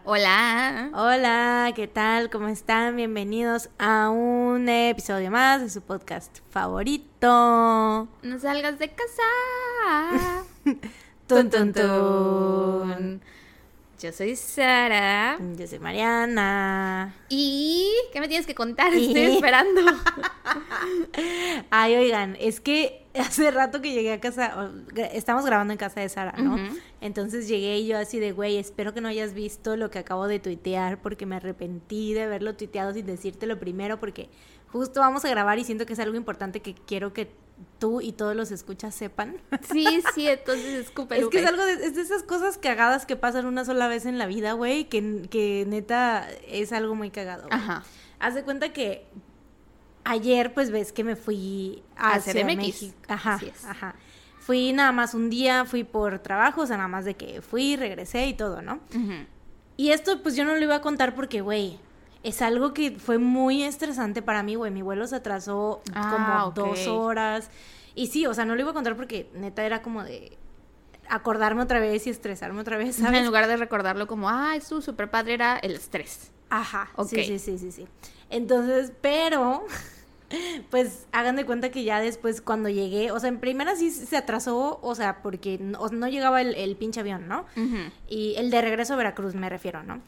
Hola. Hola, ¿qué tal? ¿Cómo están? Bienvenidos a un episodio más de su podcast favorito. No salgas de casa. Tun, tun, tun. Yo soy Sara. Yo soy Mariana. ¿Y qué me tienes que contar? Estoy esperando. Ay, oigan, es que hace rato que llegué a casa, estamos grabando en casa de Sara, ¿no? Uh-huh. Entonces llegué y yo así de, güey, espero que no hayas visto lo que acabo de tuitear porque me arrepentí de haberlo tuiteado sin decírtelo primero porque justo vamos a grabar y siento que es algo importante que quiero que tú y todos los escuchas sepan. Sí, entonces escúpelo. Es que es de esas cosas cagadas que pasan una sola vez en la vida, güey, que neta es algo muy cagado, güey. Ajá. Haz de cuenta que ayer, pues, ves que me fui a Ciudad de México. Ajá. Fui nada más un día, fui por trabajo, o sea, nada más de que fui, regresé y todo, ¿no? Uh-huh. Y esto, pues, yo no lo iba a contar porque, güey, es algo que fue muy estresante para mí, güey. Mi vuelo se atrasó como 2 horas. Y sí, o sea, no lo iba a contar porque neta era como de acordarme otra vez y estresarme otra vez, ¿sabes? En lugar de recordarlo como, estuvo súper padre, era el estrés. Ajá, Okay. Sí. Entonces, pero, pues, hagan de cuenta que ya después cuando llegué, o sea, en primera sí se atrasó, o sea, porque no llegaba el pinche avión, ¿no? Uh-huh. Y el de regreso a Veracruz me refiero, ¿no?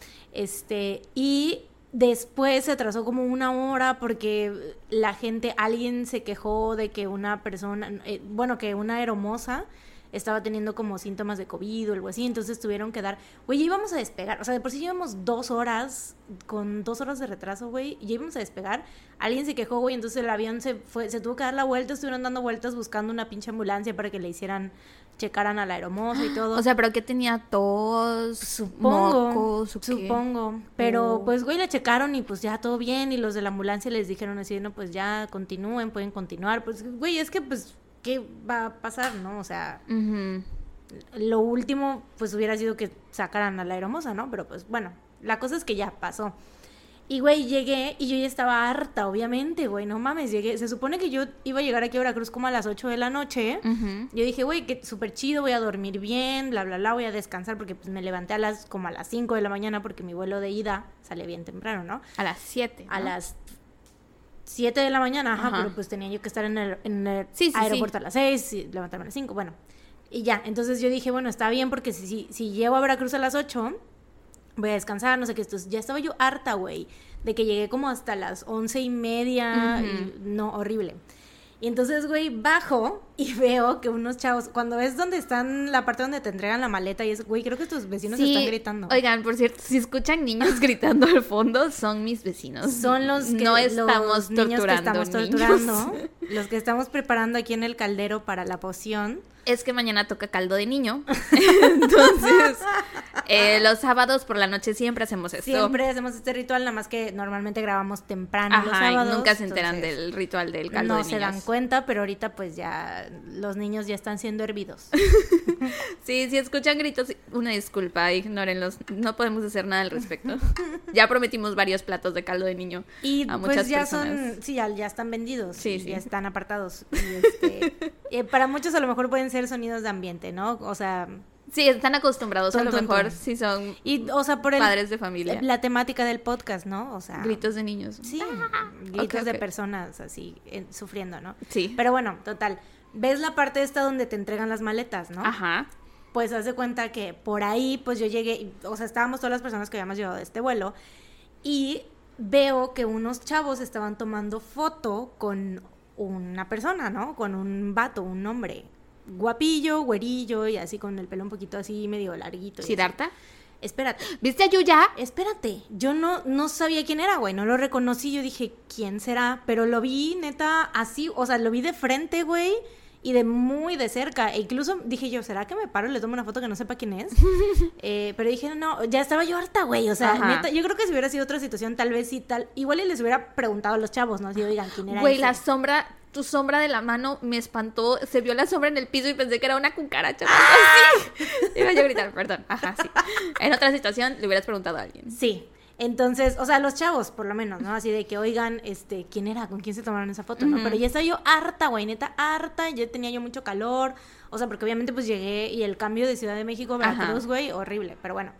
Y después se atrasó como 1 hora porque alguien se quejó de que una persona, que una aeromoza estaba teniendo como síntomas de COVID o algo así, entonces tuvieron que güey, ya íbamos a despegar, o sea, de por sí llevamos 2 horas, con 2 horas de retraso, güey, ya íbamos a despegar, alguien se quejó, güey, entonces el avión se tuvo que dar la vuelta, estuvieron dando vueltas buscando una pinche ambulancia para que le checaran a la aeromoza y todo. O sea, ¿pero qué tenía? ¿Tos? Supongo, ¿Mocos? pero pues, güey, la checaron y pues ya todo bien, y los de la ambulancia les dijeron así, no, pues ya continúen, pueden continuar, pues, güey, es que pues, ¿qué va a pasar, no? O sea, Uh-huh. Lo último, pues, hubiera sido que sacaran a la aeromoza, ¿no? Pero pues, bueno, la cosa es que ya pasó. Y, güey, llegué y yo ya estaba harta, obviamente, güey, no mames, llegué. Se supone que yo iba a llegar aquí a Veracruz como a las 8 de la noche. Uh-huh. Yo dije, güey, que súper chido, voy a dormir bien, bla, bla, bla, voy a descansar porque pues me levanté como a las 5 de la mañana porque mi vuelo de ida sale bien temprano, ¿no? A las 7, ¿no? A las 7 de la mañana, Ajá. pero pues tenía yo que estar en el Sí, aeropuerto a las 6 y levantarme a las 5, bueno. Y ya, entonces yo dije, bueno, está bien porque si llego a Veracruz a las 8, voy a descansar, no sé qué. Ya estaba yo harta, güey, de que llegué como hasta las 11:30, Uh-huh. no, horrible. Y entonces, güey, bajo y veo que unos chavos, cuando ves donde están, la parte donde te entregan la maleta y eso, güey, creo que tus vecinos están gritando. Oigan, por cierto, si escuchan niños gritando al fondo, son mis vecinos. Son los que no estamos los niños que torturando estamos torturando, los que estamos preparando aquí en el caldero para la poción. Es que mañana toca caldo de niño. Entonces, los sábados por la noche siempre hacemos esto. Siempre hacemos este ritual, nada más que normalmente grabamos temprano los sábados. Y nunca se enteran del ritual del caldo de niños. No se dan cuenta, pero ahorita pues ya los niños ya están siendo hervidos. Sí, si escuchan gritos, una disculpa, ignórenlos. No podemos hacer nada al respecto. Ya prometimos varios platos de caldo de niño y a pues muchas ya personas. ya están vendidos. Sí. Ya están apartados. Y para muchos a lo mejor pueden ser sonidos de ambiente, ¿no? O sea... Sí, están acostumbrados, a lo mejor sí son o sea, por padres de familia. La temática del podcast, ¿no? O sea... Gritos de niños. Sí, gritos de Okay. personas así, sufriendo, ¿no? Sí. Pero bueno, total, ¿ves la parte esta donde te entregan las maletas, no? Ajá. Pues haz de cuenta que por ahí, pues yo llegué, o sea, estábamos todas las personas que habíamos llevado de este vuelo y veo que unos chavos estaban tomando foto con una persona, ¿no? Con un vato, un hombre, guapillo, güerillo y así con el pelo un poquito así medio larguito. ¿Siddhartha? Espérate. ¿Viste a Yuya? Espérate, yo no sabía quién era, güey, no lo reconocí, yo dije, ¿quién será? Pero lo vi, neta, así, o sea, lo vi de frente, güey, y de muy de cerca, e incluso dije yo, ¿será que me paro y le tomo una foto que no sepa quién es? Pero dije, no, ya estaba yo harta, güey, o sea, neta, yo creo que si hubiera sido otra situación, tal vez sí, igual y les hubiera preguntado a los chavos, ¿no? Si oigan, ¿quién era Güey, ese? tu sombra de la mano me espantó, se vio la sombra en el piso y pensé que era una cucaracha. ¡Ah! Iba yo a gritar, perdón, sí. En otra situación le hubieras preguntado a alguien. Sí. Entonces, o sea, los chavos, por lo menos, ¿no? Así de que, oigan, ¿quién era? ¿Con quién se tomaron esa foto, no? Pero ya estaba yo harta, güey, neta, harta. Ya tenía yo mucho calor. O sea, porque obviamente, pues, llegué y el cambio de Ciudad de México a Veracruz, güey, horrible. Pero bueno.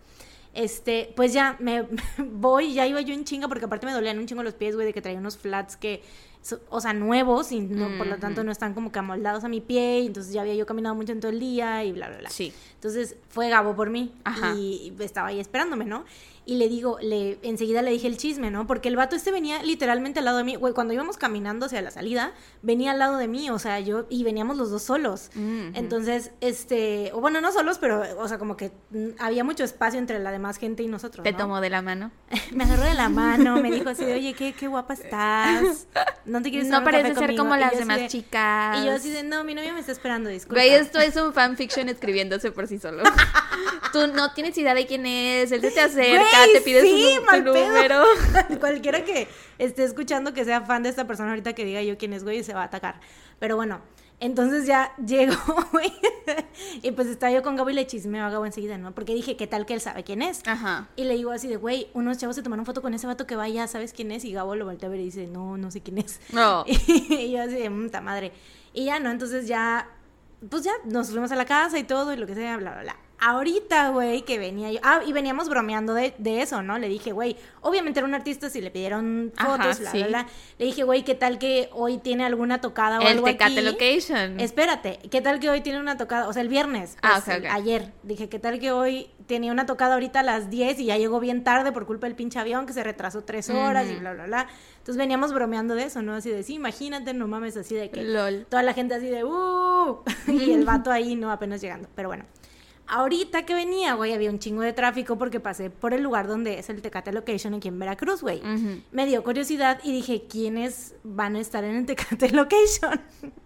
Pues ya me voy, ya iba yo en chinga porque aparte me dolían un chingo los pies, güey, de que traía unos flats que, o sea, nuevos y no, por lo tanto no están como que amoldados a mi pie, y entonces ya había yo caminado mucho en todo el día y bla, bla, bla. Sí. Entonces fue Gabo por mí. Ajá. Y estaba ahí esperándome, ¿no? Y le digo, enseguida le dije el chisme, ¿no? Porque el vato venía literalmente al lado de mí. Güey, cuando íbamos caminando hacia la salida, venía al lado de mí, o sea, y veníamos los dos solos. Entonces, o bueno, no solos, pero, o sea, como que había mucho espacio entre la demás gente y nosotros, ¿Te ¿no? tomó de la mano? Me agarró de la mano, me dijo así de, oye, qué guapa estás. ¿No te quieres tomar No un café parece ser conmigo? como Y las yo así demás de- chicas. Y yo así de, no, mi novia me está esperando, disculpa. Güey, esto es un fanfiction escribiéndose por sí solo. Tú no tienes idea de quién es, él se te acerca, Güey, te pide sí, tu mal pedo. número. Cualquiera que esté escuchando que sea fan de esta persona ahorita que diga yo quién es, güey, se va a atacar. Pero bueno, entonces ya llego, güey. Y pues estaba yo con Gabo y le chismeo a Gabo enseguida, ¿no? Porque dije, ¿qué tal que él sabe quién es? Ajá. Y le digo así de, güey, unos chavos se tomaron foto con ese vato que vaya, ¿sabes quién es? Y Gabo lo voltea a ver y dice, no sé quién es. No. Y yo así de, puta madre. Y ya, ¿no? Entonces ya, pues ya nos fuimos a la casa y todo y lo que sea, bla, bla, bla. Ahorita, güey, que venía yo... y veníamos bromeando de eso, ¿no? Le dije, güey, obviamente era un artista, si le pidieron fotos, Ajá, bla, sí. bla, bla. Le dije, güey, ¿qué tal que hoy tiene alguna tocada o El algo Tecate aquí? Location. Espérate, ¿qué tal que hoy tiene una tocada? O sea, el viernes, pues, Ok. ayer. Dije, ¿qué tal que hoy tenía una tocada ahorita a las 10 y ya llegó bien tarde por culpa del pinche avión que se retrasó 3 horas y bla, bla, bla? Entonces veníamos bromeando de eso, ¿no? Así de, sí, imagínate, no mames, así de que... LOL. Toda la gente así de, y el vato ahí, no, apenas llegando. Pero bueno, ahorita que venía, güey, había un chingo de tráfico porque pasé por el lugar donde es el Tecate Location aquí en Veracruz, güey. Me dio curiosidad y dije, ¿quiénes van a estar en el Tecate Location?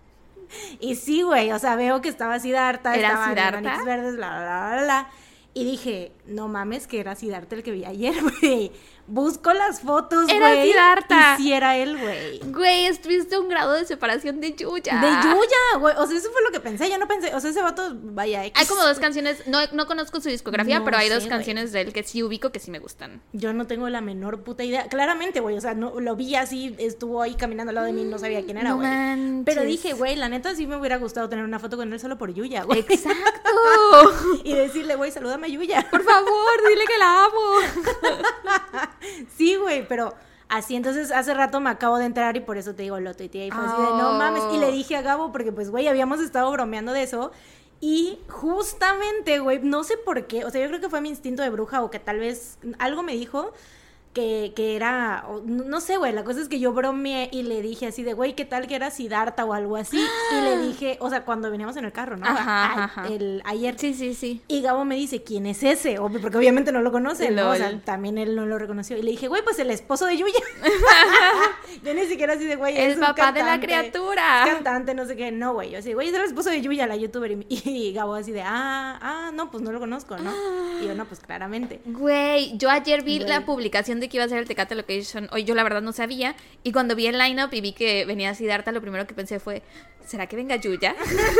Y sí, güey, o sea, veo que estaba Siddhartha, ¿Era estaban Siddhartha? Manitas Verdes, bla, bla, bla, bla. Y dije, no mames, que era Siddhartha el que vi ayer, güey. Busco las fotos, güey. Era Siddhartha. Y sí era él, güey. Güey, estuviste a un grado de separación de Yuya. De Yuya, güey. O sea, eso fue lo que pensé. Yo no pensé. O sea, ese vato, vaya. Hay como dos canciones, no conozco su discografía, No pero hay sé, dos güey. canciones de él que sí ubico que sí me gustan. Yo no tengo la menor puta idea. Claramente, güey. O sea, no, lo vi así, estuvo ahí caminando al lado de mí, no sabía quién era, No güey. manches. Pero dije, güey, la neta sí me hubiera gustado tener una foto con él solo por Yuya, güey. Exacto. Y decirle, güey, salúdame a Yuya. Por favor, dile que la amo. Sí, güey, pero así, entonces hace rato me acabo de enterar y por eso te digo, lo tuiteé y fue así de, no mames, y le dije a Gabo, porque pues, güey, habíamos estado bromeando de eso, y justamente, güey, no sé por qué, o sea, yo creo que fue mi instinto de bruja o que tal vez algo me dijo que era, no sé, güey, la cosa es que yo bromeé y le dije así de, güey, ¿qué tal que era Siddhartha o algo así? Y le dije, o sea, cuando veníamos en el carro, ¿no? Ajá. Ayer. Sí, sí, sí. Y Gabo me dice, ¿quién es ese? Porque obviamente no lo conoce, ¿no? O sea, Lol. también él no lo reconoció. Y le dije, güey, pues el esposo de Yuya. Yo ni siquiera así de, güey, El es un papá de la cantante, criatura. es cantante, no sé qué. No, güey, yo así, güey, es el esposo de Yuya, la youtuber. Y Gabo así de, no, pues no lo conozco, ¿no? Y yo, no, pues claramente. Güey, yo ayer vi Güey. la publicación de que iba a ser el Tecate Location. Hoy yo la verdad no sabía. Y cuando vi el lineup y vi que venía Siddhartha, lo primero que pensé fue, ¿será que venga Yuya?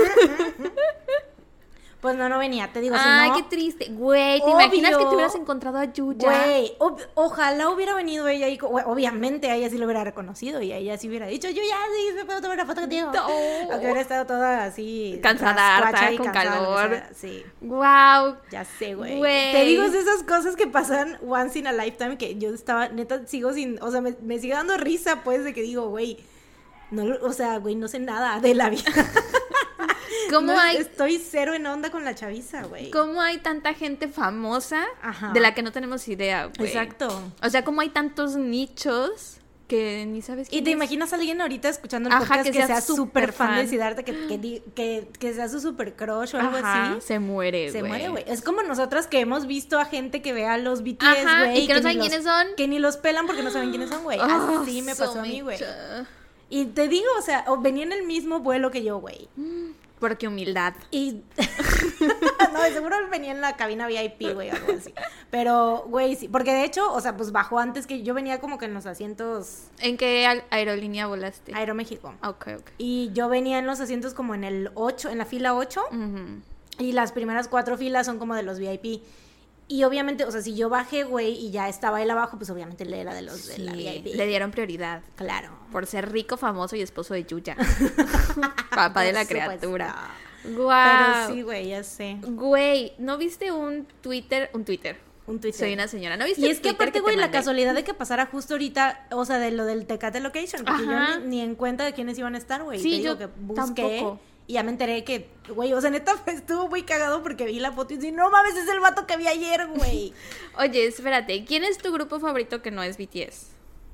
Pues no venía, te digo, Ay, si no... qué triste. Güey, ¿te Obvio. imaginas que te hubieras encontrado a Yuya? Güey, ojalá hubiera venido ella y obviamente a ella sí lo hubiera reconocido y a ella sí hubiera dicho, yo ya sí me puedo tomar una foto contigo. No. Aunque hubiera estado toda así Cansada, rascuacha harta, y con cansada, lo que calor. sea, sí, Wow. ya sé, güey. Güey. Te digo, es de esas cosas que pasan once in a lifetime que yo estaba, neta, sigo sin, o sea, me sigue dando risa, pues, de que digo, güey, no, o sea, güey, no sé nada de la vida. ¿Cómo No, hay Estoy cero en onda con la chaviza, güey. ¿Cómo hay tanta gente famosa Ajá. de la que no tenemos idea, güey? Exacto. O sea, ¿cómo hay tantos nichos que ni sabes ¿Y quién te es? imaginas a alguien ahorita escuchando el Ajá, podcast que que sea sea súper fan de fan. Siddhartha, que sea su super crush o algo Ajá, así? se muere, Se güey. muere, güey. Es como nosotras que hemos visto a gente que ve a los BTS, Ajá, güey. y que no ni saben los- quiénes son. Que ni los pelan porque no saben quiénes son, güey. Oh, Así me pasó a mí, güey. Somicha. Y te digo, o sea, venía en el mismo vuelo que yo, güey. Porque humildad. Y... no, de seguro venía en la cabina VIP, güey, algo así. Pero, güey, sí. Porque de hecho, o sea, pues bajó antes que yo venía como que en los asientos ¿En qué aerolínea volaste? Aeroméxico. Ok, ok. Y yo venía en los asientos como en el 8, en la fila 8. Ujú. Y las primeras 4 filas son como de los VIP. Y obviamente, o sea, si yo bajé, güey, y ya estaba él abajo, pues obviamente él era de los de la Sí, VIP. le dieron prioridad Claro. por ser rico, famoso y esposo de Yuya. Papá de la Por supuesto. criatura. Pero Guau. sí, güey, ya sé. Güey, ¿no viste un Twitter? un Twitter. Soy una señora. ¿No viste Y el es que Twitter aparte, te güey, la mandé? casualidad de que pasara justo ahorita, o sea, de lo del Tecate Location, porque Ajá. yo ni en cuenta de quiénes iban a estar, güey. Sí, Te digo yo que busqué tampoco. y ya me enteré que, güey, o sea, neta, estuvo muy cagado porque vi la foto y dije, no mames, es el vato que vi ayer, güey. Oye, espérate, ¿quién es tu grupo favorito que no es BTS?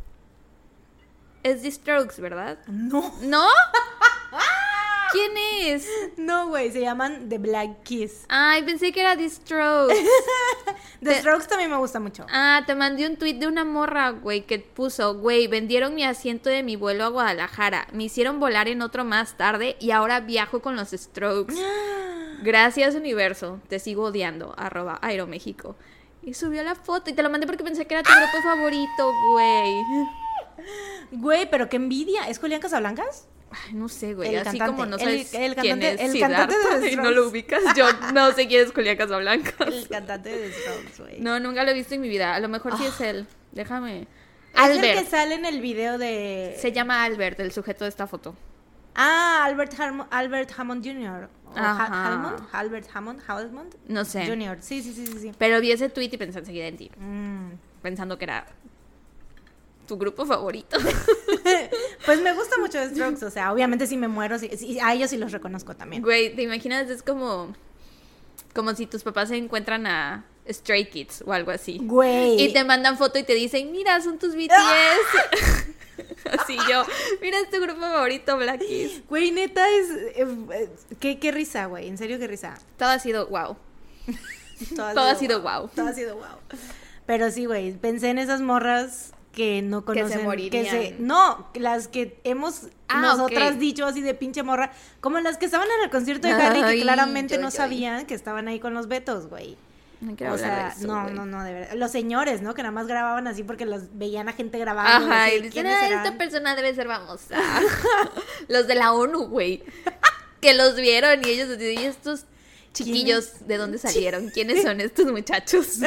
Es The Strokes, ¿verdad? No, ¿No? ¿Quién es? no, güey, se llaman The Black Keys. Ay, pensé que era The Strokes. The Strokes también me gusta mucho. Ah, te mandé un tweet de una morra, güey, que puso, güey, vendieron mi asiento de mi vuelo a Guadalajara, me hicieron volar en otro más tarde y ahora viajo con los Strokes. Gracias, universo, te sigo odiando, @Aeroméxico. Y subió la foto y te lo mandé porque pensé que era tu grupo favorito, güey. Güey, pero qué envidia. ¿Es Julián Casablancas? Ay, no sé, güey, El así cantante, como no el- sabes el quién cantante- es el cantante de Siddhartha The y no lo Strokes. ubicas, yo no sé quién es Julián Casablancas. El cantante de The Strokes, güey. No, nunca lo he visto en mi vida, a lo mejor sí es él, déjame. Es el Albert, que sale en el video de... se llama Albert, el sujeto de esta foto. Ah, Albert Hammond Jr. O Ajá. Hammond, Albert Hammond No sé. Jr. Sí, sí, sí, sí, sí. Pero vi ese tweet y pensé enseguida en ti, Mm. pensando que era tu grupo favorito. Pues me gusta mucho The Strokes, o sea, obviamente si me muero, a ellos sí los reconozco también. Güey, ¿te imaginas? Es como si tus papás se encuentran a Stray Kids o algo así. Güey. Y te mandan foto y te dicen, mira, son tus BTS. Así yo, mira, es tu grupo favorito, Black Keys. Güey, neta, qué risa, güey, en serio, qué risa. Todo ha sido wow. Todo ha sido wow. Todo ha sido wow. Pero sí, güey, pensé en esas morras que no Que se conocen. morirían. No, las que hemos nosotras ok. dicho así de pinche morra, como las que estaban en el concierto de Harry, Ay, que claramente yo, no yo. sabían que estaban ahí con los Betos, güey. No quiero O hablar sea, de eso, no, güey. no, de verdad. Los señores, ¿no? Que nada más grababan así porque los veían a gente grabando. Ajá, así, y dicen, ¿quiénes serán? esta persona debe ser famosa. Los de la ONU, güey. Que los vieron y ellos decían, ¿y estos chiquillos de dónde salieron? ¿Quiénes son estos muchachos?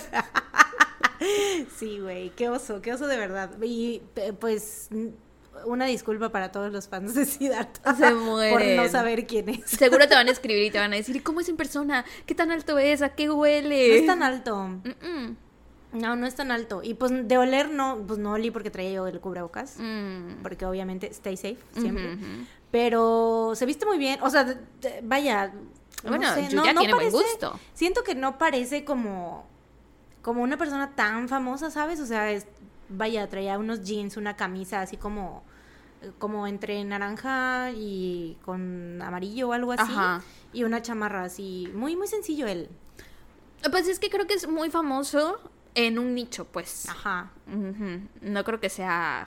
Sí, güey, qué oso de verdad. Y pues una disculpa para todos los fans de Siddhartha Se por mueren. no saber quién es. Seguro te van a escribir y te van a decir, ¿y cómo es en persona? ¿Qué tan alto es? ¿A qué huele? No es tan alto. Mm-mm. No es tan alto. Y pues de oler no, pues no olí porque traía yo el cubrebocas. Mm. Porque obviamente stay safe siempre. Ujú, ujú. Pero se viste muy bien. O sea, vaya. Bueno, no sé, Yuya no tiene buen parece- gusto. Siento que no parece como una persona tan famosa, ¿sabes? O sea, vaya, traía unos jeans, una camisa así como entre naranja y con amarillo o algo así. Ajá. Y una chamarra así, muy, muy sencillo él. Pues es que creo que es muy famoso en un nicho, pues. Ajá. Ujú. No creo que sea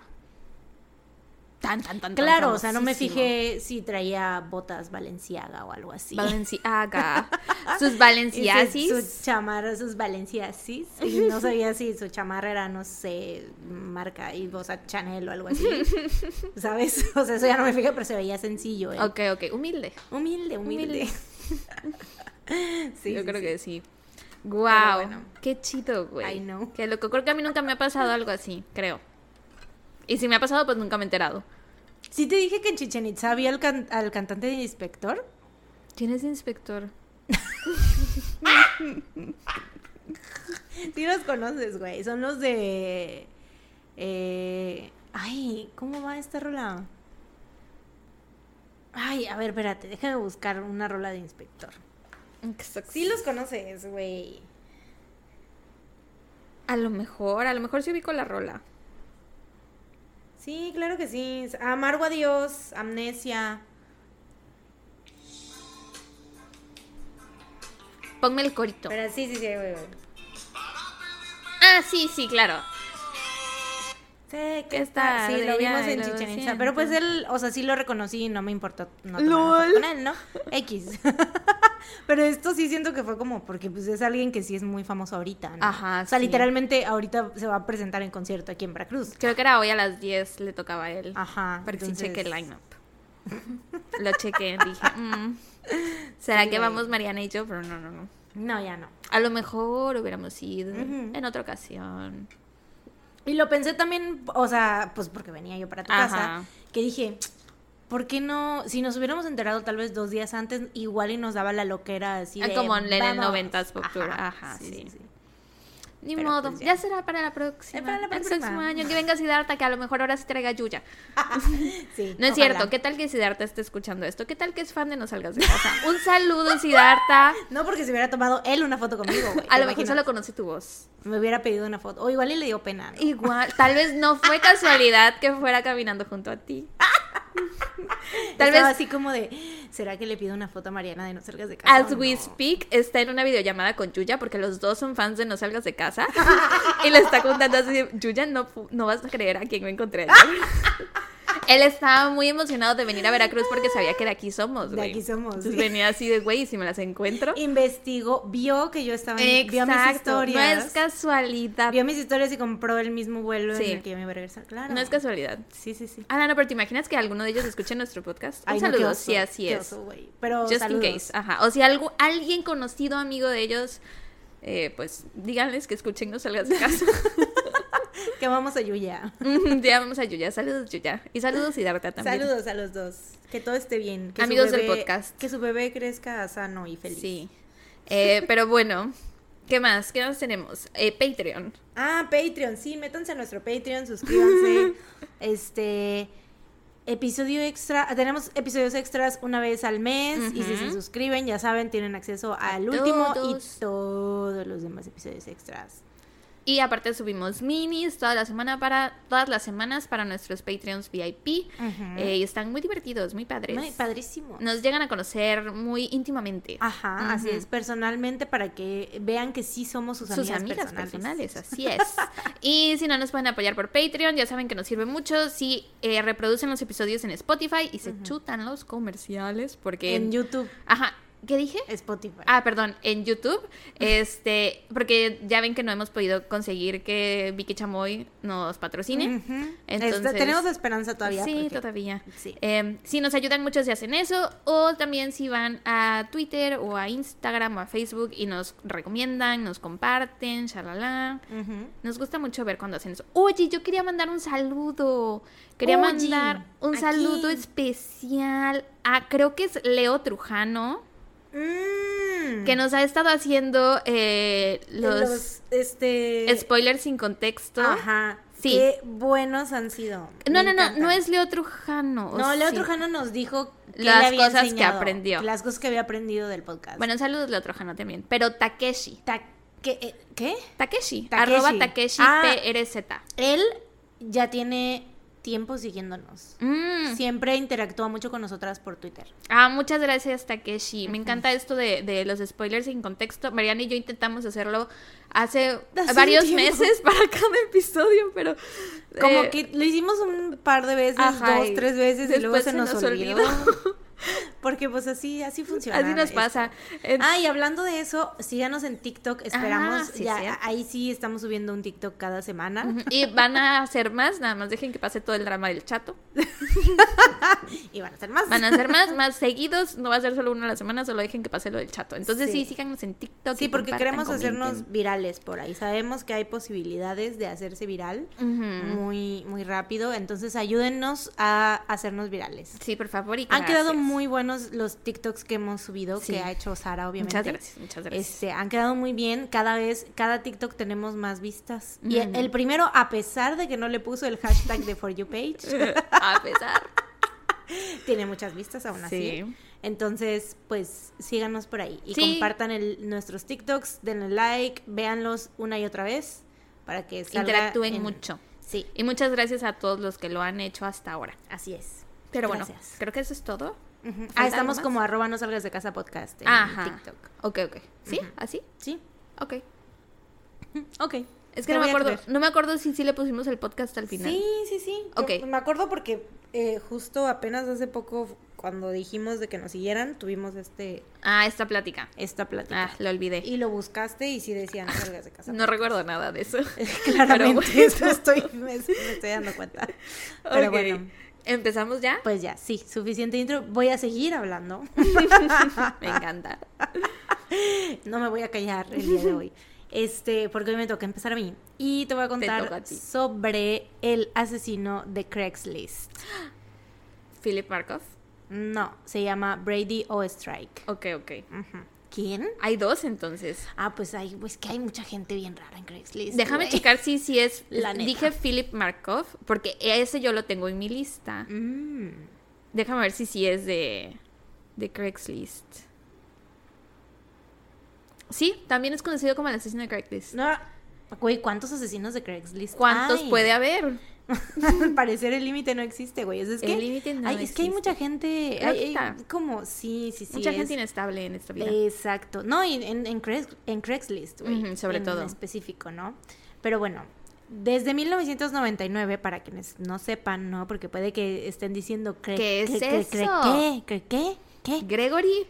tan Claro, o sea, no me famosísimo. fijé si traía botas Balenciaga o algo así. Balenciaga. Sus Y Balenciasis. Sus chamarras, sus Balenciasis. Y no sabía si su chamarra era, no sé, marca, y, o sea, Chanel o algo así. ¿Sabes? O sea, eso ya no me fijé, pero se veía sencillo. Ok, humilde. Humilde. Humilde. Sí, Yo sí, creo sí. que sí. Wow, bueno. qué chido, güey. I know. Qué loco. Creo que a mí nunca me ha pasado algo así, creo. Y si me ha pasado, pues nunca me he enterado. Sí te dije que en Chichen Itza había al cantante de Inspector. ¿Quién es inspector? Sí los conoces, güey. Son los de... Ay, ¿cómo va esta rola? Ay, a ver, espérate, déjame buscar una rola de Inspector. Sí los conoces, güey. A lo mejor sí ubico la rola. Sí, claro que sí. Amargo Adiós, Amnesia. Ponme el corito. Pero sí, güey. Ah, sí, claro. Sé que está está. Sí, de lo vimos ella y en lo Chichen Itza. siento. Pero pues él, o sea, sí lo reconocí y no me importó no tomar ¡Lol! foto con él, ¿no? X. Pero esto sí siento que fue como porque pues es alguien que sí es muy famoso ahorita, ¿no? Ajá, O sea, sí. literalmente ahorita se va a presentar en concierto aquí en Veracruz. Creo que era hoy a las 10 le tocaba a él. Ajá. Porque sí entonces- chequé el lineup. Lo chequé, dije, ¿será Sí, que güey. vamos Mariana y yo? Pero no. No, ya no. A lo mejor hubiéramos ido Ujú. en otra ocasión. Y lo pensé también, o sea, pues porque venía yo para tu Ajá. casa, que dije, ¿por qué no? Si nos hubiéramos enterado tal vez 2 días antes, igual y nos daba la loquera así de... Como en el "Vamos". 90s Pop Tour. Ajá, sí. Ni Pero, modo, pues, ya será para la próxima. Para la El próxima. próximo año que venga Siddhartha, que a lo mejor ahora sí traiga Yuya. Sí, No es ojalá. cierto, ¿qué tal que Siddhartha esté escuchando esto? ¿Qué tal que es fan de No Salgas de Casa? Un saludo, Siddhartha. No, porque se hubiera tomado él una foto conmigo, güey. A ¿te lo mejor imaginas? solo conoce tu voz. Me hubiera pedido una foto. O igual y le dio pena, ¿no? Igual, tal vez no fue casualidad que fuera caminando junto a ti. Tal Estaba vez así como de, ¿será que le pido una foto a Mariana de No Salgas de Casa? As o we no? speak está en una videollamada con Yuya porque los dos son fans de No Salgas de Casa y le está contando así, Yuya, no vas a creer a quién me encontré ayer. Él estaba muy emocionado de venir a Veracruz porque sabía que de aquí somos, De güey. aquí somos, Entonces sí. venía así de, güey, ¿y si me las encuentro? Investigó, vio que yo estaba en... Vio mis Exacto, no historias. es casualidad. Vio mis historias y compró el mismo vuelo Sí. en el que yo me iba a regresar. Claro. No es casualidad. Sí, sí, sí. Ah, no, pero ¿te imaginas que alguno de ellos escuche nuestro podcast? Un Ay, no, qué saludo, oso, si así qué es. oso, güey. Pero Just saludos. in case, ajá. O si alguien conocido, amigo de ellos, pues díganles que escuchen No Salgas de Casa. Que vamos a Yuya. Ya vamos a Yuya. Saludos, Yuya. Y saludos, Siddhartha también. Saludos a los dos. Que todo esté bien. Que Amigos su del bebé- podcast. Que su bebé crezca sano y feliz. Sí. Pero bueno, ¿qué más? ¿Qué más tenemos? Patreon. Ah, Patreon, sí, métanse a nuestro Patreon, suscríbanse. Episodio extra, tenemos episodios extras una vez al mes y si se suscriben, ya saben, tienen acceso al último todos. y todos los demás episodios extras. Y aparte subimos minis todas las semanas para nuestros Patreons VIP. Y están muy divertidos, muy padres. Ay, padrísimo. Nos llegan a conocer muy íntimamente. Ajá, así es, personalmente, para que vean que sí somos sus amigas personales, así es. Y si no nos pueden apoyar por Patreon, ya saben que nos sirve mucho si reproducen los episodios en Spotify y se chutan los comerciales, porque En YouTube, Ajá, ¿qué dije? Spotify. Ah, perdón, en YouTube, porque ya ven que no hemos podido conseguir que Vicky Chamoy nos patrocine. Ujú. Entonces, Tenemos esperanza todavía. Sí, porque- todavía. Sí. Sí, nos ayudan mucho si hacen eso, o también si van a Twitter o a Instagram o a Facebook y nos recomiendan, nos comparten, shalala. Ujú. Nos gusta mucho ver cuando hacen eso. Oye, yo quería mandar un saludo. Quería Oye, mandar un ¿a saludo quién? especial a, creo que es Leo Trujano, que nos ha estado haciendo los spoilers sin contexto. Ajá. Sí. Qué buenos han sido. No, Me encantan. no es Leo Trujano. ¿o No, Leo sí? Trujano nos dijo que Las le había cosas que enseñado, aprendió. Las cosas que había aprendido del podcast. Bueno, saludos Leo Trujano también. Pero Takeshi. ¿Qué? Takeshi. Takeshi. Arroba Takeshi Ah. PRZ. Él ya tiene tiempo siguiéndonos. Mm. Siempre interactúa mucho con nosotras por Twitter. Muchas gracias, Takeshi. Me encanta esto de los spoilers sin contexto. Mariana y yo intentamos hacerlo hace Hace varios un tiempo. meses para cada episodio, pero Como que lo hicimos un par de veces, ajá, 2, 3 veces y luego después se nos olvidó. olvidó. Porque pues así funciona. Así nos esto. pasa. Y hablando de eso, síganos en TikTok, esperamos, sí, ya cierto. ahí sí estamos subiendo un TikTok cada semana. Ujú. Y van a hacer más, nada más dejen que pase todo el drama del chato. Y van a ser más. Van a hacer más seguidos, no va a ser solo uno a la semana, solo dejen que pase lo del chato. Entonces sí, Sí. síganos en TikTok. Sí, y porque compartan, queremos comenten. hacernos virales por ahí. Sabemos que hay posibilidades de hacerse viral Ujú. muy, muy rápido. Entonces ayúdennos a hacernos virales. Sí, por favor. Y Han quedado gracias. muy buenos los TikToks que hemos subido, Sí. que ha hecho Sara, obviamente. Muchas gracias. Han quedado muy bien. Cada TikTok tenemos más vistas. Y Ujú. el primero, a pesar de que no le puso el hashtag de For You page, A pesar. tiene muchas vistas aún así. Sí. Entonces, pues síganos por ahí y Sí. compartan nuestros TikToks, denle like, véanlos una y otra vez para que salga Interactúen mucho. Sí, Y muchas gracias a todos los que lo han hecho hasta ahora. así es. Pero Gracias. bueno, creo que eso es todo. Ujú. ¿Falta Estamos algo como más? @no salgas de casa podcast en Ajá. TikTok. Ok. ¿Sí? Ujú. ¿Así? Sí, Ok. ok. Es Te que no voy me a acuerdo, creer. no me acuerdo si le pusimos el podcast al final. Sí. Ok. Yo me acuerdo porque justo apenas hace poco, cuando dijimos de que nos siguieran, tuvimos Esta plática. esta plática. Lo olvidé. Y lo buscaste y sí decían, no salgas de casa. No recuerdo nada de eso. Claramente, Pero eso me estoy dando cuenta. Pero Ok. bueno, ¿Empezamos ya? pues ya, sí, suficiente intro. Voy a seguir hablando. Me encanta. No me voy a callar el día de hoy. Porque hoy me toca empezar a mí. Y te voy a toca contar a ti. sobre el asesino de Craigslist. Philip Markov. No, se llama Brady Ostrike. Ok. Ujú. ¿Quién? Hay 2 entonces. Ah, pues que hay mucha gente bien rara en Craigslist. Déjame güey. checar si es... La neta. Dije Philip Markov, porque ese yo lo tengo en mi lista. Déjame ver si es de Craigslist. Sí, también es conocido como el asesino de Craigslist. No, güey, ¿cuántos asesinos de Craigslist? ¿Cuántos hay? puede haber? Al parecer el límite no existe, güey. Es que El límite no es que hay existe. mucha gente. Loquita. Como, sí. Mucha gente inestable en esta vida. Exacto. No, y en Craigslist, güey. Ujú, sobre todo. En específico, ¿no? Pero bueno, desde 1999, para quienes no sepan, ¿no? Porque puede que estén diciendo... ¿Qué es eso? ¿Qué? ¿Gregory?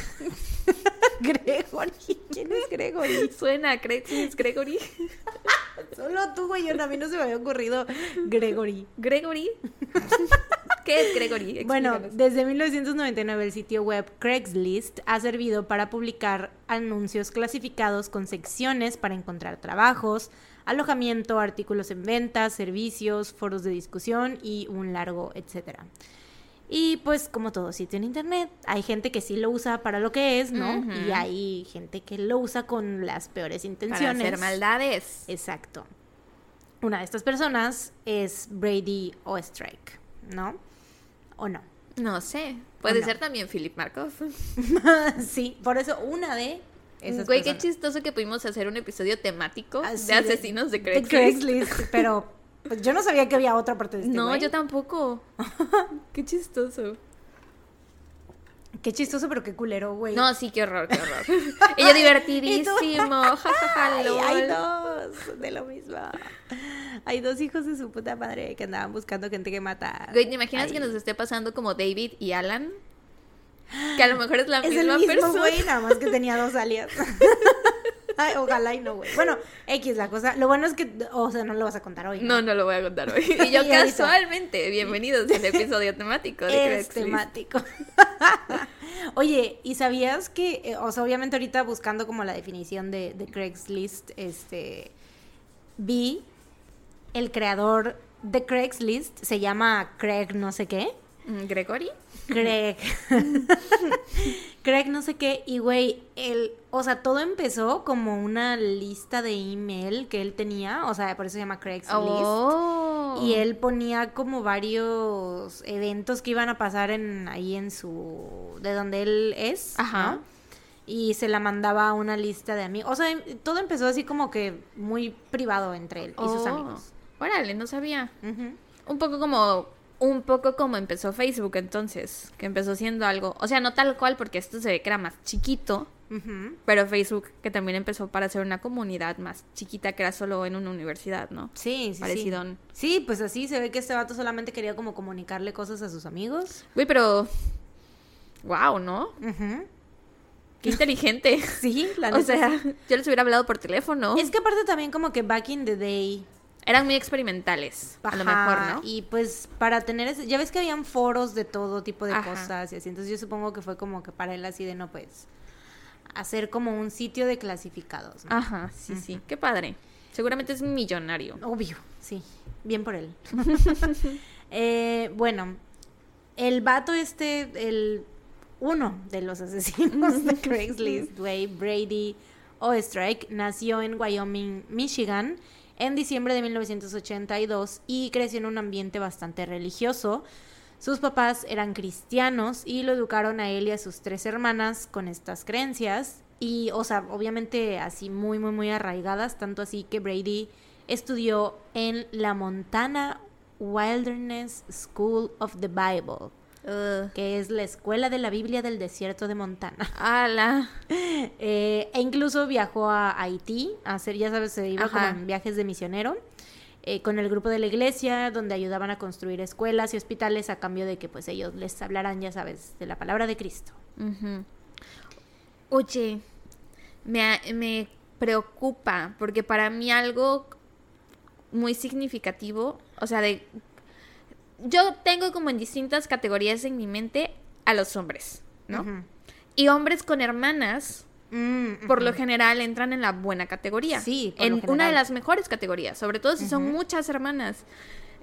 Gregory. ¿Quién es Gregory? Suena a Craigslist, Gregory. Solo tú, güey. A mí no se me había ocurrido Gregory. ¿Gregory? ¿Qué es Gregory? Bueno, Explícanos. desde 1999 el sitio web Craigslist ha servido para publicar anuncios clasificados con secciones para encontrar trabajos, alojamiento, artículos en venta, servicios, foros de discusión y un largo etcétera. Y pues como todo sitio en internet, hay gente que sí lo usa para lo que es, ¿no? Ujú. Y hay gente que lo usa con las peores intenciones. Para hacer maldades. Exacto. Una de estas personas es Brady Oestreich, ¿no? ¿O no? No sé. Puede no? ser también Philip Markov. Sí, por eso una de esas Güey, qué personas. chistoso que pudimos hacer un episodio temático Así de asesinos de Craigslist. De Craigslist, pero pues, yo no sabía que había otra parte de este No, güey. yo tampoco. Qué chistoso. Qué chistoso, pero qué culero, güey. No, sí, qué horror, qué horror. Ella divertidísimo. Ja, ja, ja, Ay, lol. hay dos de lo mismo. Hay 2 hijos de su puta madre que andaban buscando gente que matar. Güey, ¿te imaginas Ay. que nos esté pasando como David y Alan? Que a lo mejor es la Es misma el mismo persona. güey, nada más que tenía 2 alias. Ay, ojalá y no, güey. Bueno, X la cosa. Lo bueno es que, o sea, no lo vas a contar hoy. No, no lo voy a contar hoy. Y yo Y ahorita. casualmente, bienvenidos al episodio temático de Es Craigslist. temático. Oye, ¿y sabías que, o sea, obviamente ahorita buscando como la definición de Craigslist, vi el creador de Craigslist, se llama Craig no sé qué. ¿Gregory? Craig. Craig no sé qué. Y güey, o sea, todo empezó como una lista de email que él tenía. O sea, por eso se llama Craigslist. Oh. Y él ponía como varios eventos que iban a pasar ahí en de donde él es. Ajá. ¿no? Y se la mandaba a una lista de amigos. O sea, todo empezó así como que muy privado entre él y sus amigos. Órale, no sabía. Ujú. Un poco como empezó Facebook entonces, que empezó siendo algo, o sea, no tal cual porque esto se ve que era más chiquito, Ujú. pero Facebook que también empezó para ser una comunidad más chiquita que era solo en una universidad, ¿no? Sí. Parecidón. Sí, pues así se ve que este vato solamente quería como comunicarle cosas a sus amigos. Güey, pero wow, ¿no? Ujú. Qué inteligente. Sí, la O neta sea, sí. yo les hubiera hablado por teléfono. Es que aparte también como que back in the day. Eran muy experimentales, a lo Ajá, mejor, ¿no? Y pues para tener ya ves que habían foros de todo tipo de Ajá. cosas y así. Entonces yo supongo que fue como que para él así de no pues hacer como un sitio de clasificados, ¿no? Ajá, sí. Qué padre. Seguramente es millonario. Obvio, sí. Bien por él. Bueno, el vato uno de los asesinos de Craigslist, güey, Brady Oestreich, nació en Wyoming, Michigan, en diciembre de 1982 y creció en un ambiente bastante religioso. Sus papás eran cristianos y lo educaron a él y a sus 3 hermanas con estas creencias y, o sea, obviamente así muy, muy, muy arraigadas, tanto así que Brady estudió en la Montana Wilderness School of the Bible, que es la escuela de la Biblia del desierto de Montana. ¡Hala! E incluso viajó a Haití a hacer, ya sabes, se iba Ajá. como en viajes de misionero con el grupo de la iglesia, donde ayudaban a construir escuelas y hospitales a cambio de que pues ellos les hablaran, ya sabes, de la palabra de Cristo. Ujú. Oye, me preocupa porque para mí algo muy significativo, o sea, yo tengo como en distintas categorías en mi mente a los hombres, ¿no? Ujú. Y hombres con hermanas, por lo Ujú. general, entran en la buena categoría. Sí, por en lo una de general. las mejores categorías, sobre todo si son Ujú. muchas hermanas.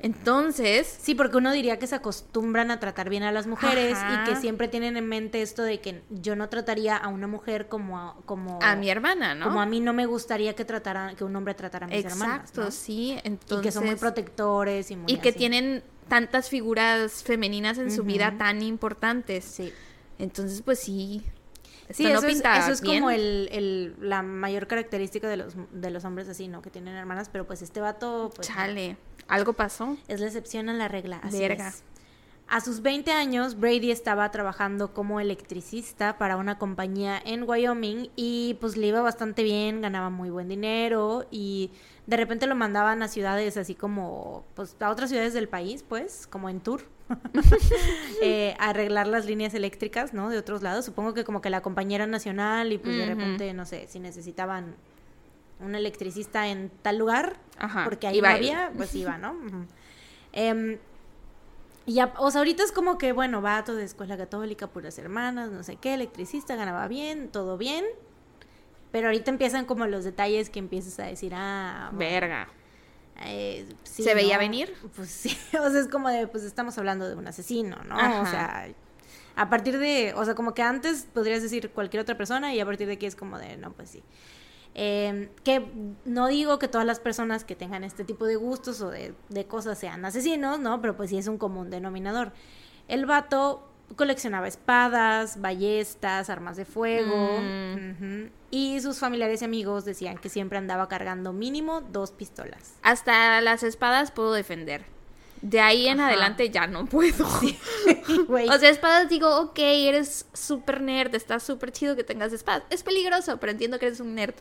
Entonces... Sí, porque uno diría que se acostumbran a tratar bien a las mujeres Ajá. y que siempre tienen en mente esto de que yo no trataría a una mujer como a mi hermana, ¿no? Como a mí no me gustaría que un hombre tratara a mis hermanas, Exacto, ¿no? sí. Entonces, Y que son muy protectores y muy y que así. tienen tantas figuras femeninas en su vida tan importantes. Sí. Entonces, pues sí. Sí, Esto no pinta eso es bien. como la mayor característica de los hombres así, ¿no? Que tienen hermanas, pero pues este vato, pues... Chale, algo pasó. Es la excepción a la regla, así Verga. es. A sus 20 años, Brady estaba trabajando como electricista para una compañía en Wyoming y pues le iba bastante bien, ganaba muy buen dinero y de repente lo mandaban a ciudades así como, pues a otras ciudades del país, pues, como en tour, a arreglar las líneas eléctricas, ¿no? De otros lados. Supongo que como que la compañía era nacional y pues de repente, no sé, si necesitaban un electricista en tal lugar, Ajá, porque ahí iba no él. había, pues iba, ¿no? Y ya, o sea, ahorita es como que, bueno, vato de escuela católica, puras hermanas, no sé qué, electricista, ganaba bien, todo bien. Pero ahorita empiezan como los detalles que empiezas a decir, bueno, Verga. sí, ¿Se veía ¿no? venir? Pues sí, o sea, es como de, pues estamos hablando de un asesino, ¿no? Ajá. O sea, a partir de, o sea, como que antes podrías decir cualquier otra persona y a partir de aquí es como de, no, pues sí. Que no digo que todas las personas que tengan este tipo de gustos o de cosas sean asesinos, ¿no? Pero pues sí es un común denominador. El vato coleccionaba espadas, ballestas, armas de fuego. Y sus familiares y amigos decían que siempre andaba cargando mínimo 2 pistolas. Hasta las espadas puedo defender. De ahí en adelante ya no puedo. Sí. Güey. O sea, espadas digo, ok, eres súper nerd, está súper chido que tengas espadas. Es peligroso, pero entiendo que eres un nerd.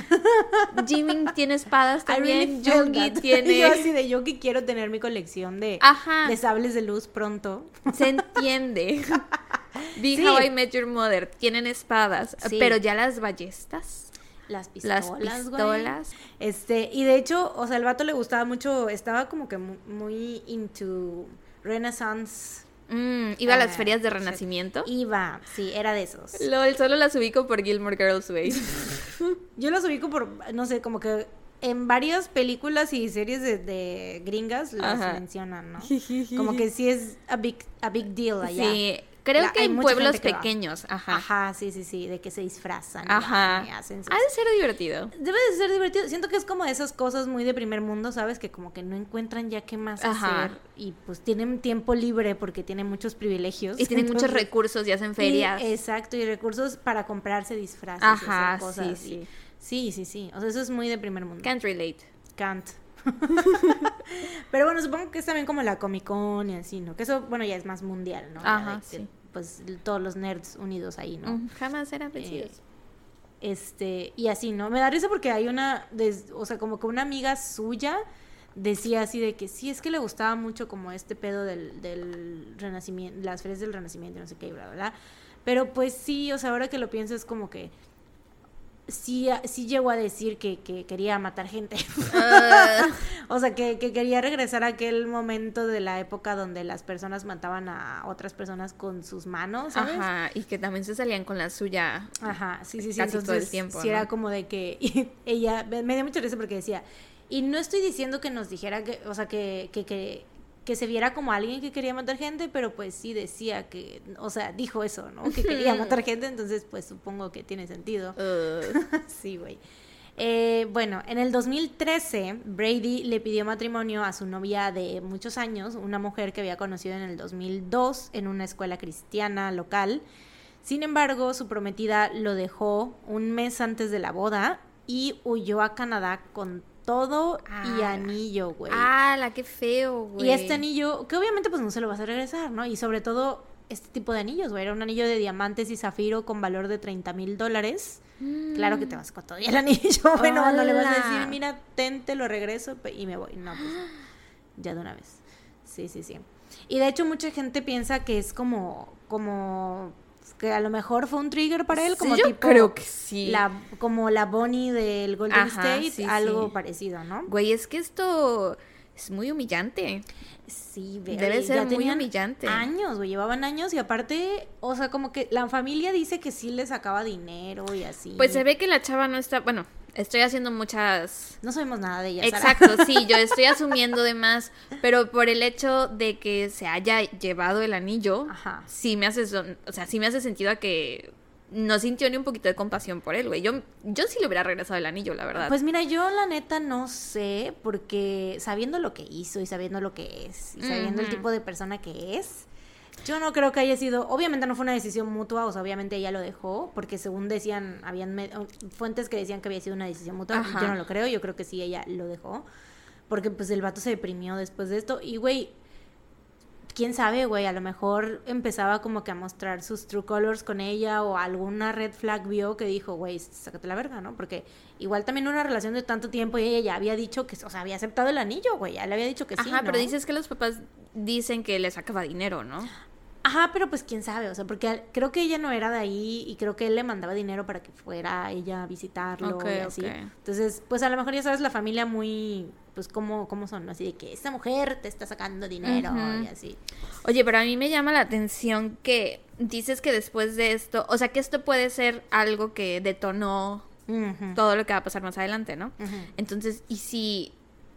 Jimin tiene espadas también. Yoongi tiene... Yo así de yo que quiero tener mi colección de sables de luz pronto. Se entiende. Vi Sí. How I Met Your Mother. Tienen espadas, Sí. pero ya las ballestas... Las pistolas, güey. Y de hecho, o sea, el vato le gustaba mucho, estaba como que muy into Renaissance. ¿Iba a las ferias de Renacimiento? Iba, sí, era de esos. LOL, solo las ubico por Gilmore Girls, güey. Yo las ubico por, no sé, como que en varias películas y series de gringas las mencionan, ¿no? Como que sí es a big deal allá. Sí, creo que hay en mucha pueblos gente que pequeños, Ajá, sí, de que se disfrazan. Ajá. Y hacen sus... Ha de ser divertido. Debe de ser divertido. Siento que es como de esas cosas muy de primer mundo, ¿sabes? Que como que no encuentran ya qué más hacer. Y pues tienen tiempo libre porque tienen muchos privilegios. Y tienen muchos recursos y hacen ferias. Exacto, y recursos para comprarse disfraces. Ajá, y hacer cosas sí. Sí. O sea, eso es muy de primer mundo. Can't relate. Can't. Pero bueno, supongo que es también como la Comic Con y así, ¿no? Que eso, bueno, ya es más mundial, ¿no? Ajá, sí. Pues todos los nerds unidos ahí, ¿no? Jamás eran vencidos. Y así, ¿no? Me da risa porque hay o sea, como que una amiga suya decía así de que sí, es que le gustaba mucho como este pedo del Renacimiento, las ferias del Renacimiento, no sé qué, bla, bla, bla. Pero pues sí, o sea, ahora que lo pienso es como que sí llegó a decir que quería matar gente. O sea, que quería regresar a aquel momento de la época donde las personas mataban a otras personas con sus manos, ¿sabes? Ajá, y que también se salían con la suya. Ajá, sí. Casi Entonces, todo el tiempo, sí, ¿no? era como de que y ella me dio mucha risa porque decía, y no estoy diciendo que nos dijera que, o sea, que se viera como alguien que quería matar gente, pero pues sí decía que, o sea, dijo eso, ¿no? Que quería matar gente, entonces pues supongo que tiene sentido. Sí, güey. Bueno, en el 2013, Brady le pidió matrimonio a su novia de muchos años, una mujer que había conocido en el 2002 en una escuela cristiana local. Sin embargo, su prometida lo dejó un mes antes de la boda y huyó a Canadá con todo y anillo, güey. ¡Hala, qué feo, güey! Y este anillo, que obviamente pues no se lo vas a regresar, ¿no? Y sobre todo este tipo de anillos, güey. Era un anillo de diamantes y zafiro con valor de $30,000. Claro que te vas con todo y el anillo. Bueno, no le vas a decir, mira, te lo regreso y me voy. No, pues ya de una vez. Sí. Y de hecho mucha gente piensa que es como que a lo mejor fue un trigger para él, como sí, yo tipo creo que sí. Como la Bonnie del Golden State, algo parecido, ¿no? Güey, es que esto es muy humillante. Sí, debe ser muy humillante. Años, güey, llevaban años y aparte, o sea, como que la familia dice que sí le sacaba dinero y así. Pues se ve que la chava no está, bueno, Estoy haciendo muchas... No sabemos nada de ella, Sara. Exacto, sí, yo estoy asumiendo de más, pero por el hecho de que se haya llevado el anillo, Ajá. sí me hace, o sea, sí me hace sentido a que no sintió ni un poquito de compasión por él, güey. Yo sí le hubiera regresado el anillo, la verdad. Pues mira, yo la neta no sé, porque sabiendo lo que hizo y sabiendo lo que es, y sabiendo el tipo de persona que es, yo no creo que haya sido, obviamente no fue una decisión mutua, o sea, obviamente ella lo dejó, porque según decían, habían fuentes que decían que había sido una decisión mutua. Ajá. Yo no lo creo, yo creo que sí, ella lo dejó, porque pues el vato se deprimió después de esto, y güey, quién sabe, güey, a lo mejor empezaba como que a mostrar sus true colors con ella, o alguna red flag vio que dijo, güey, sácate la verga, ¿no? Porque igual también una relación de tanto tiempo y ella ya había dicho que, o sea, había aceptado el anillo, güey, ya le había dicho que sí, Ajá, ¿no? pero dices que los papás dicen que le sacaba dinero, ¿no? Ajá, pero pues quién sabe, o sea, porque creo que ella no era de ahí y creo que él le mandaba dinero para que fuera ella a visitarlo Ok, y así. ok. Entonces, pues a lo mejor ya sabes la familia muy, pues cómo son, ¿no? Así de que esta mujer te está sacando dinero y así. Oye, pero a mí me llama la atención que dices que después de esto, o sea, que esto puede ser algo que detonó Ujú. todo lo que va a pasar más adelante, ¿no? Ujú. Entonces, ¿y si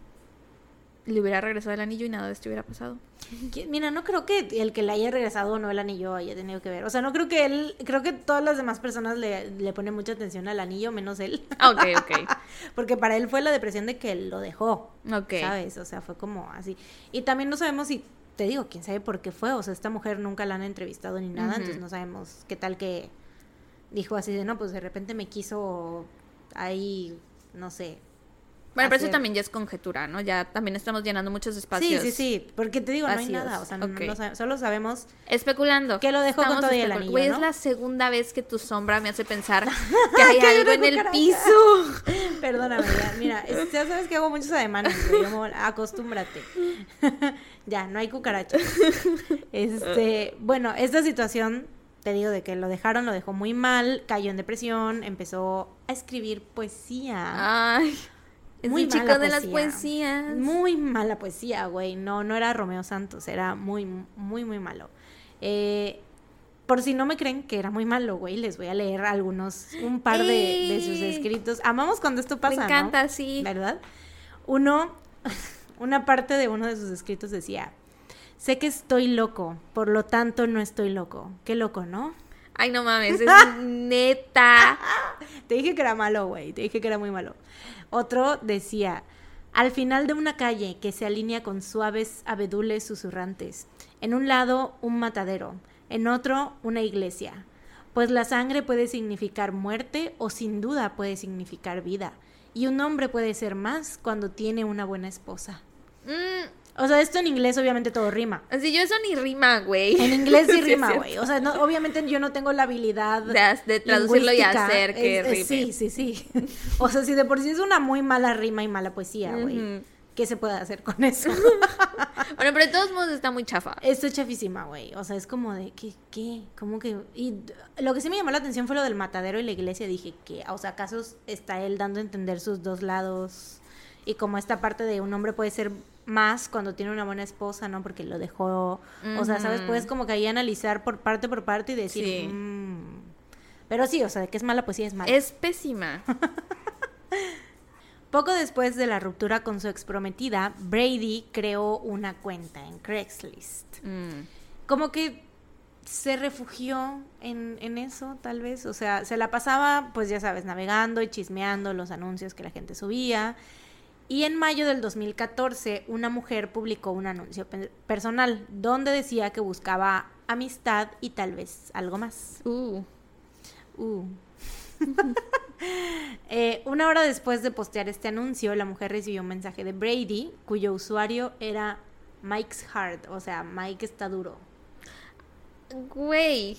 le hubiera regresado el anillo y nada de esto hubiera pasado? Mira, no creo que el que le haya regresado o no el anillo haya tenido que ver. O sea, no creo que él, creo que todas las demás personas le ponen mucha atención al anillo, menos él. Ok, ok. Porque para él fue la depresión de que él lo dejó. Ok. ¿Sabes? O sea, fue como así. Y también no sabemos si, te digo, quién sabe por qué fue. O sea, esta mujer nunca la han entrevistado ni nada, entonces no sabemos qué tal que dijo así de, no, pues de repente me quiso ahí, no sé. Bueno, pero eso hacer- también ya es conjetura, ¿no? Ya también estamos llenando muchos espacios. Sí, porque te digo, no hay vacíos. nada, o sea, Ok. solo sabemos Especulando. que lo dejó con todo y el anillo, Güey, ¿no? es la segunda vez que tu sombra me hace pensar que hay algo una en el cucaracha. piso. Perdóname, ya, mira, ya sabes que hago muchos ademanes, güey, acostúmbrate. Ya, no hay cucarachas. Bueno, esta situación, te digo, de que lo dejó muy mal, cayó en depresión, empezó a escribir poesía. Ay, es Muy el chico mala de las poesía. poesías. Muy mala poesía, güey. No era Romeo Santos, era muy, muy, muy malo. Por si no me creen que era muy malo, güey, les voy a leer un par de sus escritos. Amamos cuando esto pasa, Me encanta, ¿no? sí. ¿Verdad? Una parte de uno de sus escritos decía: sé que estoy loco, por lo tanto no estoy loco. Qué loco, ¿no? Ay, no mames, es neta. Te dije que era malo, güey, te dije que era muy malo. Otro decía: al final de una calle que se alinea con suaves abedules susurrantes, en un lado un matadero, en otro una iglesia, pues la sangre puede significar muerte o sin duda puede significar vida, y un hombre puede ser más cuando tiene una buena esposa. O sea, esto en inglés obviamente todo rima. Así yo eso ni rima, güey. En inglés sí es rima, cierto. güey. O sea, obviamente yo no tengo la habilidad De traducirlo y lingüística. hacer que rime. Sí. O sea, si de por sí es una muy mala rima y mala poesía, güey. Ujú. ¿Qué se puede hacer con eso? Bueno, pero de todos modos está muy chafa. Esto es chafísima, güey. O sea, es como de, ¿qué? ¿Cómo que? Y lo que sí me llamó la atención fue lo del matadero y la iglesia. Dije, que, o sea, ¿acaso está él dando a entender sus dos lados? Y como esta parte de un hombre puede ser más cuando tiene una buena esposa, ¿no? Porque lo dejó. O sea, ¿sabes? Puedes como que ahí analizar por parte y decir, Sí. Pero sí, o sea, de que es mala poesía es mala. Es pésima. Poco después de la ruptura con su exprometida, Brady creó una cuenta en Craigslist. Como que se refugió en eso, tal vez. O sea, se la pasaba, pues ya sabes, navegando y chismeando los anuncios que la gente subía. Y en mayo del 2014, una mujer publicó un anuncio personal donde decía que buscaba amistad y tal vez algo más. Una hora después de postear este anuncio, la mujer recibió un mensaje de Brady, cuyo usuario era Mike's Hard, o sea, Mike está duro. Güey.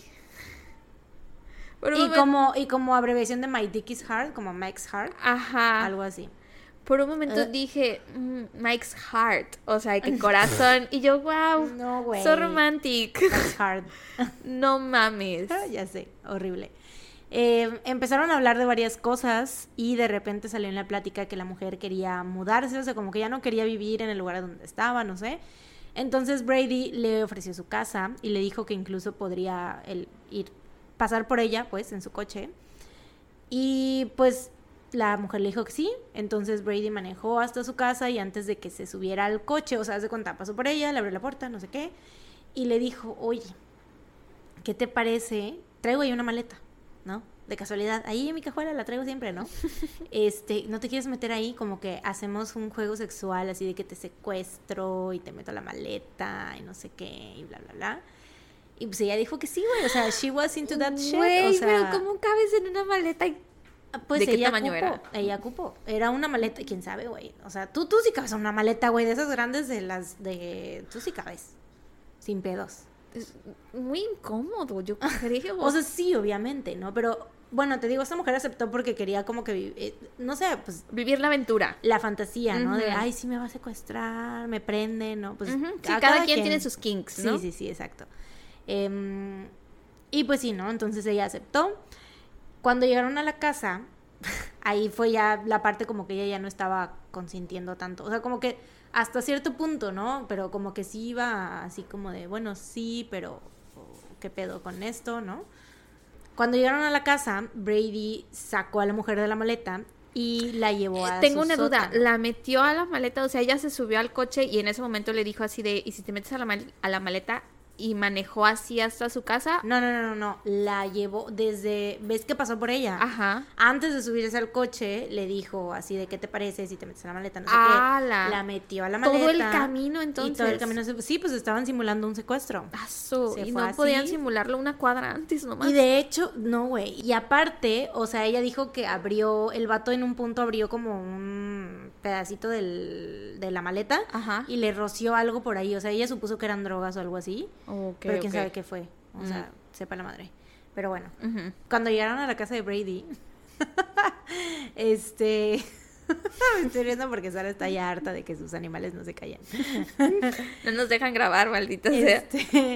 Y como abreviación de My Dick is Hard, como Mike's Hard, Ajá. algo así. Por un momento dije, Mike's Heart, o sea, que corazón. Y yo, wow, No, güey. so romantic. Mike's Hard. No mames. Ya sé, horrible. Empezaron a hablar de varias cosas y de repente salió en la plática que la mujer quería mudarse, o sea, como que ya no quería vivir en el lugar donde estaba, no sé. Entonces Brady le ofreció su casa y le dijo que incluso podría pasar por ella, pues, en su coche. Y pues La mujer le dijo que sí, entonces Brady manejó hasta su casa y antes de que se subiera al coche, o sea, se cuenta, pasó por ella, le abrió la puerta, no sé qué, y le dijo, oye, ¿qué te parece? Traigo ahí una maleta, ¿no? De casualidad, ahí en mi cajuela la traigo siempre, ¿no? ¿No te quieres meter ahí? Como que hacemos un juego sexual así de que te secuestro y te meto a la maleta y no sé qué y bla, bla, bla. Y pues ella dijo que sí, güey, o sea, she was into that shit, Güey, o sea... pero ¿cómo cabes en una maleta? Pues ¿De qué ella tamaño era? Ella cupó. Era una maleta, quién sabe, güey. O sea, tú sí cabes en una maleta, güey, de esas grandes de las de... Tú sí cabes. Sin pedos. Es muy incómodo, yo creo. O sea, sí, obviamente, ¿no? Pero, bueno, te digo, esta mujer aceptó porque quería como que... no sé, pues... Vivir la aventura. La fantasía, ¿no? Ujú. De, ay, sí me va a secuestrar, me prende, ¿no? Pues Ujú. Sí, cada quien tiene sus kinks, ¿no? Sí, exacto. Y pues sí, ¿no? Entonces ella aceptó. Cuando llegaron a la casa, ahí fue ya la parte como que ella ya no estaba consintiendo tanto. O sea, como que hasta cierto punto, ¿no? Pero como que sí iba así como de, bueno, sí, pero ¿qué pedo con esto, no? Cuando llegaron a la casa, Brady sacó a la mujer de la maleta y la llevó a Tengo su una duda, sótano. la metió a la maleta, o sea, ella se subió al coche y en ese momento le dijo así de, ¿y si te metes a la maleta? Y manejó así hasta su casa. No. La llevó desde... ¿Ves que pasó por ella? Ajá. Antes de subirse al coche, le dijo así de, ¿qué te parece si te metes a la maleta? No sé ¡Hala! qué. La metió a la maleta. Todo el camino, entonces. Y todo el camino... Sí, pues estaban simulando un secuestro. Aso, Se y fue no así. podían simularlo una cuadra antes nomás. Y de hecho, no, güey. Y aparte, o sea, ella dijo que abrió... El vato en un punto abrió como un pedacito de la maleta. Ajá. Y le roció algo por ahí. O sea, ella supuso que eran drogas o algo así. Ok, Pero quién ok. sabe qué fue. O sea, sepa la madre. Pero bueno. Ujú. Cuando llegaron a la casa de Brady, me estoy riendo porque Sara está ya harta de que sus animales no se callen. No nos dejan grabar, maldita sea.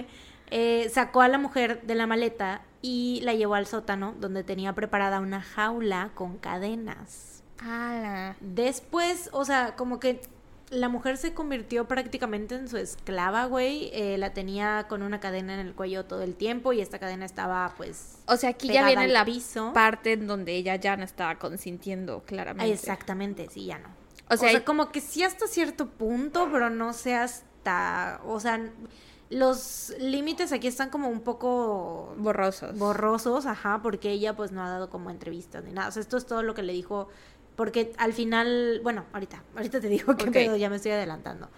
Sacó a la mujer de la maleta y la llevó al sótano donde tenía preparada una jaula con cadenas. ¡Hala! Después, o sea, como que la mujer se convirtió prácticamente en su esclava, güey. La tenía con una cadena en el cuello todo el tiempo y esta cadena estaba, pues, O sea, aquí ya pegada viene al la piso. parte en donde ella ya no estaba consintiendo, claramente. Exactamente, sí, ya no. O sea, Como que sí hasta cierto punto, pero no sé hasta... O sea, los límites aquí están como un poco borrosos. ajá, porque ella pues no ha dado como entrevistas ni nada. O sea, esto es todo lo que le dijo, porque al final, bueno, ahorita te digo qué Ok. pedo, ya me estoy adelantando.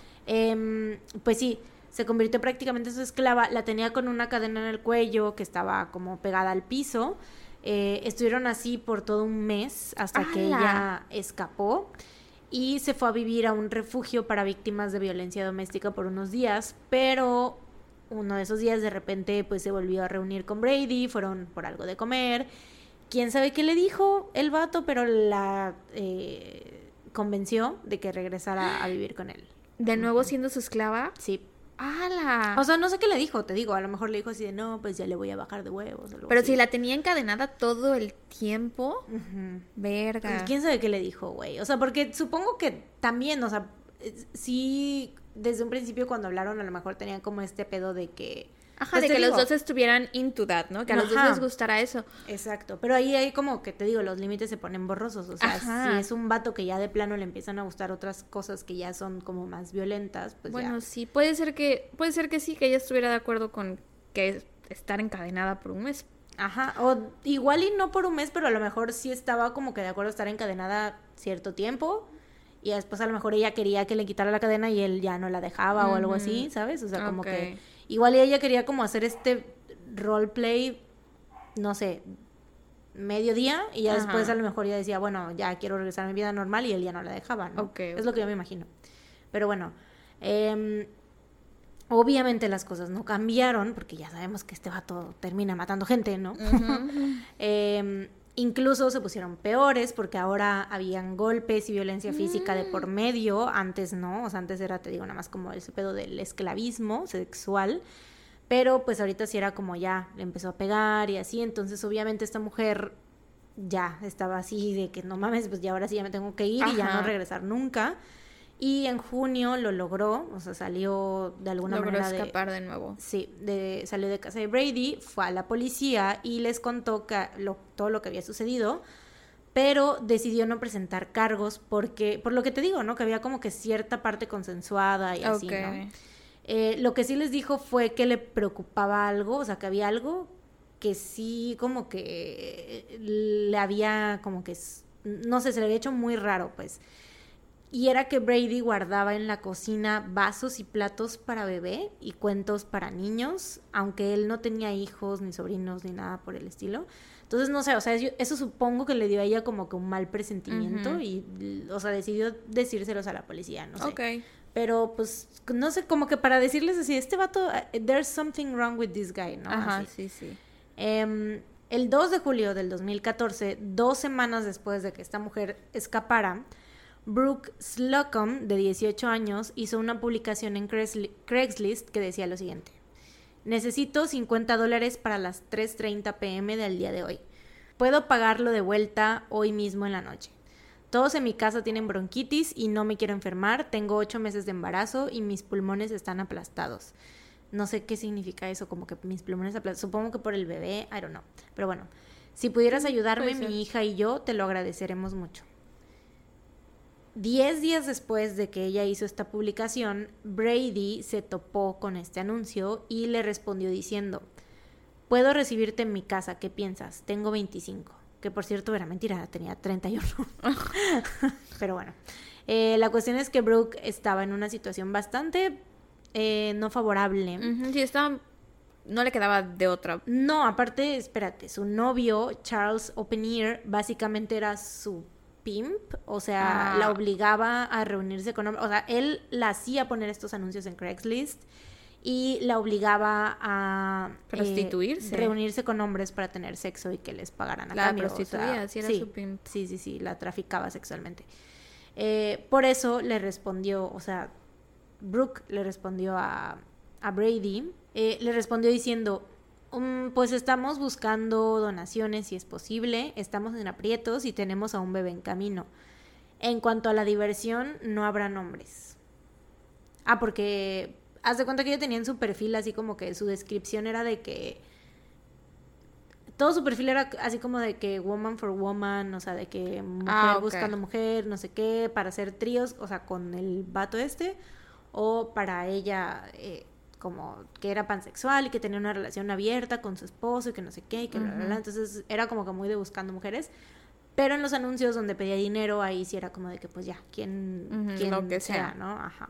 Pues sí, se convirtió prácticamente en su esclava, la tenía con una cadena en el cuello que estaba como pegada al piso. Estuvieron así por todo un mes hasta que ¡Hala! ella escapó y se fue a vivir a un refugio para víctimas de violencia doméstica por unos días, pero uno de esos días de repente pues se volvió a reunir con Brady, fueron por algo de comer, quién sabe qué le dijo el vato, pero la convenció de que regresara a vivir con él. ¿De nuevo siendo su esclava? Sí. ¡Hala! O sea, no sé qué le dijo, te digo, a lo mejor le dijo así de, no, pues ya le voy a bajar de huevos. O algo Pero así. si la tenía encadenada todo el tiempo, Ujú. verga. ¿Quién sabe qué le dijo, güey? O sea, porque supongo que también, o sea, sí, desde un principio cuando hablaron a lo mejor tenían como este pedo de que... Ajá, pues de te que los digo, dos estuvieran into that, ¿no? Que a los dos Ajá. les gustara eso. Exacto, pero ahí hay como que te digo, los límites se ponen borrosos, o sea, Ajá. si es un vato que ya de plano le empiezan a gustar otras cosas que ya son como más violentas, pues Bueno, ya. sí, puede ser que sí, que ella estuviera de acuerdo con que estar encadenada por un mes. Ajá, o igual y no por un mes, pero a lo mejor sí estaba como que de acuerdo a estar encadenada cierto tiempo y después a lo mejor ella quería que le quitara la cadena y él ya no la dejaba o algo Ujú. así, ¿sabes? O sea, como Ok. que igual y ella quería como hacer este roleplay, no sé, mediodía y ya Ajá. después a lo mejor ya decía, bueno, ya quiero regresar a mi vida normal y él ya no la dejaba, ¿no? Ok, Es lo que yo me imagino. Pero bueno, obviamente las cosas no cambiaron porque ya sabemos que este vato termina matando gente, ¿no? Incluso se pusieron peores porque ahora habían golpes y violencia física de por medio, antes no, o sea, antes era, te digo, nada más como ese pedo del esclavismo sexual, pero pues ahorita sí era como ya, le empezó a pegar y así, entonces obviamente esta mujer ya estaba así de que no mames, pues ya ahora sí ya me tengo que ir y ya Ajá. no regresar nunca. Y en junio lo logró, o sea, salió de alguna Logró manera escapar de nuevo. Sí, salió de casa de Brady, fue a la policía y les contó todo lo que había sucedido, pero decidió no presentar cargos porque, por lo que te digo, ¿no? Que había como que cierta parte consensuada y así, ¿no? Lo que sí les dijo fue que le preocupaba algo, o sea, que había algo que sí como que le había como que, no sé, se le había hecho muy raro, pues. Y era que Brady guardaba en la cocina vasos y platos para bebé y cuentos para niños, aunque él no tenía hijos, ni sobrinos, ni nada por el estilo. Entonces, no sé, o sea, eso supongo que le dio a ella como que un mal presentimiento y, o sea, decidió decírselos a la policía, no sé. Ok. Pero, pues, no sé, como que para decirles así, este vato, there's something wrong with this guy, ¿no? Ajá, así. sí. El 2 de julio del 2014, 2 semanas después de que esta mujer escapara, Brooke Slocum, de 18 años, hizo una publicación en Craigslist que decía lo siguiente: necesito $50 para las 3:30 p.m. del día de hoy. Puedo pagarlo de vuelta hoy mismo en la noche. Todos en mi casa tienen bronquitis y no me quiero enfermar. Tengo 8 meses de embarazo y mis pulmones están aplastados. No sé qué significa eso, como que mis pulmones aplastados. Supongo que por el bebé, I don't know. Pero bueno, si pudieras ayudarme, mi hija y yo, te lo agradeceremos mucho. 10 días después de que ella hizo esta publicación, Brady se topó con este anuncio y le respondió diciendo: puedo recibirte en mi casa, ¿qué piensas? Tengo 25. Que por cierto era mentira, tenía 31. Pero bueno, la cuestión es que Brooke estaba en una situación bastante no favorable. Sí, no le quedaba de otra. No, aparte, espérate, su novio, Charles Openier, básicamente era su pimp, o sea, la obligaba a reunirse con hombres, o sea, él la hacía poner estos anuncios en Craigslist y la obligaba a prostituirse, reunirse con hombres para tener sexo y que les pagaran a cambio. La prostituía, o sea, sí era su pimp. Sí, la traficaba sexualmente. Por eso le respondió, o sea, Brooke le respondió a Brady, le respondió diciendo: pues estamos buscando donaciones si es posible, estamos en aprietos y tenemos a un bebé en camino. En cuanto a la diversión, no habrá nombres. Porque haz de cuenta que ella tenía en su perfil así como que su descripción era de que todo su perfil era así como de que woman for woman, o sea, de que mujer buscando mujer, no sé qué, para hacer tríos, o sea, con el vato o para ella como que era pansexual y que tenía una relación abierta con su esposo y que no sé qué y que bla, bla, bla. Entonces era como que muy de buscando mujeres, pero en los anuncios donde pedía dinero ahí sí era como de que pues ya, quien lo que sea, ¿no? Ajá.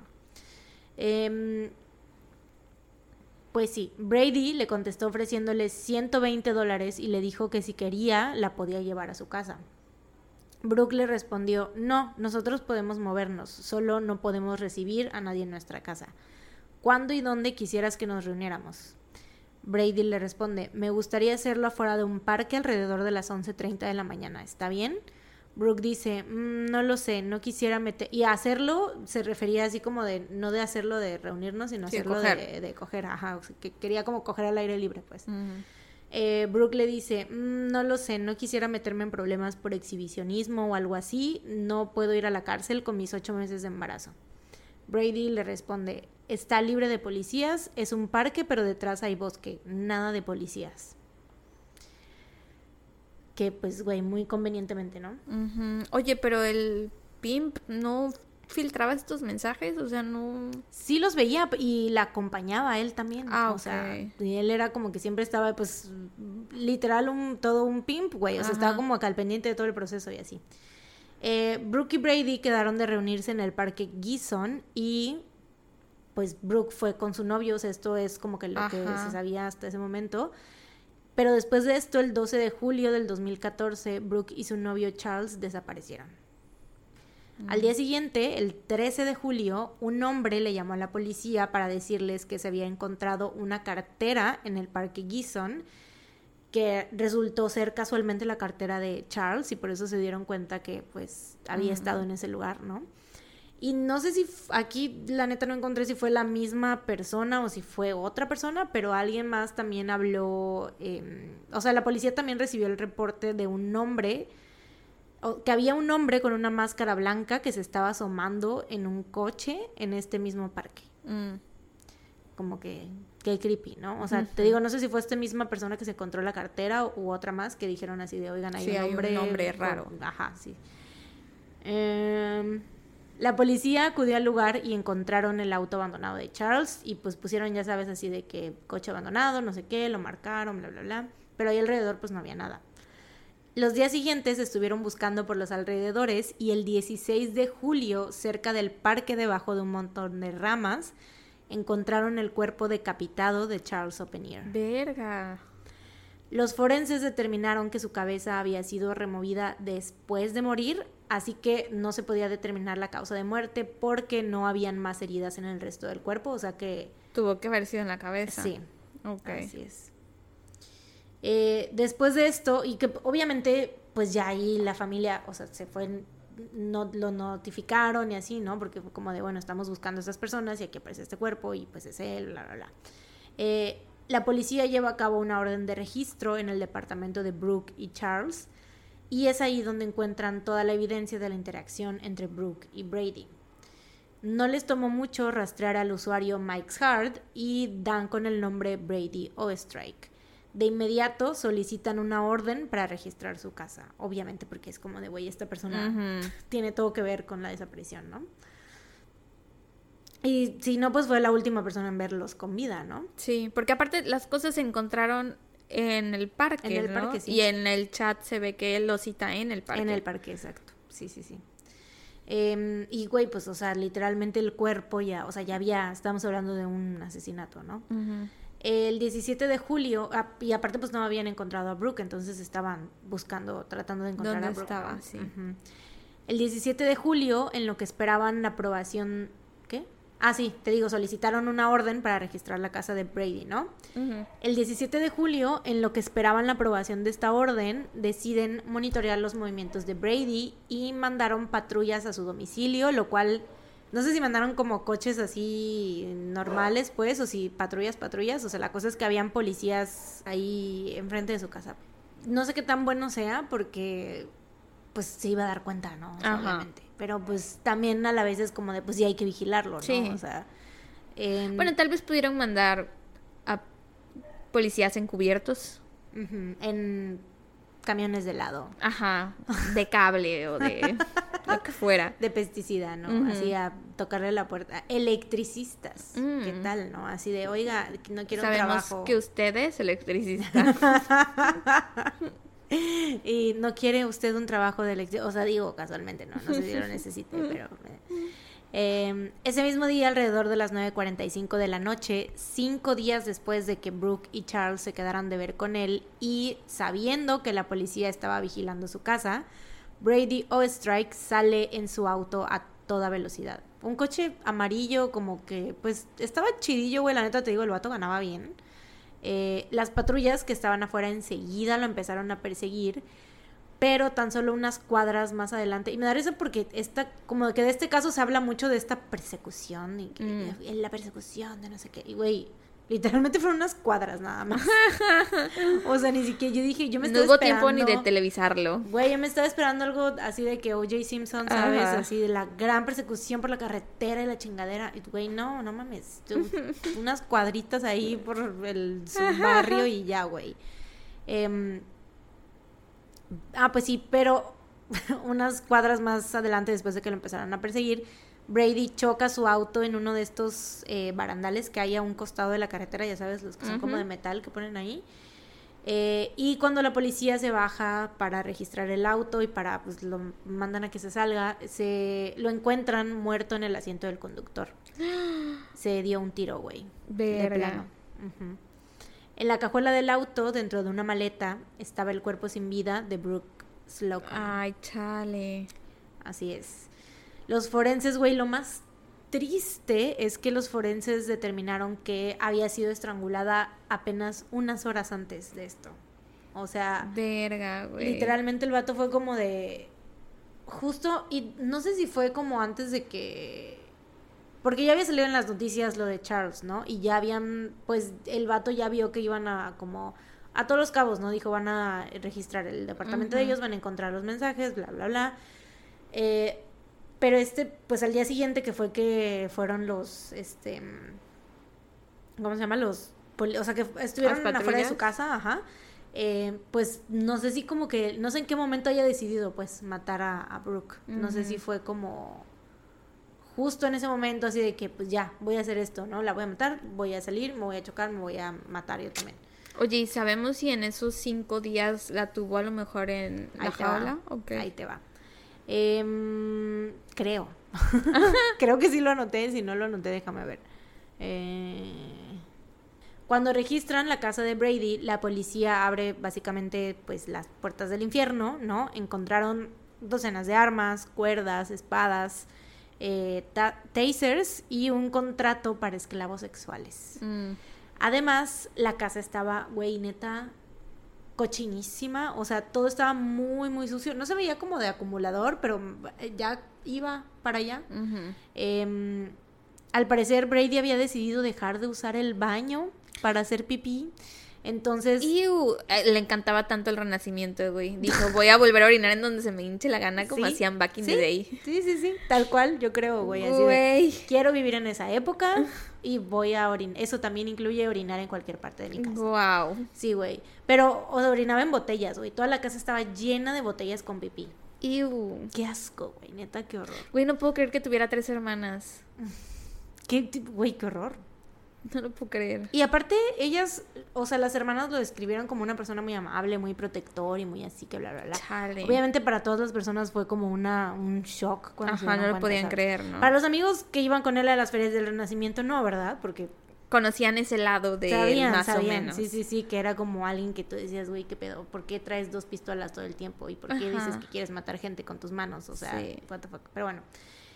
Pues sí, Brady le contestó ofreciéndole $120 y le dijo que si quería la podía llevar a su casa. Brooke le respondió: no, nosotros podemos movernos, solo no podemos recibir a nadie en nuestra casa. ¿Cuándo y dónde quisieras que nos reuniéramos? Brady le responde: me gustaría hacerlo afuera de un parque alrededor de las 11:30 de la mañana, ¿está bien? Brooke dice: no lo sé, no quisiera meter... Y hacerlo se refería así como de, no de hacerlo de reunirnos, sino hacerlo de coger, ajá, o sea, que quería como coger al aire libre, pues. Brooke le dice: no lo sé, no quisiera meterme en problemas por exhibicionismo o algo así, no puedo ir a la cárcel con mis 8 meses de embarazo. Brady le responde: está libre de policías, es un parque, pero detrás hay bosque, nada de policías. Que pues, güey, muy convenientemente, ¿no? Oye, pero el pimp no filtraba estos mensajes, o sea, no... Sí los veía y la acompañaba a él también. O sea, y él era como que siempre estaba, pues, literal todo un pimp, güey. O sea, estaba como acá al pendiente de todo el proceso y así. Brooke y Brady quedaron de reunirse en el parque Gison y pues Brooke fue con su novio, o sea, esto es como que lo que se sabía hasta ese momento. Pero después de esto, el 12 de julio del 2014, Brooke y su novio Charles desaparecieron. Al día siguiente, el 13 de julio, un hombre le llamó a la policía para decirles que se había encontrado una cartera en el parque Gison, que resultó ser casualmente la cartera de Charles, y por eso se dieron cuenta que pues había estado en ese lugar, ¿no? Y no sé si aquí, la neta, no encontré si fue la misma persona o si fue otra persona, pero alguien más también habló, o sea, la policía también recibió el reporte de un hombre, que había un hombre con una máscara blanca que se estaba asomando en un coche en este mismo parque. como que creepy, ¿no? O sea, te digo, no sé si fue esta misma persona que se encontró la cartera u otra más que dijeron así de, oigan, hay un hombre raro. Ajá, sí. La policía acudió al lugar y encontraron el auto abandonado de Charles y pues pusieron, ya sabes, así de que coche abandonado, no sé qué, lo marcaron, bla, bla, bla, pero ahí alrededor pues no había nada. Los días siguientes estuvieron buscando por los alrededores y el 16 de julio, cerca del parque debajo de un montón de ramas, encontraron el cuerpo decapitado de Charles Openier. Verga. Los forenses determinaron que su cabeza había sido removida después de morir, así que no se podía determinar la causa de muerte porque no habían más heridas en el resto del cuerpo, o sea que... Tuvo que haber sido en la cabeza. Sí, okay. Así es. Después de esto, y que obviamente pues ya ahí la familia, o sea, se fue, no lo notificaron y así, ¿no? Porque fue como de, bueno, estamos buscando a estas personas y aquí aparece este cuerpo y pues es él, bla, bla, bla. La policía lleva a cabo una orden de registro en el departamento de Brooke y Charles y es ahí donde encuentran toda la evidencia de la interacción entre Brooke y Brady. No les tomó mucho rastrear al usuario Mike's Hard y dan con el nombre Brady Oestrike. De inmediato solicitan una orden para registrar su casa, obviamente porque es como de, güey, esta persona tiene todo que ver con la desaparición, ¿no? Y si no, pues fue la última persona en verlos con vida, ¿no? Sí, porque aparte las cosas se encontraron en el parque, en el ¿no? parque, sí. Y en el chat se ve que él lo cita en el parque. En el parque, exacto. Sí, sí, sí. Y, güey, pues, o sea, literalmente el cuerpo ya, o sea, ya había, estamos hablando de un asesinato, ¿no? El 17 de julio, y aparte pues no habían encontrado a Brooke, entonces estaban buscando, tratando de encontrar a Brooke. ¿Dónde estaba? Sí. El 17 de julio, en lo que esperaban la aprobación, ¿qué? Ah, sí, te digo, solicitaron una orden para registrar la casa de Brady, ¿no? El 17 de julio, en lo que esperaban la aprobación de esta orden, deciden monitorear los movimientos de Brady y mandaron patrullas a su domicilio, lo cual... No sé si mandaron como coches así normales, pues, o si patrullas. O sea, la cosa es que habían policías ahí enfrente de su casa. No sé qué tan bueno sea porque, pues, se iba a dar cuenta, ¿no? O sea, obviamente. Pero, pues, también a la vez es como de, pues, sí hay que vigilarlo, ¿no? Sí. O sea... Bueno, tal vez pudieron mandar a policías encubiertos. En camiones de helado. Ajá, de cable o de lo que fuera. De pesticida, ¿no? Así a tocarle la puerta. Electricistas, ¿qué tal, no? Así de, oiga, no quiero un trabajo. Sabemos que usted es electricista. Y no quiere usted un trabajo de electricista. O sea, digo casualmente, no sé si lo necesite, pero... ese mismo día, alrededor de las 9:45 de la noche, 5 días después de que Brooke y Charles se quedaran de ver con él y sabiendo que la policía estaba vigilando su casa, Brady Oestrike sale en su auto a toda velocidad. Un coche amarillo como que, pues, estaba chidillo, güey, la neta te digo, el vato ganaba bien. Las patrullas que estaban afuera enseguida lo empezaron a perseguir, pero tan solo unas cuadras más adelante, y me da risa porque como que de este caso se habla mucho de esta persecución, y la persecución de no sé qué, y güey, literalmente fueron unas cuadras nada más. O sea, ni siquiera, yo dije, yo me estaba esperando. No hubo tiempo ni de televisarlo. Güey, yo me estaba esperando algo así de que O.J. Simpson, ¿sabes? Ajá. Así de la gran persecución por la carretera y la chingadera. Y güey, no mames. Unas cuadritas ahí por su barrio y ya, güey. Pues sí, pero unas cuadras más adelante, después de que lo empezaron a perseguir, Brady choca su auto en uno de estos barandales que hay a un costado de la carretera, ya sabes, los que son como de metal que ponen ahí. Y cuando la policía se baja para registrar el auto y para, pues, lo mandan a que se salga, lo encuentran muerto en el asiento del conductor. Se dio un tiro, güey. De plano. En la cajuela del auto, dentro de una maleta, estaba el cuerpo sin vida de Brooke Slocum. Ay, chale. Así es. Los forenses, güey, lo más triste es que los forenses determinaron que había sido estrangulada apenas unas horas antes de esto. O sea... Verga, güey. Literalmente el vato fue como de... Justo, y no sé si fue como antes de que... Porque ya había salido en las noticias lo de Charles, ¿no? Y ya habían, pues, el vato ya vio que iban a como... A todos los cabos, ¿no? Dijo, van a registrar el departamento de ellos, van a encontrar los mensajes, bla, bla, bla. Pero pues al día siguiente que fue que fueron ¿cómo se llama? O sea, que estuvieron ¿Las afuera de patrullas? su casa, ajá. Pues no sé si como que, no sé en qué momento haya decidido pues matar a Brooke. No sé si fue como justo en ese momento así de que pues ya, voy a hacer esto, ¿no? La voy a matar, voy a salir, me voy a chocar, me voy a matar yo también. Oye, ¿y sabemos si en esos 5 días la tuvo a lo mejor en la jaula? Okay. Ahí te va. Creo. Creo que sí lo anoté, si no lo anoté déjame ver. Cuando registran la casa de Brady, la policía abre básicamente pues las puertas del infierno, ¿no? Encontraron docenas de armas, cuerdas, espadas, tasers y un contrato para esclavos sexuales. Además, la casa estaba, güey, neta, cochinísima, o sea, todo estaba muy, muy sucio. No se veía como de acumulador, pero ya iba para allá. Al parecer, Brady había decidido dejar de usar el baño para hacer pipí. Entonces... le encantaba tanto el Renacimiento, güey. Dijo, voy a volver a orinar en donde se me hinche la gana, como ¿Sí? hacían back in ¿Sí? the day. Sí, tal cual, yo creo, güey. Así de, quiero vivir en esa época y voy a orinar. Eso también incluye orinar en cualquier parte de mi casa. Wow. Sí, güey. Pero orinaba en botellas, güey. Toda la casa estaba llena de botellas con pipí. Qué asco, güey. Neta, qué horror. Güey, no puedo creer que tuviera 3 hermanas. Güey, qué horror. No lo puedo creer. Y aparte, ellas, o sea, las hermanas lo describieron como una persona muy amable, muy protector y muy así que bla, bla, bla. Chale. Obviamente para todas las personas fue como un shock cuando se Ajá, dieron no lo cuenta, podían ¿sabes? creer, ¿no? Para los amigos que iban con él a las ferias del Renacimiento, no, ¿verdad? Porque conocían ese lado de él, más o menos. Sí, que era como alguien que tú decías, güey, ¿qué pedo? ¿Por qué traes 2 pistolas todo el tiempo? ¿Y por qué dices que quieres matar gente con tus manos? O sea, what the fuck. Pero bueno.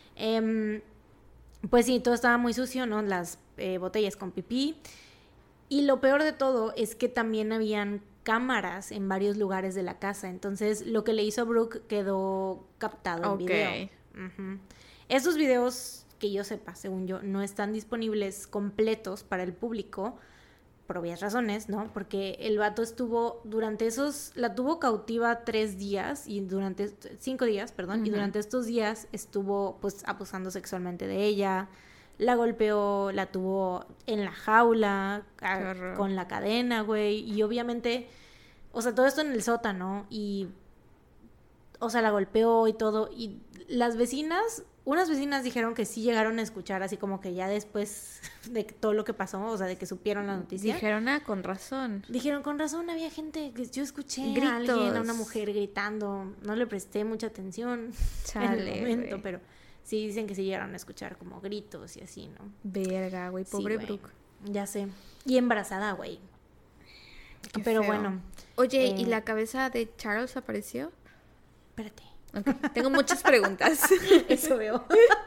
Pues sí, todo estaba muy sucio, ¿no? Las botellas con pipí. Y lo peor de todo es que también habían cámaras en varios lugares de la casa. Entonces, lo que le hizo a Brooke quedó captado en video. Estos videos, que yo sepa, según yo, no están disponibles completos para el público, por obvias razones, ¿no? Porque el vato estuvo la tuvo cautiva 3 días, y 5 días, perdón, y durante estos días estuvo, pues, abusando sexualmente de ella, la golpeó, la tuvo en la jaula, con la cadena, güey, y obviamente, o sea, todo esto en el sótano, y, o sea, la golpeó y todo, y unas vecinas dijeron que sí llegaron a escuchar, así como que ya después de todo lo que pasó, o sea, de que supieron la noticia. Dijeron, con razón. Dijeron, con razón, había gente, yo escuché Gritos. a alguien, a una mujer gritando, no le presté mucha atención en el momento, güey. pero sí dicen que sí llegaron a escuchar como gritos y así, ¿no? Verga, güey, pobre Sí, Brooke. Ya sé. Y embarazada, güey. Qué Pero feo. bueno. Oye, ¿y la cabeza de Charles apareció? Espérate. Okay. Tengo muchas preguntas. Eso veo.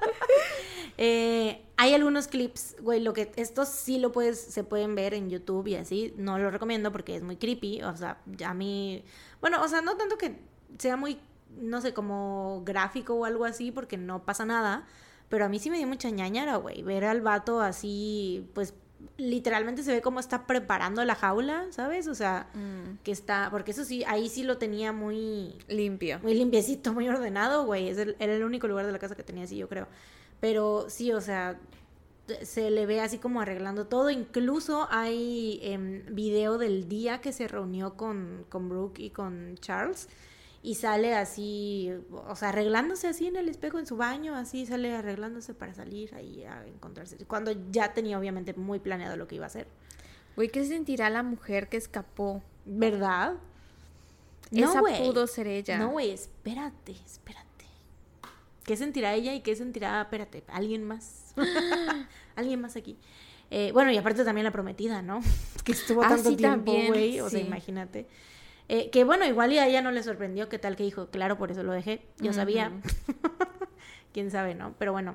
Hay algunos clips, güey, estos sí se pueden ver en YouTube y así, no lo recomiendo porque es muy creepy, o sea, a mí, bueno, o sea, no tanto que sea muy, no sé, como gráfico o algo así, porque no pasa nada, pero a mí sí me dio mucha ñañara, güey, ver al vato así, pues, literalmente se ve como está preparando la jaula, ¿sabes? O sea, que está, porque eso sí, ahí sí lo tenía muy limpio, muy limpiecito, muy ordenado, güey, era el único lugar de la casa que tenía así, yo creo. Pero sí, o sea, se le ve así como arreglando todo. Incluso hay video del día que se reunió con Brooke y con Charles, y sale así, o sea, arreglándose así en el espejo en su baño, así sale arreglándose para salir ahí a encontrarse, cuando ya tenía obviamente muy planeado lo que iba a hacer. Güey, ¿qué sentirá la mujer que escapó? ¿Verdad? Esa pudo ser ella. No, güey, espérate. ¿Qué sentirá ella y qué sentirá, espérate, alguien más? Alguien más aquí. Bueno, y aparte también la prometida, ¿no? Que estuvo tanto tiempo, güey. O sea, imagínate. Que bueno, igual y a ella no le sorprendió. ¿Qué tal que dijo? Claro, por eso lo dejé. Yo sabía. Quién sabe, ¿no? Pero bueno.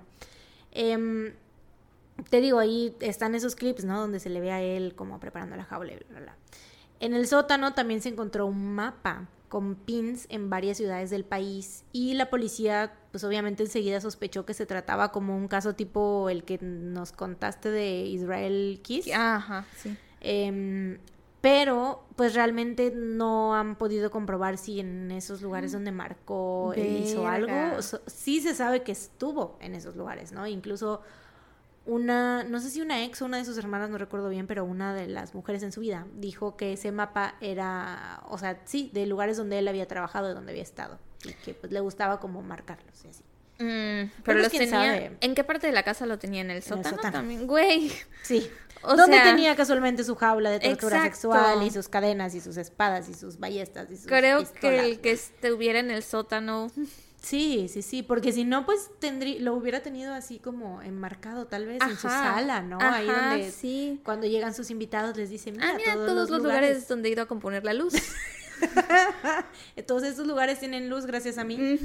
Te digo, ahí están esos clips, ¿no? Donde se le ve a él como preparando la jaula y bla, bla, bla. En el sótano también se encontró un mapa con pins en varias ciudades del país, y la policía pues obviamente enseguida sospechó que se trataba como un caso tipo el que nos contaste de Israel Kiss. Ajá, sí. Pero pues realmente no han podido comprobar si en esos lugares donde marcó él hizo algo. Sí se sabe que estuvo en esos lugares, ¿no? Incluso no sé si una ex o una de sus hermanas, no recuerdo bien, pero una de las mujeres en su vida dijo que ese mapa era, o sea, sí, de lugares donde él había trabajado, de donde había estado, y que pues le gustaba como marcarlos y así. Pero pues, los quién tenía... sabe. ¿En qué parte de la casa lo tenía? ¿En el En el sótano sótano. también? Güey. Sí. O donde sea, tenía casualmente su jaula de tortura exacto. sexual y sus cadenas y sus espadas y sus ballestas y sus creo pistolas, que el güey. que estuviera en el sótano... Sí, porque si no, pues lo hubiera tenido así como enmarcado tal vez en su sala, ¿no? Ahí Ajá, donde sí. cuando llegan sus invitados les dicen, mira, Mira todos los lugares donde he ido a componer la luz. Todos estos lugares tienen luz gracias a mí.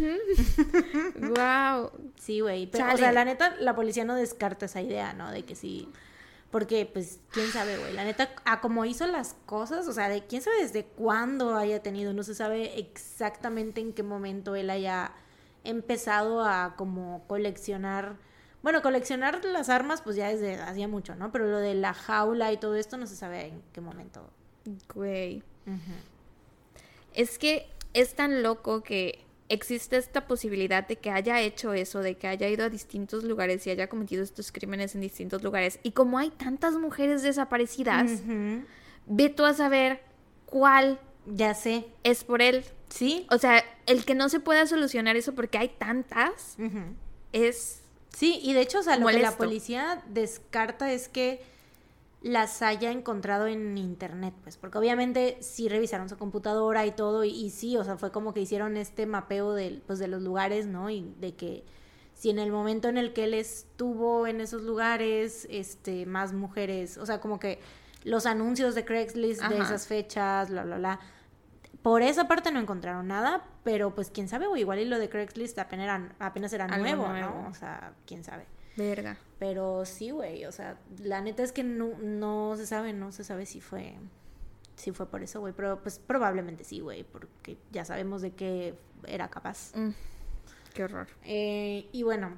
Wow. Sí, güey. Pero, Chale. o sea, la neta, la policía no descarta esa idea, ¿no? De que sí. Porque, pues, quién sabe, güey. La neta, a como hizo las cosas, o sea, de quién sabe desde cuándo haya tenido. No se sabe exactamente en qué momento él haya empezado a como coleccionar. Bueno, coleccionar las armas, pues ya desde hacía mucho, ¿no? Pero lo de la jaula y todo esto no se sabe en qué momento. Güey. Ujú. Es que es tan loco que existe esta posibilidad de que haya hecho eso, de que haya ido a distintos lugares y haya cometido estos crímenes en distintos lugares. Y como hay tantas mujeres desaparecidas, Ujú. ve tú a saber cuál Ya sé. es por él. ¿Sí? O sea, el que no se pueda solucionar eso porque hay tantas Ujú. es... Sí, y de hecho, o sea, lo que la molesto. policía descarta es que las haya encontrado en internet, pues, porque obviamente sí revisaron su computadora y todo, y sí, o sea, fue como que hicieron este mapeo pues, de los lugares, ¿no? Y de que si en el momento en el que él estuvo en esos lugares, más mujeres, o sea, como que los anuncios de Craigslist de Ajá. esas fechas, bla, bla, bla. Por esa parte no encontraron nada, pero pues quién sabe, o igual y lo de Craigslist apenas era Algo nuevo, nuevo. ¿no? O sea, quién sabe. Verga. Pero sí, güey, o sea, la neta es que no se sabe si fue por eso, güey, pero pues probablemente sí, güey, porque ya sabemos de qué era capaz. Qué horror. Y bueno,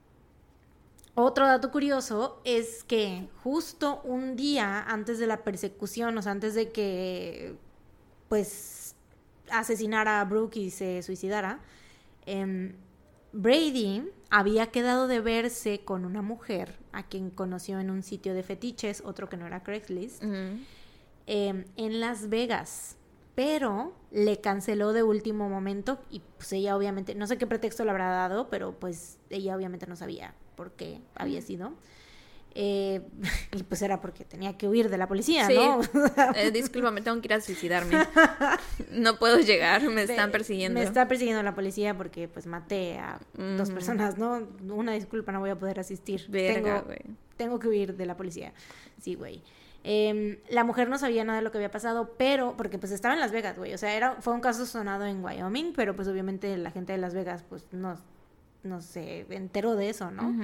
otro dato curioso es que justo un día antes de la persecución, o sea, antes de que pues asesinara a Brooke y se suicidara, Brady había quedado de verse con una mujer a quien conoció en un sitio de fetiches, otro que no era Craigslist, en Las Vegas, pero le canceló de último momento y pues ella obviamente, no sé qué pretexto le habrá dado, pero pues ella obviamente no sabía por qué había sido. Y pues era porque tenía que huir de la policía, Sí. ¿no? Discúlpame, tengo que ir a suicidarme. No puedo llegar, me están persiguiendo. Me está persiguiendo la policía porque pues maté a dos personas, ¿no? Una disculpa, no voy a poder asistir. Verga, güey. Tengo que huir de la policía. Sí, güey. La mujer no sabía nada de lo que había pasado, pero porque pues estaba en Las Vegas, güey. O sea, fue un caso sonado en Wyoming, pero pues obviamente la gente de Las Vegas pues no se enteró de eso, ¿no?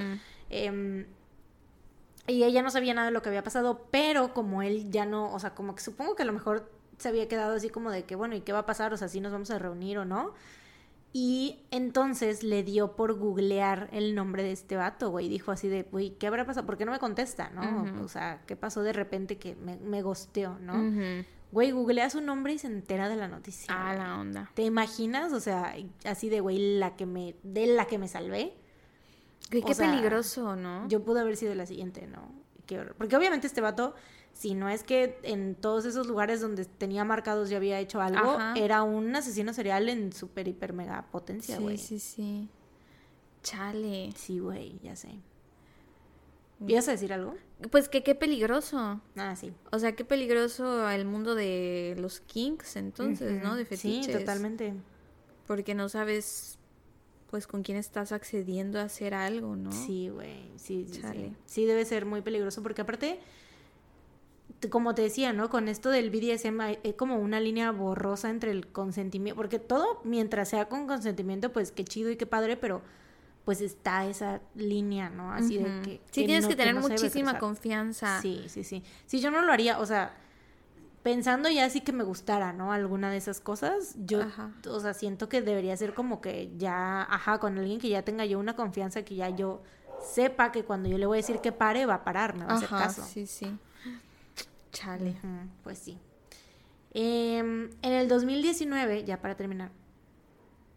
Y ella no sabía nada de lo que había pasado, pero como él ya no, o sea, como que supongo que a lo mejor se había quedado así como de que, bueno, ¿y qué va a pasar? O sea, ¿sí nos vamos a reunir o no? Y entonces le dio por googlear el nombre de este vato, güey. Dijo así de, güey, ¿qué habrá pasado? ¿Por qué no me contesta, no? O sea, ¿qué pasó de repente que me gosteó, no? Güey, googlea su nombre y se entera de la noticia. Ah, la onda. ¿Te imaginas? O sea, así de, güey, de la que me salvé. Qué O sea, peligroso, ¿no? Yo pude haber sido la siguiente, ¿no? Qué horror. Porque obviamente este vato, si no es que en todos esos lugares donde tenía marcados ya había hecho algo, Ajá. era un asesino serial en super, hiper, mega potencia, güey. Sí. Chale. Sí, güey, ya sé. ¿Ibas a decir algo? Pues que qué peligroso. Ah, sí. O sea, qué peligroso el mundo de los kinks, entonces, ¿no? De fetiches. Sí, totalmente. Porque no sabes, pues, con quién estás accediendo a hacer algo, ¿no? Sí, güey. Sí. Chale. Sí, debe ser muy peligroso porque aparte, como te decía, ¿no? Con esto del BDSM hay como una línea borrosa entre el consentimiento, porque todo mientras sea con consentimiento, pues qué chido y qué padre, pero pues está esa línea, ¿no? Así de que... Sí, tienes que tener no se debe muchísima cruzar. confianza. Sí. Sí, yo no lo haría, o sea, pensando ya sí que me gustara, ¿no? Alguna de esas cosas, yo, o sea, siento que debería ser como que ya, con alguien que ya tenga yo una confianza, que ya yo sepa que cuando yo le voy a decir que pare, va a parar, me va a hacer caso. Sí. Chale. Pues sí. En el 2019, ya para terminar,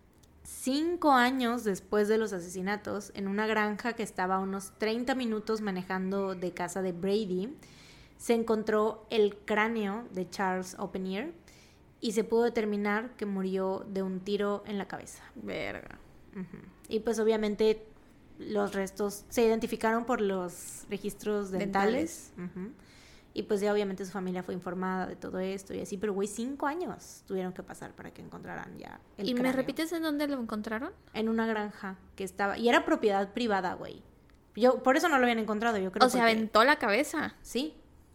5 años después de los asesinatos, en una granja que estaba a unos 30 minutos manejando de casa de Brady, se encontró el cráneo de Charles Openier y se pudo determinar que murió de un tiro en la cabeza. Verga. Uh-huh. Y pues obviamente los restos se identificaron por los registros dentales. Uh-huh. Y pues ya obviamente su familia fue informada de todo esto y así, pero güey, 5 años tuvieron que pasar para que encontraran ya el cráneo. ¿Y me repites en dónde lo encontraron? En una granja que estaba, y era propiedad privada, güey. Yo, por eso no lo habían encontrado, yo creo. O sea, aventó la cabeza. Sí.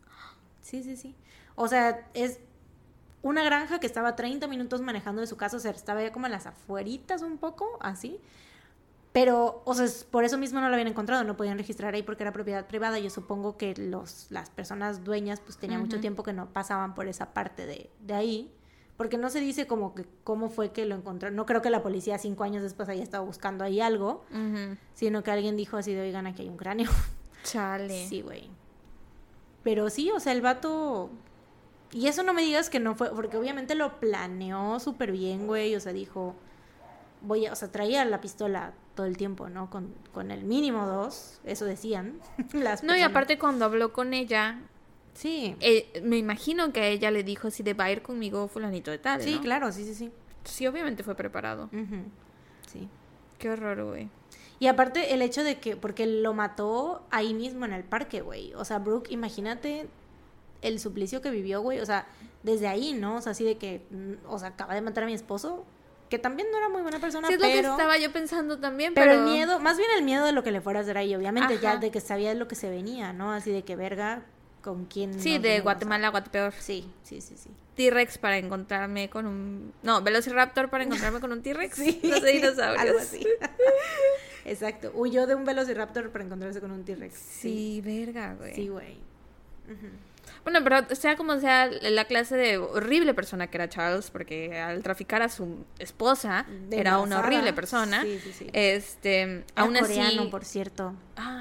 Sí. O sea, es una granja que estaba 30 minutos manejando de su casa, o sea, estaba ya como en las afueritas un poco, así. Pero, o sea, por eso mismo no lo habían encontrado, no podían registrar ahí porque era propiedad privada. Yo supongo que las personas dueñas pues tenían mucho tiempo que no pasaban por esa parte de ahí. Porque no se dice como que cómo fue que lo encontraron. No creo que la policía 5 años después haya estado buscando ahí algo, sino que alguien dijo así de, oigan, aquí hay un cráneo. Chale. Sí, güey. Pero sí, o sea, el vato... Y eso no me digas que no fue, porque obviamente lo planeó súper bien, güey. O sea, dijo... o sea, traía la pistola todo el tiempo, ¿no? Con el mínimo 2, eso decían las personas. No, y aparte cuando habló con ella, sí, me imagino que ella le dijo así de va a ir conmigo fulanito de tal, sí, ¿no? claro, sí. Sí, obviamente fue preparado. Uh-huh. Sí. Qué horror, güey. Y aparte el hecho de que, porque lo mató ahí mismo en el parque, güey. O sea, Brooke, imagínate el suplicio que vivió, güey. O sea, desde ahí, ¿no? O sea, así de que, o sea, acaba de matar a mi esposo, que también no era muy buena persona, sí, es pero... lo que estaba yo pensando también, pero el miedo, más bien el miedo de lo que le fuera a hacer ahí, obviamente, Ajá. ya de que sabía de lo que se venía, ¿no? Así de que, verga, ¿con quién? Sí, de Guatemala a Guatepeor. Sí. T-Rex para encontrarme con un... No, Velociraptor para encontrarme con un T-Rex. Sí. Los dinosaurios. Algo así. Exacto. Huyó de un Velociraptor para encontrarse con un T-Rex. Sí, verga, güey. Sí, güey. Uh-huh. Bueno, pero sea como sea la clase de horrible persona que era Charles, porque al traficar a su esposa era una horrible persona. Sí. Aún era así... coreano, por cierto.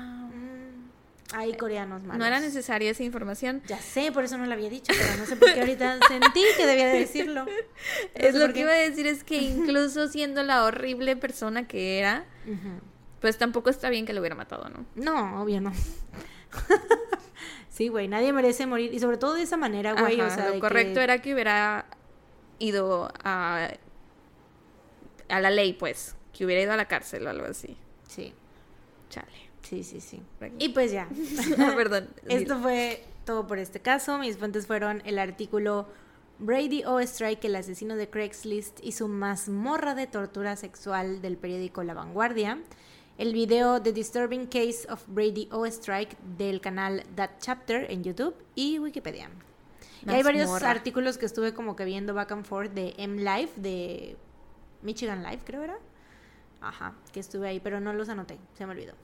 Hay coreanos malos. No era necesaria esa información. Ya sé, por eso no lo había dicho, pero no sé por qué ahorita sentí que debía de decirlo. No es lo que iba a decir, es que incluso siendo la horrible persona que era, pues tampoco está bien que lo hubiera matado, ¿no? No, obvio no. Sí, güey, nadie merece morir, y sobre todo de esa manera, güey. Ajá, o sea, lo correcto era que hubiera ido a la ley, pues, que hubiera ido a la cárcel o algo así. Sí. Chale. Sí. Y pues ya. Perdón. Esto fue todo por este caso. Mis fuentes fueron el artículo Brady Oestrike, el asesino de Craigslist y su mazmorra de tortura sexual del periódico La Vanguardia, el video The Disturbing Case of Brady Oestrike del canal That Chapter en YouTube y Wikipedia. Y hay varios artículos que estuve como que viendo back and forth de MLive, de Michigan Live creo era. Ajá, que estuve ahí, pero no los anoté, se me olvidó.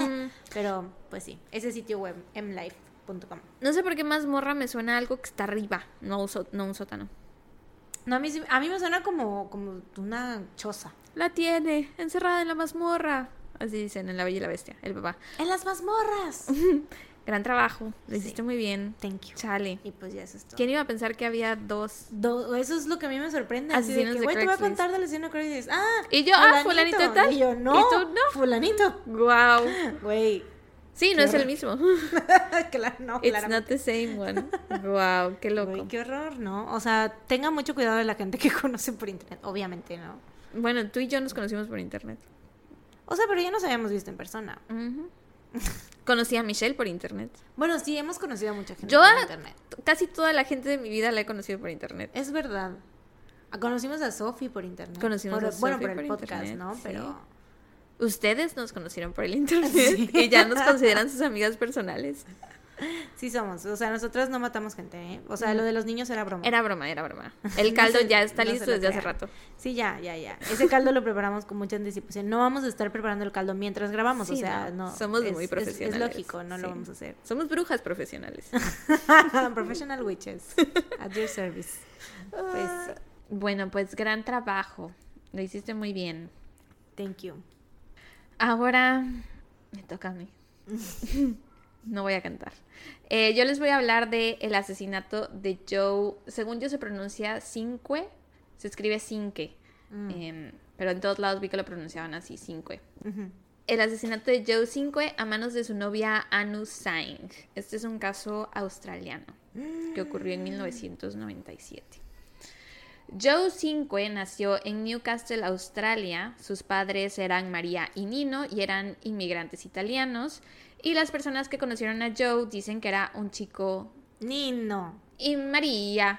Pero, pues sí, ese sitio web, mlife.com. No sé por qué mazmorra me suena a algo que está arriba, no un sótano. No, a mí me suena como una choza. La tiene, encerrada en la mazmorra. Así dicen en La Bella y la Bestia, el papá. ¡En las mazmorras! Gran trabajo, lo hiciste muy bien. Thank you. Chale. Y pues ya eso es todo. ¿Quién iba a pensar que había dos? Eso es lo que a mí me sorprende. Asesinos así de que, de güey, te voy a Craigslist. contar del asesino de Craigslist. Y yo, fulanito de tal. Y yo, no. ¿Y tú, no? Fulanito. Wow. Güey. Sí, no es el mismo. Claro, no, It's claramente. not the same one. Wow, qué loco. Güey, qué horror, ¿no? O sea, tenga mucho cuidado de la gente que conoce por internet. Obviamente, ¿no? Bueno, tú y yo nos conocimos por internet. O sea, pero ya nos habíamos visto en persona. Conocí a Michelle por internet. Bueno, sí, hemos conocido a mucha gente Yo por internet. Casi toda la gente de mi vida la he conocido por internet. Es verdad. Conocimos a Sophie por internet. Conocimos a Sophie bueno, por el por podcast, internet, ¿no? sí. Pero... Ustedes nos conocieron por el internet Sí. y ya nos consideran sus amigas personales. Sí somos. O sea, nosotras no matamos gente, ¿eh? O sea, lo de los niños era broma. Era broma. El caldo ya está no se listo lo desde hace crean. rato. Sí, ya. Ese caldo lo preparamos con mucha anticipación. No vamos a estar preparando el caldo mientras grabamos, Sí, o sea, no. Somos muy profesionales. Es lógico, no lo Sí. vamos a hacer. Somos brujas profesionales. Professional witches. At your service. Pues sí. Bueno, pues gran trabajo. Lo hiciste muy bien. Thank you. Ahora me toca a mí. No voy a cantar. Yo les voy a hablar de el asesinato de Joe. Según yo se pronuncia Cinque. Se escribe Cinque. pero en todos lados vi que lo pronunciaban así, Cinque. Ujú. El asesinato de Joe Cinque a manos de su novia Anu Singh. Este es un caso australiano que ocurrió en 1997. Joe Cinque nació en Newcastle, Australia. Sus padres eran María y Nino y eran inmigrantes italianos. Y las personas que conocieron a Joe dicen que era un chico... Nino. Y María...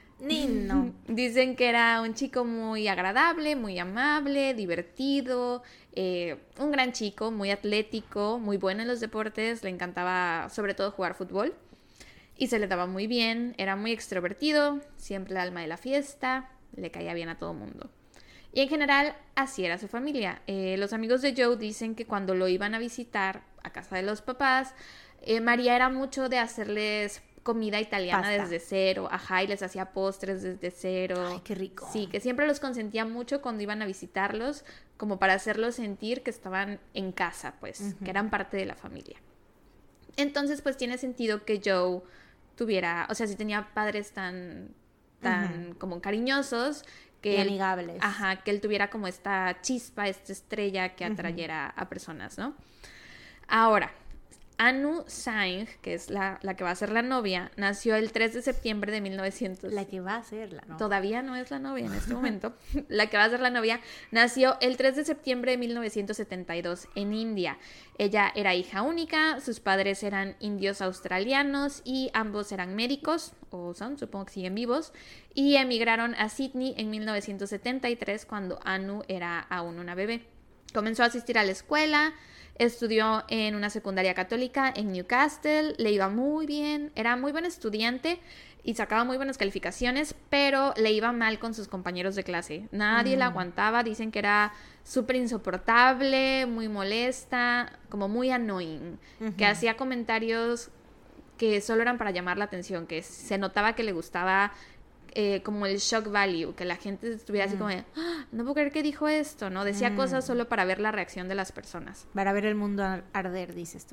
Nino. Dicen que era un chico muy agradable, muy amable, divertido, un gran chico, muy atlético, muy bueno en los deportes, le encantaba sobre todo jugar fútbol y se le daba muy bien, era muy extrovertido, siempre el alma de la fiesta, le caía bien a todo mundo. Y en general así era su familia. Los amigos de Joe dicen que cuando lo iban a visitar a casa de los papás, María era mucho de hacerles comida italiana Pasta. desde cero, ajá, y les hacía postres desde cero. Ay, qué rico. Sí, que siempre los consentía mucho cuando iban a visitarlos, como para hacerlos sentir que estaban en casa, pues, que eran parte de la familia. Entonces, pues, tiene sentido que Joe tuviera, o sea, si tenía padres tan como cariñosos, que Y él, amigables. ajá, que él tuviera como esta chispa, esta estrella que atrayera a personas, ¿no? Ahora, Anu Singh, que es la que va a ser la novia, nació el 3 de septiembre de 1900. La que va a ser la novia. Todavía no es la novia en este momento. La que va a ser la novia nació el 3 de septiembre de 1972 en India. Ella era hija única, sus padres eran indios australianos y ambos eran médicos, o son, supongo que siguen vivos, y emigraron a Sydney en 1973 cuando Anu era aún una bebé. Comenzó a asistir a la escuela. Estudió en una secundaria católica en Newcastle, le iba muy bien, era muy buen estudiante y sacaba muy buenas calificaciones, pero le iba mal con sus compañeros de clase. Nadie la aguantaba, dicen que era súper insoportable, muy molesta, como muy annoying, que hacía comentarios que solo eran para llamar la atención, que se notaba que le gustaba como el shock value, que la gente estuviera así como de, "Ah, no puedo creer que dijo esto", ¿no? Decía cosas solo para ver la reacción de las personas. Para ver el mundo arder, dices tú.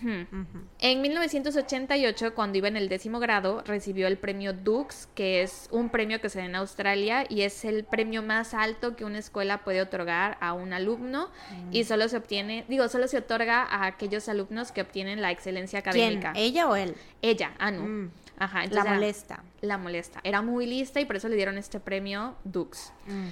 En 1988, cuando iba en el 10º grado, recibió el premio Dukes, que es un premio que se da en Australia y es el premio más alto que una escuela puede otorgar a un alumno y solo se otorga a aquellos alumnos que obtienen la excelencia académica. ¿Quién? ¿Ella o él? Ella, Anu. Ajá, entonces La molesta. La molesta. Era muy lista y por eso le dieron este premio Dukes.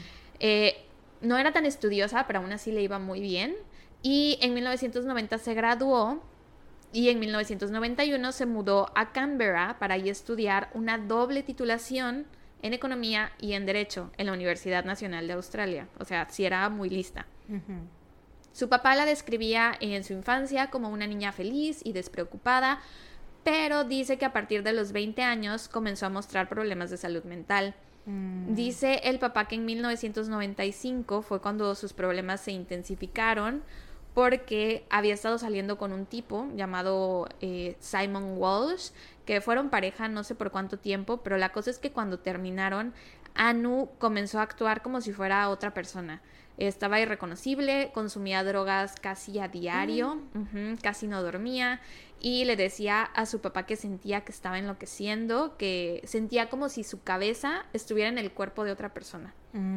No era tan estudiosa, pero aún así le iba muy bien. Y en 1990 se graduó y en 1991 se mudó a Canberra para ahí estudiar una doble titulación en Economía y en Derecho en la Universidad Nacional de Australia. O sea, sí era muy lista. Su papá la describía en su infancia como una niña feliz y despreocupada, pero dice que a partir de los 20 años comenzó a mostrar problemas de salud mental. Dice el papá que en 1995 fue cuando sus problemas se intensificaron porque había estado saliendo con un tipo llamado Simon Walsh, que fueron pareja no sé por cuánto tiempo, pero la cosa es que cuando terminaron, Anu comenzó a actuar como si fuera otra persona. Estaba irreconocible, consumía drogas casi a diario, casi no dormía y le decía a su papá que sentía que estaba enloqueciendo, que sentía como si su cabeza estuviera en el cuerpo de otra persona.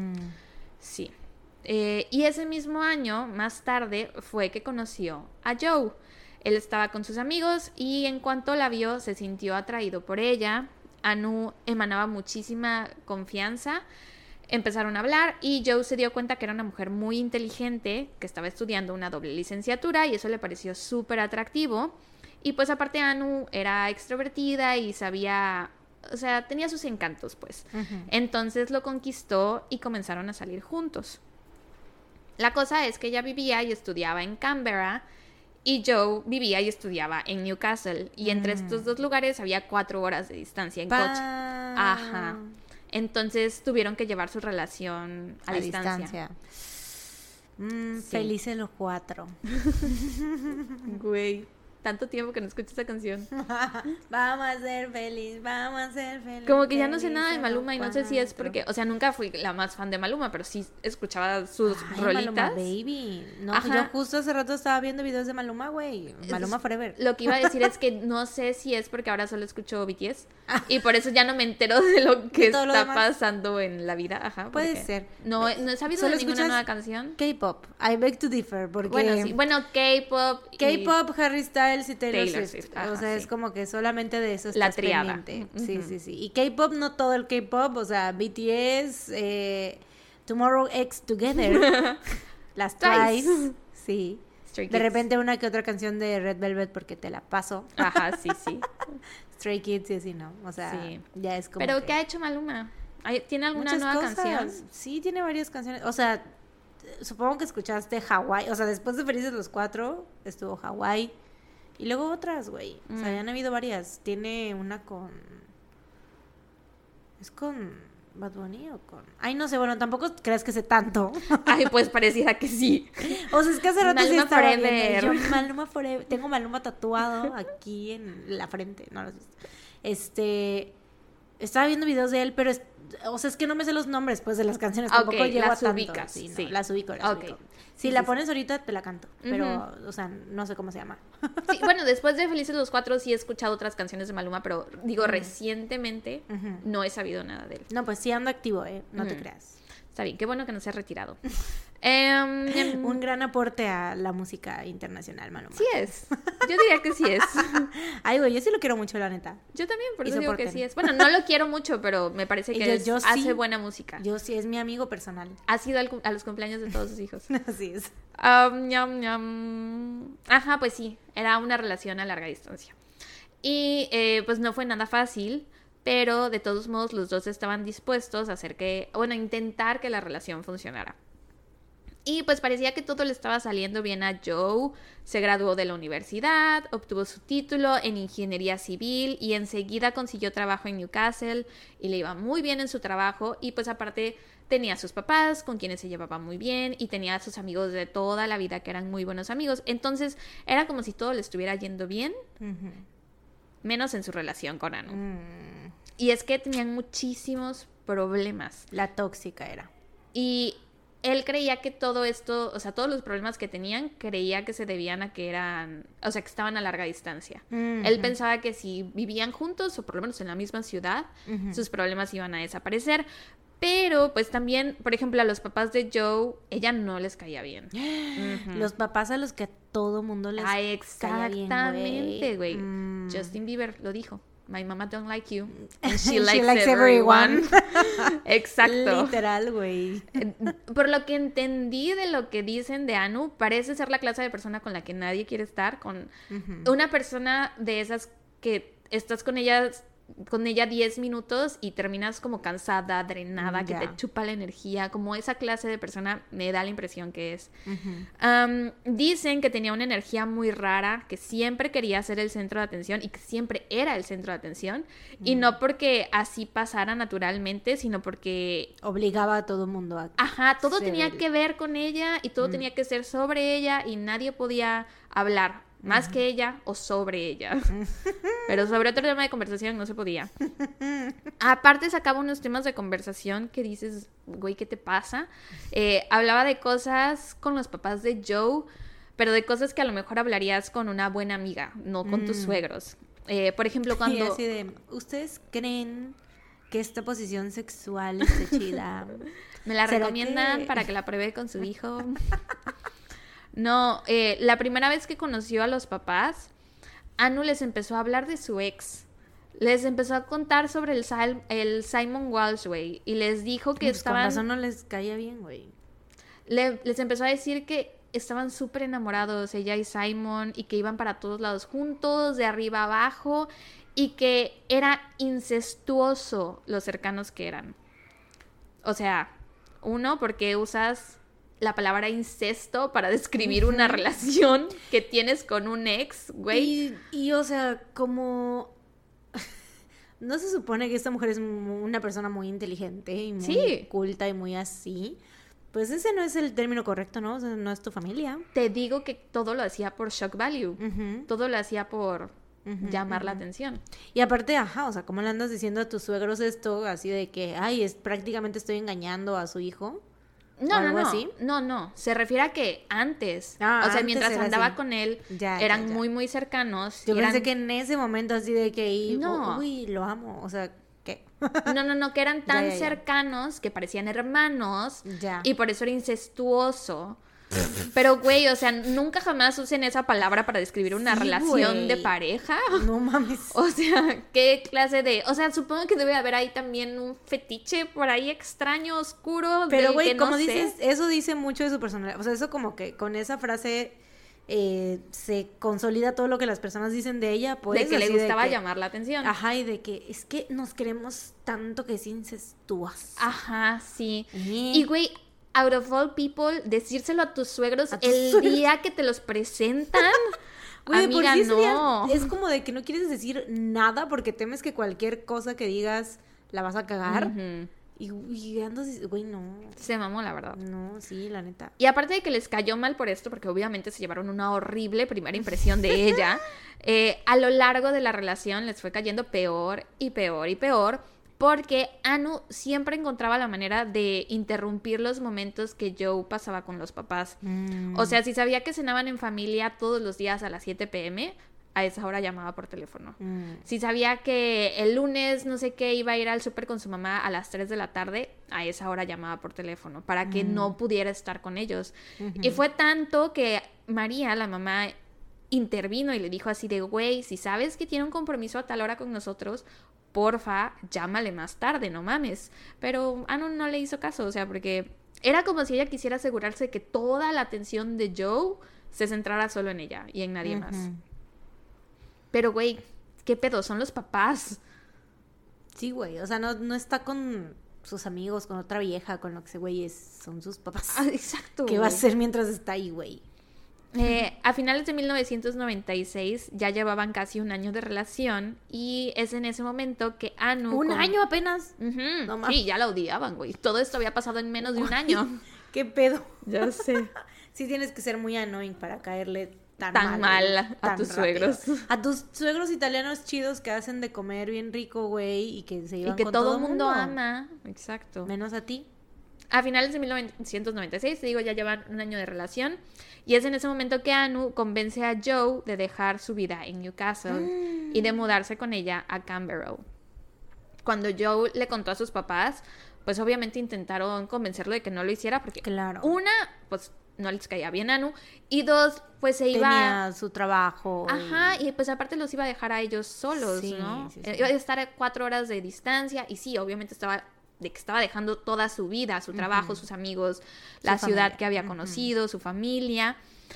Sí. Y ese mismo año, más tarde, fue que conoció a Joe. Él estaba con sus amigos y en cuanto la vio se sintió atraído por ella. Anu emanaba muchísima confianza. Empezaron a hablar y Joe se dio cuenta que era una mujer muy inteligente, que estaba estudiando una doble licenciatura y eso le pareció súper atractivo. Y pues aparte Anu era extrovertida y sabía, o sea, tenía sus encantos pues. Entonces lo conquistó y comenzaron a salir juntos. La cosa es que ella vivía y estudiaba en Canberra y Joe vivía y estudiaba en Newcastle. Y entre estos dos lugares había 4 horas de distancia en coche. Ajá. Entonces tuvieron que llevar su relación a distancia. Sí. Felices los 4. Güey. tanto tiempo que no escucho esa canción. Vamos a ser feliz, vamos a ser feliz. Como que ya no sé nada de Maluma y no sé si es porque, o sea, nunca fui la más fan de Maluma, pero sí escuchaba sus rolitas. Maluma Baby. No, Ajá. yo justo hace rato estaba viendo videos de Maluma, güey. Maluma Forever. Lo que iba a decir es que no sé si es porque ahora solo escucho BTS y por eso ya no me entero de lo que todo lo está demás. pasando en la vida. Ajá. Puede porque ser. No he sabido Solo de ninguna escuchas nueva canción. K-pop. I beg to differ, porque... Bueno, sí. Bueno, K-pop. y K-pop, Harry Styles y Taylor Taylor Swift. Swift, ajá, O sea, sí. es como que solamente de eso La estás triada. pendiente. Sí, sí, sí. Y K-pop, no todo el K-pop, o sea, BTS, Tomorrow X Together, las Twice. Twice, sí. Stray De Kids. repente una que otra canción de Red Velvet porque te la paso. Ajá, sí, sí. Stray Kids y así, ¿no? O sea, Sí. ya es como Pero que ¿qué ha hecho Maluma? ¿Tiene alguna muchas nueva cosas. canción? Sí, tiene varias canciones. O sea, supongo que escuchaste Hawaii. O sea, después de Felices los Cuatro, estuvo Hawaii. Y luego otras, güey. O sea, ya han habido varias. Tiene una con... ¿Es con Bad Bunny o con...? Ay, no sé, bueno, tampoco creas que sé tanto. Ay, pues pareciera que sí. O sea, es que hace rato sí Maluma estaba Forever. viendo. Yo, Maluma Forever. Tengo Maluma tatuado aquí en la frente. No lo has visto. Estaba viendo videos de él, pero... o sea, es que no me sé los nombres, pues, de las canciones. Tampoco Ok, llego las a tanto. ubicas, Sí, no, sí. las ubico, Ok. ubico. Si Sí, la sí, pones ahorita, te la canto. Pero, Ujú. o sea, no sé cómo se llama. Sí, bueno, después de Felices los Cuatro sí he escuchado otras canciones de Maluma, pero digo, recientemente Ujú. no he sabido nada de él. No, pues sí ando activo, no te Ujú. creas. Está bien, qué bueno que no se ha retirado. Un gran aporte a la música internacional, Maluma. Sí es. Yo diría que sí es. Ay, güey, yo sí lo quiero mucho, la neta. Yo también, por Y eso digo que soporten. sí es. Bueno, no lo quiero mucho, pero me parece Y que yo hace sí. buena música. Yo sí, es mi amigo personal. Ha sido a los cumpleaños de todos sus hijos. Así es. Ñam, ñam. Ajá, pues sí, era una relación a larga distancia. Y pues no fue nada fácil, pero de todos modos los dos estaban dispuestos a intentar que la relación funcionara. Y pues parecía que todo le estaba saliendo bien a Joe. Se graduó de la universidad, obtuvo su título en ingeniería civil y enseguida consiguió trabajo en Newcastle y le iba muy bien en su trabajo. Y pues aparte tenía a sus papás con quienes se llevaba muy bien y tenía a sus amigos de toda la vida que eran muy buenos amigos. Entonces era como si todo le estuviera yendo bien, Ujú. menos en su relación con Anu. Mm, Y es que tenían muchísimos problemas. la tóxica era. Y él creía que todo esto, o sea, todos los problemas que tenían, creía que se debían a que eran, o sea, que estaban a larga distancia. Ujú. Él pensaba que si vivían juntos o por lo menos en la misma ciudad, Ujú. sus problemas iban a desaparecer. Pero, pues también, por ejemplo, a los papás de Joe, ella no les caía bien. Ujú. Los papás a los que a todo mundo les caía bien, Exactamente, güey. Mm. Justin Bieber lo dijo. My mama don't like you. And she She likes, likes everyone. Exacto. Literal, güey. Por lo que entendí de lo que dicen de Anu, parece ser la clase de persona con la que nadie quiere estar, con Ujú. una persona de esas que estás con ella 10 minutos y terminas como cansada, drenada, que Ya. te chupa la energía, como esa clase de persona me da la impresión que es. Ujú. Dicen que tenía una energía muy rara, que siempre quería ser el centro de atención y que siempre era el centro de atención, y no porque así pasara naturalmente, sino porque Obligaba a todo mundo a... ajá, todo ser tenía el- que ver con ella y todo tenía que ser sobre ella y nadie podía hablar más que ella o sobre ella. Pero sobre otro tema de conversación no se podía. Aparte sacaba unos temas de conversación que dices, güey, ¿qué te pasa? Hablaba de cosas con los papás de Joe, pero de cosas que a lo mejor hablarías con una buena amiga, no con tus suegros. Por ejemplo, Y cuando... así de, ¿ustedes creen que esta posición sexual está chida? Me la ¿Será recomiendan que- para que la pruebe con su hijo. No, la primera vez que conoció a los papás, Anu les empezó a hablar de su ex. Les empezó a contar sobre el Simon Walsh, güey. Y les dijo que Pues con estaban... razón no les caía bien, güey. les empezó a decir que estaban súper enamorados, ella y Simon, y que iban para todos lados juntos, de arriba a abajo, y que era incestuoso lo cercanos que eran. O sea, uno, porque usas la palabra incesto para describir una relación que tienes con un ex, güey. Y, o sea, como... ¿No se supone que esta mujer es una persona muy inteligente y muy Sí. culta y muy así? Pues ese no es el término correcto, ¿no? O sea, no es tu familia. Te digo que todo lo hacía por shock value. Ujú. Todo lo hacía por llamar la ujú. atención. Y aparte, ajá, o sea, ¿cómo le andas diciendo a tus suegros esto? Así de que, ay, prácticamente estoy engañando a su hijo. ¿O No, algo no, no. así? No. Se refiere a que antes. Ah, O sea, antes mientras era andaba así. con él, Ya, eran ya. muy, muy cercanos. Yo y eran... pensé que en ese momento así de que, No. uy, lo amo. O sea, ¿qué? No, que eran tan ya. cercanos que parecían hermanos. Ya. Y por eso era incestuoso. Pero, güey, o sea, nunca jamás usen esa palabra para describir una Sí, relación güey. de pareja. No mames. O sea, ¿qué clase de...? O sea, supongo que debe haber ahí también un fetiche por ahí extraño, oscuro. Pero, del güey, que no como sé. dices, eso dice mucho de su personalidad. O sea, eso como que con esa frase se consolida todo lo que las personas dicen de ella, pues. De que le así gustaba que- llamar la atención. Ajá, y de que es que nos queremos tanto que es incestuosa. Ajá, sí. Eh. Y, güey, out of all people, decírselo a tus suegros A tus el suegros. día que te los presentan. Güey, por Amiga, sí ese día no. es como de que no quieres decir nada porque temes que cualquier cosa que digas la vas a cagar. Ujú. Y andas, güey, no. Se mamó, la verdad. No, sí, la neta. Y aparte de que les cayó mal por esto, porque obviamente se llevaron una horrible primera impresión de ella, a lo largo de la relación les fue cayendo peor y peor y peor, porque Anu siempre encontraba la manera de interrumpir los momentos que Joe pasaba con los papás. O sea, si sabía que cenaban en familia todos los días a las 7 p.m., a esa hora llamaba por teléfono. Si sabía que el lunes no sé qué iba a ir al súper con su mamá a las 3 de la tarde, a esa hora llamaba por teléfono para que no pudiera estar con ellos. Y fue tanto que María, la mamá, intervino y le dijo así de, güey, si sabes que tiene un compromiso a tal hora con nosotros, porfa, llámale más tarde, no mames. Pero Anu no le hizo caso, o sea, porque era como si ella quisiera asegurarse de que toda la atención de Joe se centrara solo en ella y en nadie más. Pero, güey, ¿qué pedo? Son los papás. Sí, güey. O sea, no está con sus amigos, con otra vieja, con lo que ese güey es. Son sus papás. Ah, exacto. ¿Qué va a güey. hacer mientras está ahí, güey? A finales de 1996 ya llevaban casi un año de relación y es en ese momento que Anu... ¿Un año apenas? Ujú. No mames. Sí, ya la odiaban, güey. Todo esto había pasado en menos de un año. ¿Qué pedo? Ya sé. Sí tienes que ser muy annoying para caerle tan Tan mal mal güey, a tan tus rápido. suegros. A tus suegros italianos chidos que hacen de comer bien rico, güey, y que se Y llevan que con todo el el mundo ama. Exacto. Menos a ti. A finales de 1996, te digo, ya llevan un año de relación. Y es en ese momento que Anu convence a Joe de dejar su vida en Newcastle y de mudarse con ella a Canberra. Cuando Joe le contó a sus papás, pues obviamente intentaron convencerlo de que no lo hiciera porque Claro. una, pues no les caía bien Anu, y dos, pues se iba... Tenía su trabajo. Ajá, y pues aparte los iba a dejar a ellos solos, Sí, ¿no? sí, sí. Iba a estar a 4 horas de distancia y sí, obviamente estaba dejando toda su vida, su trabajo, sus amigos, la ciudad familia. que había conocido, su familia.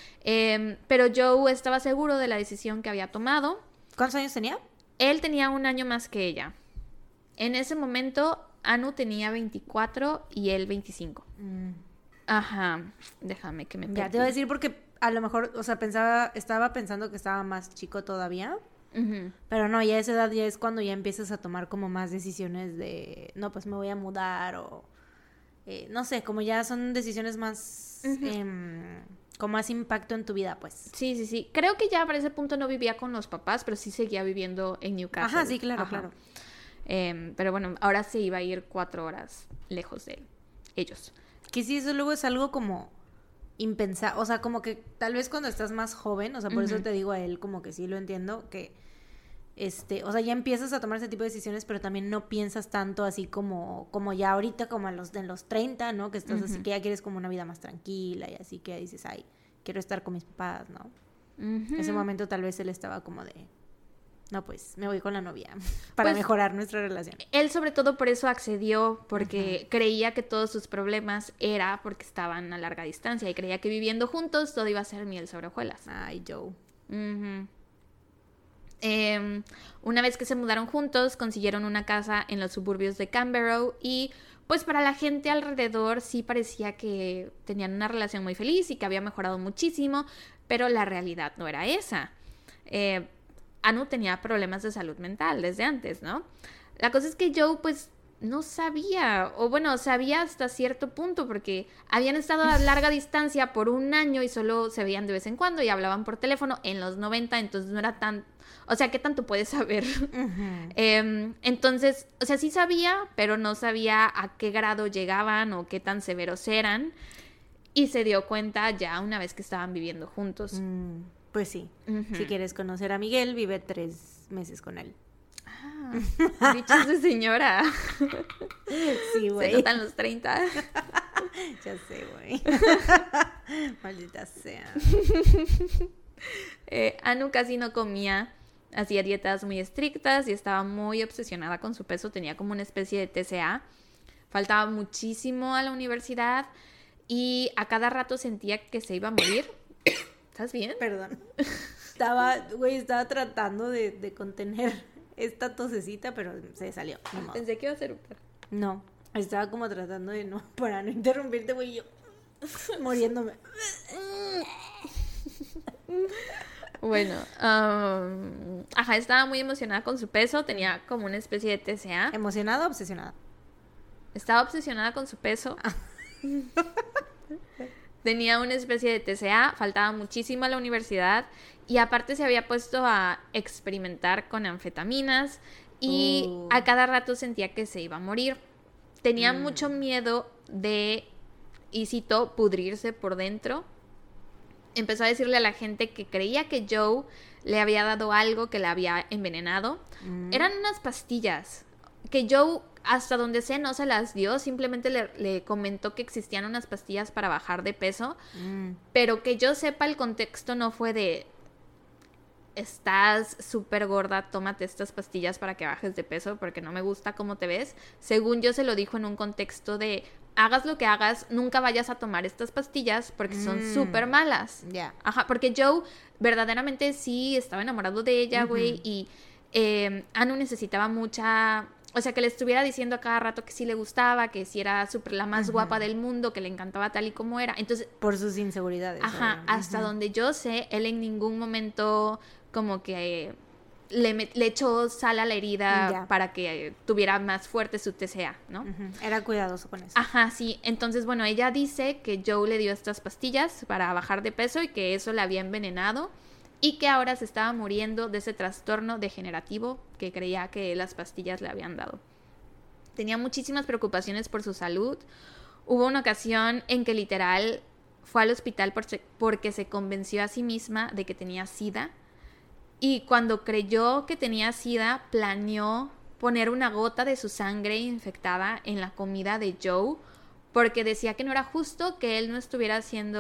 Pero Joe estaba seguro de la decisión que había tomado. ¿Cuántos años tenía? Él tenía un año más que ella. En ese momento, Anu tenía 24 y él 25. Ajá, déjame que me Ya, perdí. te voy a decir porque a lo mejor, o sea, estaba pensando que estaba más chico todavía. Ujú. Pero no, ya a esa edad ya es cuando ya empiezas a tomar como más decisiones de, no, pues me voy a mudar o, no sé, como ya son decisiones más, con más impacto en tu vida, pues. Sí, sí, sí. Creo que ya para ese punto no vivía con los papás, pero sí seguía viviendo en Newcastle. Ajá, sí, claro, Ajá. claro. Pero bueno, ahora se iba a ir 4 horas lejos de ellos. Que sí, eso luego es algo como impensado, o sea, como que tal vez cuando estás más joven, o sea, por eso te digo a él como que sí lo entiendo, que o sea, ya empiezas a tomar ese tipo de decisiones, pero también no piensas tanto así como ya ahorita, como en los 30, ¿no? Que estás así, que ya quieres como una vida más tranquila y así que dices, ay, quiero estar con mis papás, ¿no? En ese momento tal vez él estaba como de, no, pues me voy con la novia para Pues, mejorar nuestra relación. Él sobre todo por eso accedió, porque creía que todos sus problemas era porque estaban a larga distancia y creía que viviendo juntos todo iba a ser miel sobre hojuelas. Ay, Joe. Ujú. Una vez que se mudaron juntos, consiguieron una casa en los suburbios de Canberra y pues para la gente alrededor sí parecía que tenían una relación muy feliz y que había mejorado muchísimo, pero la realidad no era esa. Anu tenía problemas de salud mental desde antes, ¿no? La cosa es que Joe pues no sabía, o bueno, sabía hasta cierto punto, porque habían estado a larga distancia por un año y solo se veían de vez en cuando y hablaban por teléfono en los 90, entonces no era tan, o sea, ¿qué tanto puedes saber? Entonces, o sea, sí sabía, pero no sabía a qué grado llegaban o qué tan severos eran, y se dio cuenta ya una vez que estaban viviendo juntos. Pues sí, si quieres conocer a Miguel, vive 3 meses con él. Dichos de señora. Sí, güey. Se notan los 30. Ya sé, güey. Maldita sea. Anu casi no comía, hacía dietas muy estrictas y estaba muy obsesionada con su peso. Tenía como una especie de TCA. Faltaba muchísimo a la universidad y a cada rato sentía que se iba a morir. ¿Estás bien? Perdón. Estaba tratando de contener esta tosecita, pero se salió. Pensé que iba a ser un perro. No, estaba como tratando de no, para no interrumpirte, güey, yo muriéndome. Bueno, estaba muy emocionada con su peso, tenía como una especie de TCA. ¿Emocionada o obsesionada? Estaba obsesionada con su peso. Tenía una especie de TCA, faltaba muchísimo a la universidad y aparte se había puesto a experimentar con anfetaminas y a cada rato sentía que se iba a morir. Tenía mucho miedo de, y cito, pudrirse por dentro. Empezó a decirle a la gente que creía que Joe le había dado algo que la había envenenado. Eran unas pastillas que Joe, hasta donde sé, no se las dio. Simplemente le comentó que existían unas pastillas para bajar de peso. Pero que yo sepa, el contexto no fue de: estás súper gorda, tómate estas pastillas para que bajes de peso porque no me gusta cómo te ves. Según yo, se lo dijo en un contexto de: hagas lo que hagas, nunca vayas a tomar estas pastillas porque son súper malas. Ya. Ajá, porque Joe verdaderamente sí estaba enamorado de ella, güey, y Anu necesitaba mucha... O sea, que le estuviera diciendo a cada rato que sí le gustaba, que sí era súper la más guapa del mundo, que le encantaba tal y como era. Entonces... Por sus inseguridades. Ajá, hasta donde yo sé, él en ningún momento como que le echó sal a la herida para que tuviera más fuerte su TCA, ¿no? Era cuidadoso con eso. Ajá, sí. Entonces, bueno, ella dice que Joe le dio estas pastillas para bajar de peso y que eso la había envenenado y que ahora se estaba muriendo de ese trastorno degenerativo que creía que las pastillas le habían dado. Tenía muchísimas preocupaciones por su salud. Hubo una ocasión en que literal fue al hospital porque se convenció a sí misma de que tenía SIDA. Y cuando creyó que tenía SIDA, planeó poner una gota de su sangre infectada en la comida de Joe, porque decía que no era justo que él no estuviera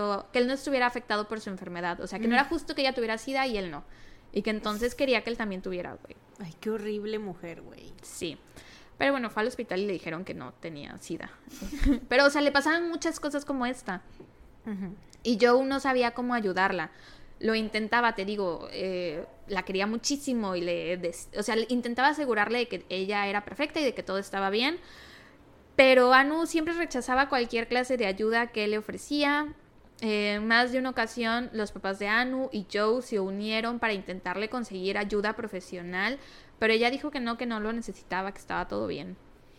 afectado por su enfermedad. O sea, que no era justo que ella tuviera SIDA y él no. Y que entonces quería que él también tuviera, güey. Ay, qué horrible mujer, güey. Sí. Pero bueno, fue al hospital y le dijeron que no tenía SIDA. Pero, o sea, le pasaban muchas cosas como esta. Y Joe no sabía cómo ayudarla. Lo intentaba, te digo, la quería muchísimo y intentaba asegurarle de que ella era perfecta y de que todo estaba bien, pero Anu siempre rechazaba cualquier clase de ayuda que él le ofrecía. Más de una ocasión, los papás de Anu y Joe se unieron para intentarle conseguir ayuda profesional, pero ella dijo que no lo necesitaba, que estaba todo bien.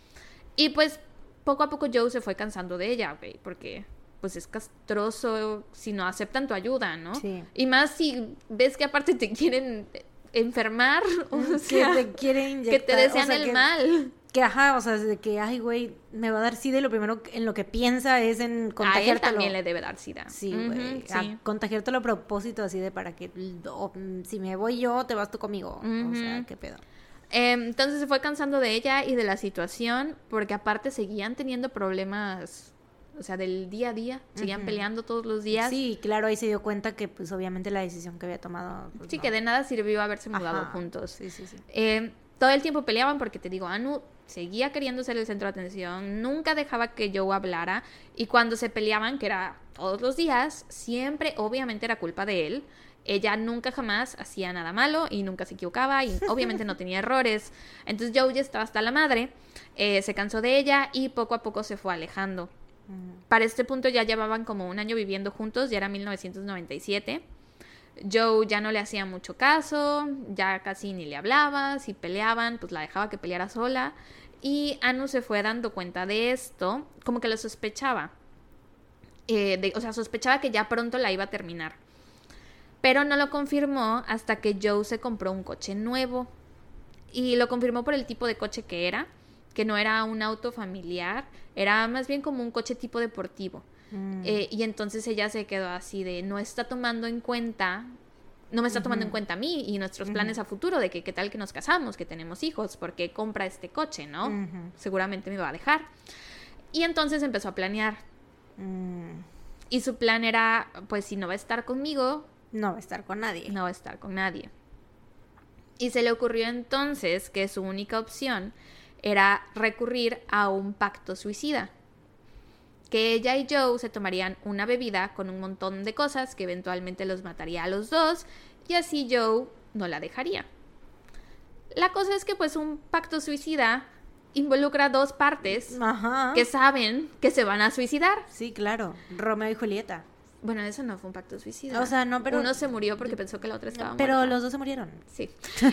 Y pues, poco a poco Joe se fue cansando de ella, güey, porque... pues es castroso si no aceptan tu ayuda, ¿no? Sí. Y más si ves que aparte te quieren enfermar, o sea, que te quieren inyectar, que te desean el mal. Que o sea, de que, ay, güey, me va a dar SIDA y lo primero en lo que piensa es en contagiártelo. A él también le debe dar SIDA. Sí, güey, sí. Contagiártelo a propósito así de para que, si me voy yo, te vas tú conmigo. O sea, qué pedo. Entonces se fue cansando de ella y de la situación, porque aparte seguían teniendo problemas... O sea, del día a día, seguían peleando todos los días. Sí, claro, ahí se dio cuenta que pues obviamente la decisión que había tomado... Pues, sí, no. Que de nada sirvió haberse mudado juntos. Sí, sí, sí. Todo el tiempo peleaban porque, te digo, Anu seguía queriendo ser el centro de atención, nunca dejaba que Joe hablara, y cuando se peleaban, que era todos los días, siempre, obviamente, era culpa de él. Ella nunca jamás hacía nada malo y nunca se equivocaba y obviamente no tenía errores. Entonces Joe ya estaba hasta la madre, se cansó de ella y poco a poco se fue alejando. Para este punto ya llevaban como un año viviendo juntos, ya era 1997. Joe ya no le hacía mucho caso, ya casi ni le hablaba, si peleaban, pues la dejaba que peleara sola. Y Anu se fue dando cuenta de esto, como que lo sospechaba. O sea, sospechaba que ya pronto la iba a terminar. Pero no lo confirmó hasta que Joe se compró un coche nuevo. Y lo confirmó por el tipo de coche que era, que no era un auto familiar, era más bien como un coche tipo deportivo. Y entonces ella se quedó así de, no me está tomando en cuenta a mí y nuestros planes a futuro, de que qué tal que nos casamos, que tenemos hijos, porque compra este coche, ¿no? Seguramente me va a dejar. Y entonces empezó a planear. Y su plan era, pues si no va a estar conmigo, no va a estar con nadie. No va a estar con nadie. Y se le ocurrió entonces que su única opción era recurrir a un pacto suicida. Que ella y Joe se tomarían una bebida con un montón de cosas que eventualmente los mataría a los dos y así Joe no la dejaría. La cosa es que pues un pacto suicida involucra dos partes que saben que se van a suicidar. Sí, claro. Romeo y Julieta. Bueno, eso no fue un pacto suicida. O sea, no, pero... Uno se murió porque pensó que la otra estaba pero muerta. Los dos se murieron. Sí.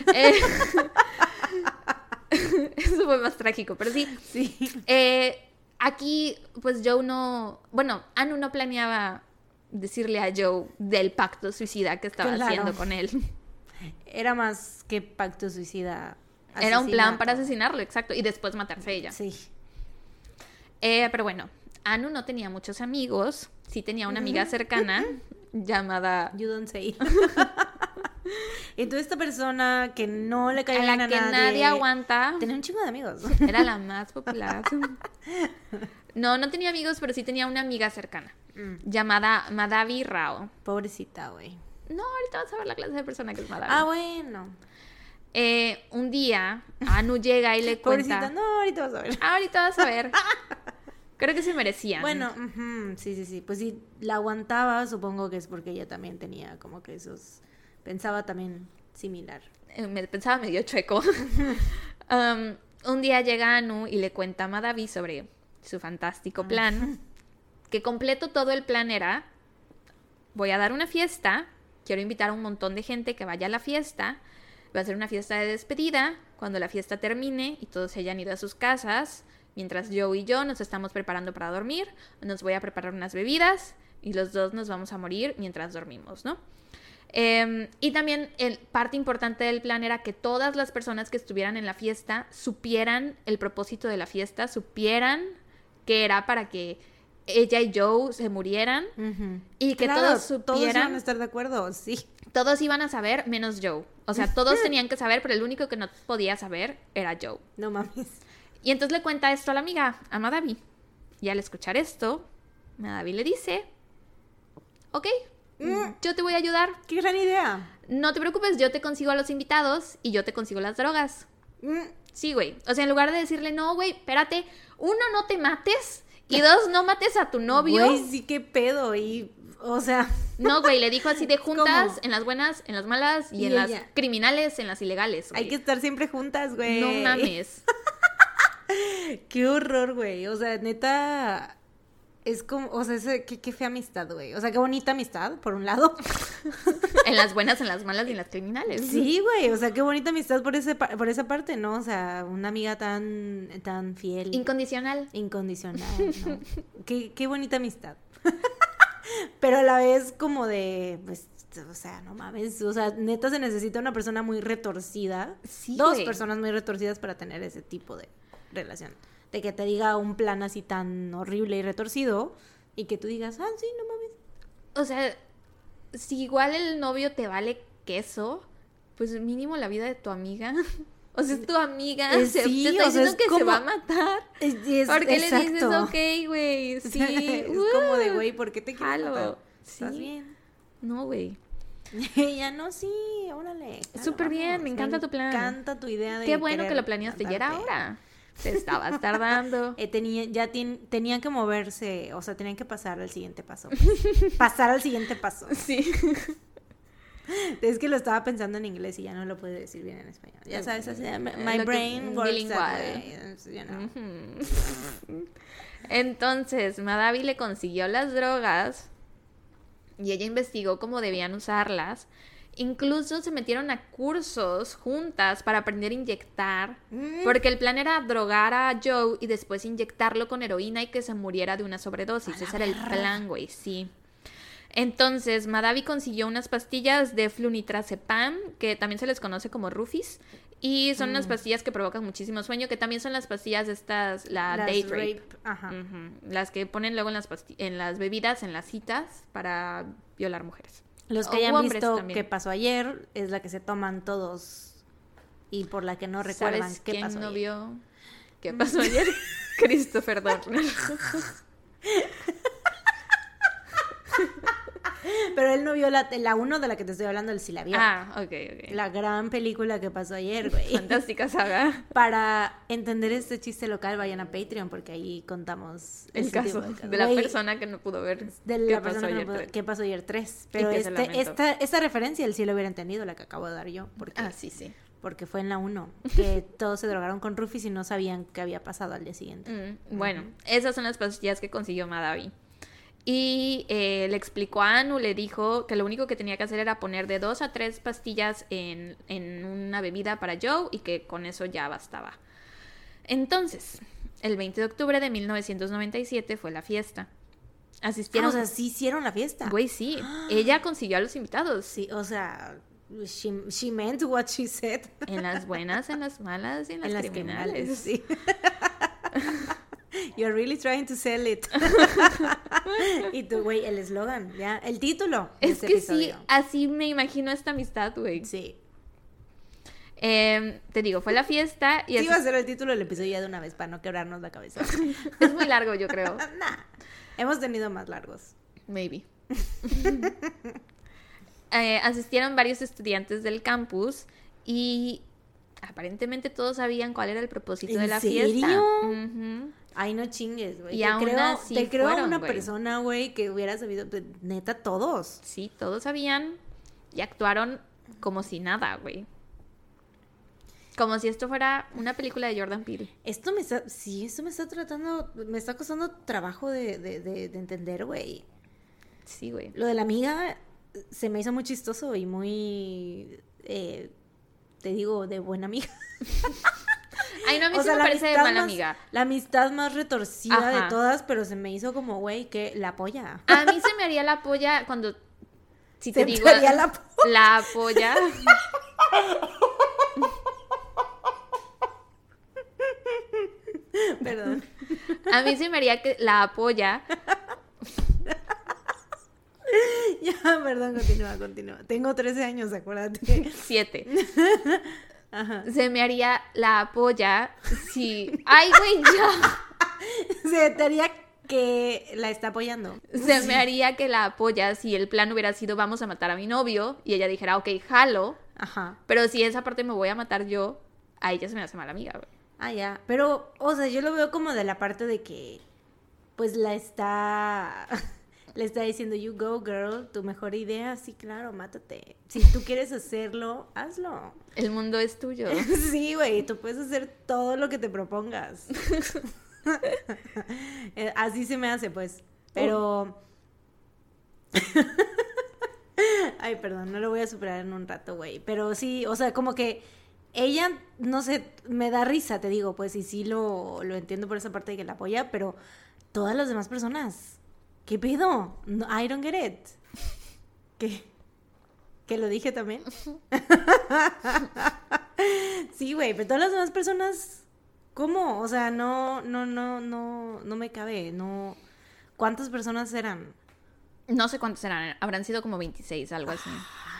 Eso fue más trágico, pero sí. Sí. Aquí, pues Joe no... Bueno, Anu no planeaba decirle a Joe del pacto suicida que estaba haciendo con él. Era más que pacto suicida. Era un plan para asesinarlo, exacto. Y después matarse a ella. Sí. Pero bueno, Anu no tenía muchos amigos. Sí tenía una amiga cercana llamada... You don't say. Entonces esta persona que no le caía bien a la que nadie aguanta. Tenía un chingo de amigos. Era la más popular. No tenía amigos, pero sí tenía una amiga cercana. Llamada Madhavi Rao. Pobrecita, güey. No, ahorita vas a ver la clase de persona que es Madhavi. Ah, bueno. Un día, Anu llega y le cuenta... Pobrecita, no, ahorita vas a ver. Ahorita vas a ver. Creo que se merecían. Bueno, sí. Pues si la aguantaba, supongo que es porque ella también tenía como que esos... Pensaba también similar. Me pensaba medio chueco. Un día llega Anu y le cuenta a Madhavi sobre su fantástico plan. Que completo todo el plan era... Voy a dar una fiesta. Quiero invitar a un montón de gente que vaya a la fiesta. Va a ser una fiesta de despedida. Cuando la fiesta termine y todos se hayan ido a sus casas... Mientras Joe y yo nos estamos preparando para dormir, nos voy a preparar unas bebidas y los dos nos vamos a morir mientras dormimos, ¿no? Y también parte importante del plan era que todas las personas que estuvieran en la fiesta supieran el propósito de la fiesta, supieran que era para que ella y Joe se murieran y que todos supieran... Todos iban a estar de acuerdo, sí. Todos iban a saber menos Joe. O sea, todos tenían que saber, pero el único que no podía saber era Joe. No mames. Y entonces le cuenta esto a la amiga, a Madhavi. Y al escuchar esto, Madhavi le dice... Ok, yo te voy a ayudar. ¡Qué gran idea! No te preocupes, yo te consigo a los invitados y yo te consigo las drogas. Sí, güey. O sea, en lugar de decirle, no, güey, espérate. Uno, no te mates. Y dos, no mates a tu novio. Güey, sí, qué pedo. Y, o sea... No, güey, le dijo así de juntas, ¿Cómo? En las buenas, en las malas y en las criminales, en las ilegales, güey. Hay que estar siempre juntas, güey. No mames. Qué horror, güey. O sea, neta... Es como, o sea, qué fea amistad, güey. O sea, qué bonita amistad, por un lado. En las buenas, en las malas y en las criminales. Sí, güey. O sea, qué bonita amistad por esa parte, ¿no? O sea, una amiga tan fiel. Incondicional. Incondicional, ¿no? Qué bonita amistad. Pero a la vez como de, pues, o sea, no mames. O sea, neta se necesita una persona muy retorcida. Sí, Dos güey. personas muy retorcidas para tener ese tipo de relación. De que te diga un plan así tan horrible y retorcido y que tú digas, ah, sí, no mames. O sea, si igual el novio te vale queso, pues mínimo la vida de tu amiga. O sea, es tu amiga. Sí, te está diciendo que como... se va a matar. ¿Por qué le dices, ok, güey? Sí. Es como de, güey, ¿por qué te quieres matar? ¿Estás Sí. bien? No, güey. Ya no, sí, órale. Claro, Súper bien, me encanta tu plan. Me encanta tu idea de Qué bueno que querer lo planeaste. Ya era matarte. hora. Te estabas tardando. Tenían que moverse, o sea, tenían que pasar al siguiente paso. Pasar al siguiente paso. Sí. Es que lo estaba pensando en inglés y ya no lo puedo decir bien en español. Ya sabes, así, my Lo que- brain works bilingual. that way, you know. Entonces, Madhavi le consiguió las drogas y ella investigó cómo debían usarlas Incluso se metieron a cursos juntas para aprender a inyectar, porque el plan era drogar a Joe y después inyectarlo con heroína y que se muriera de una sobredosis. Ese era el plan, güey, sí. Entonces, Mahdavi consiguió unas pastillas de flunitrazepam, que también se les conoce como Rufis, y son unas pastillas que provocan muchísimo sueño, que también son las pastillas estas, las date rape. Ajá. Las que ponen luego en las bebidas, en las citas, para violar mujeres. Los que hayan visto Qué pasó ayer es la que se toman todos y por la que no recuerdan ¿Sabes qué quién pasó no ayer? vio qué pasó ayer? Christopher Dorner. Pero él no vio la 1 de la que te estoy hablando, él sí la vio. Ah, ok. La gran película que pasó ayer, güey. Fantástica saga. Para entender este chiste local, vayan a Patreon, porque ahí contamos el ese caso tipo de la persona que no pudo ver de la persona que no pudo, qué pasó ayer 3. Pero esta referencia él sí lo hubiera entendido, la que acabo de dar yo. Porque, sí. Porque fue en la 1, que todos se drogaron con Rufis y no sabían qué había pasado al día siguiente. Bueno, esas son las pastillas que consiguió Mahdavi. Y le explicó a Anu, le dijo que lo único que tenía que hacer era poner de 2 a 3 pastillas en una bebida para Joe y que con eso ya bastaba. Entonces, el 20 de octubre de 1997 fue la fiesta. Asistieron... o sea, sí hicieron la fiesta. Güey, sí. Ella consiguió a los invitados. Sí, o sea, she meant what she said. En las buenas, en las malas y en las criminales. Sí. You're really trying to sell it. Y tú, güey, el eslogan, ya, el título de es este que episodio. Sí, así me imagino esta amistad, güey. Sí. Te digo, fue la fiesta y sí, iba a ser el título del episodio ya de una vez para no quebrarnos la cabeza. Es muy largo, yo creo. Nah, hemos tenido más largos. Maybe. Asistieron varios estudiantes del campus y aparentemente todos sabían cuál era el propósito de la fiesta. ¿En serio? Ay, no chingues, güey. Y aún así te creo fueron, una güey. persona, güey, que hubiera sabido, neta, todos. Sí, todos sabían y actuaron como si nada, güey. Como si esto fuera una película de Jordan Peele. Esto me está costando trabajo de entender, güey. Sí, güey. Lo de la amiga se me hizo muy chistoso y muy, te digo, de buena amiga. Ay, no, a mí sí me parece de mala amiga. La amistad más retorcida Ajá. de todas, pero se me hizo como, güey, que la polla. A mí se me haría la polla cuando... Si te digo... haría la polla. La polla... Perdón. A mí se me haría que la polla... Ya, perdón, continúa. Tengo 13 años, acuérdate. 7. Ajá. Se me haría la polla si... ¡Ay, güey, ya! Se te haría que la está apoyando. Se me haría que la polla si el plan hubiera sido vamos a matar a mi novio y ella dijera, ok, jalo. Ajá. Pero si esa parte me voy a matar yo, a ella se me hace mala amiga, güey. Ah, ya. Pero, o sea, yo lo veo como de la parte de que, pues, le está diciendo, you go, girl, tu mejor idea, sí, claro, mátate. Si tú quieres hacerlo, hazlo. El mundo es tuyo. Sí, güey, tú puedes hacer todo lo que te propongas. Así se me hace, pues. Pero... Ay, perdón, no lo voy a superar en un rato, güey. Pero sí, o sea, como que ella, no sé, me da risa, te digo, pues, y sí lo entiendo por esa parte de que la apoya, pero todas las demás personas, ¿qué pedo? No, I don't get it. ¿Que lo dije también? Sí, güey, pero todas las demás personas, ¿cómo? O sea, no me cabe, no. ¿Cuántas personas eran? No sé cuántos eran, habrán sido como 26, algo así.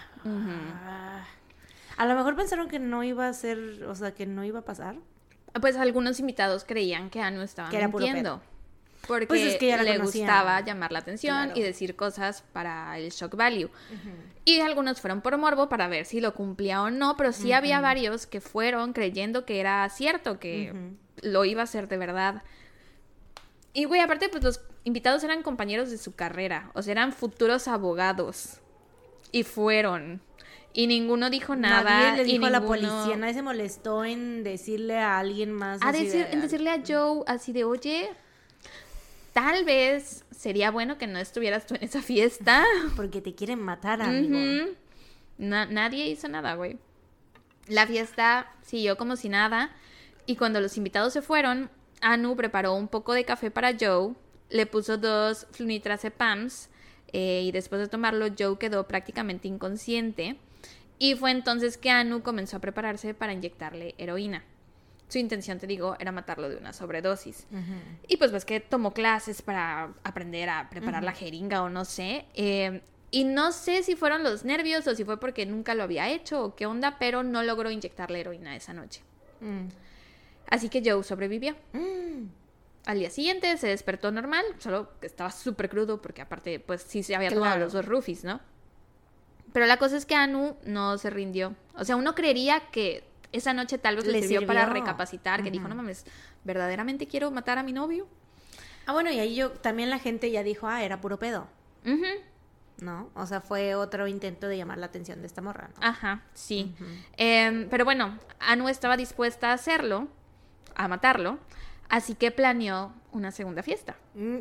A lo mejor pensaron que no iba a ser, o sea, que no iba a pasar. Pues algunos invitados creían que Anu estaba que era mintiendo. Porque pues es que ya le conocían. gustaba llamar la atención, Claro. y decir cosas para el shock value. Y algunos fueron por morbo para ver si lo cumplía o no, pero sí había varios que fueron creyendo que era cierto, que lo iba a hacer de verdad. Y güey, aparte pues los invitados eran compañeros de su carrera, o sea, eran futuros abogados. Y fueron. Y ninguno dijo nada. Nadie le dijo y a la ninguno... policía, nadie se molestó en decirle a alguien más. En decirle a Joe así de, oye, tal vez sería bueno que no estuvieras tú en esa fiesta. Porque te quieren matar, amigo. Nadie hizo nada, güey. La fiesta siguió como si nada. Y cuando los invitados se fueron, Anu preparó un poco de café para Joe. Le puso 2 flunitrazepams. Y después de tomarlo, Joe quedó prácticamente inconsciente. Y fue entonces que Anu comenzó a prepararse para inyectarle heroína. Su intención, te digo, era matarlo de una sobredosis. Y pues ves que tomó clases para aprender a preparar la jeringa o no sé. Y no sé si fueron los nervios o si fue porque nunca lo había hecho o qué onda, pero no logró inyectarle heroína esa noche. Así que Joe sobrevivió. Al día siguiente se despertó normal, solo que estaba súper crudo porque aparte pues sí se había tomado los 2 roofies, ¿no? Pero la cosa es que Anu no se rindió. O sea, uno creería que esa noche tal vez le sirvió para recapacitar, que dijo, no mames, ¿verdaderamente quiero matar a mi novio? Ah, bueno, y ahí también la gente ya dijo, era puro pedo. ¿No? O sea, fue otro intento de llamar la atención de esta morra, ¿no? Ajá, sí. Pero bueno, Anu estaba dispuesta a hacerlo, a matarlo, así que planeó una segunda fiesta.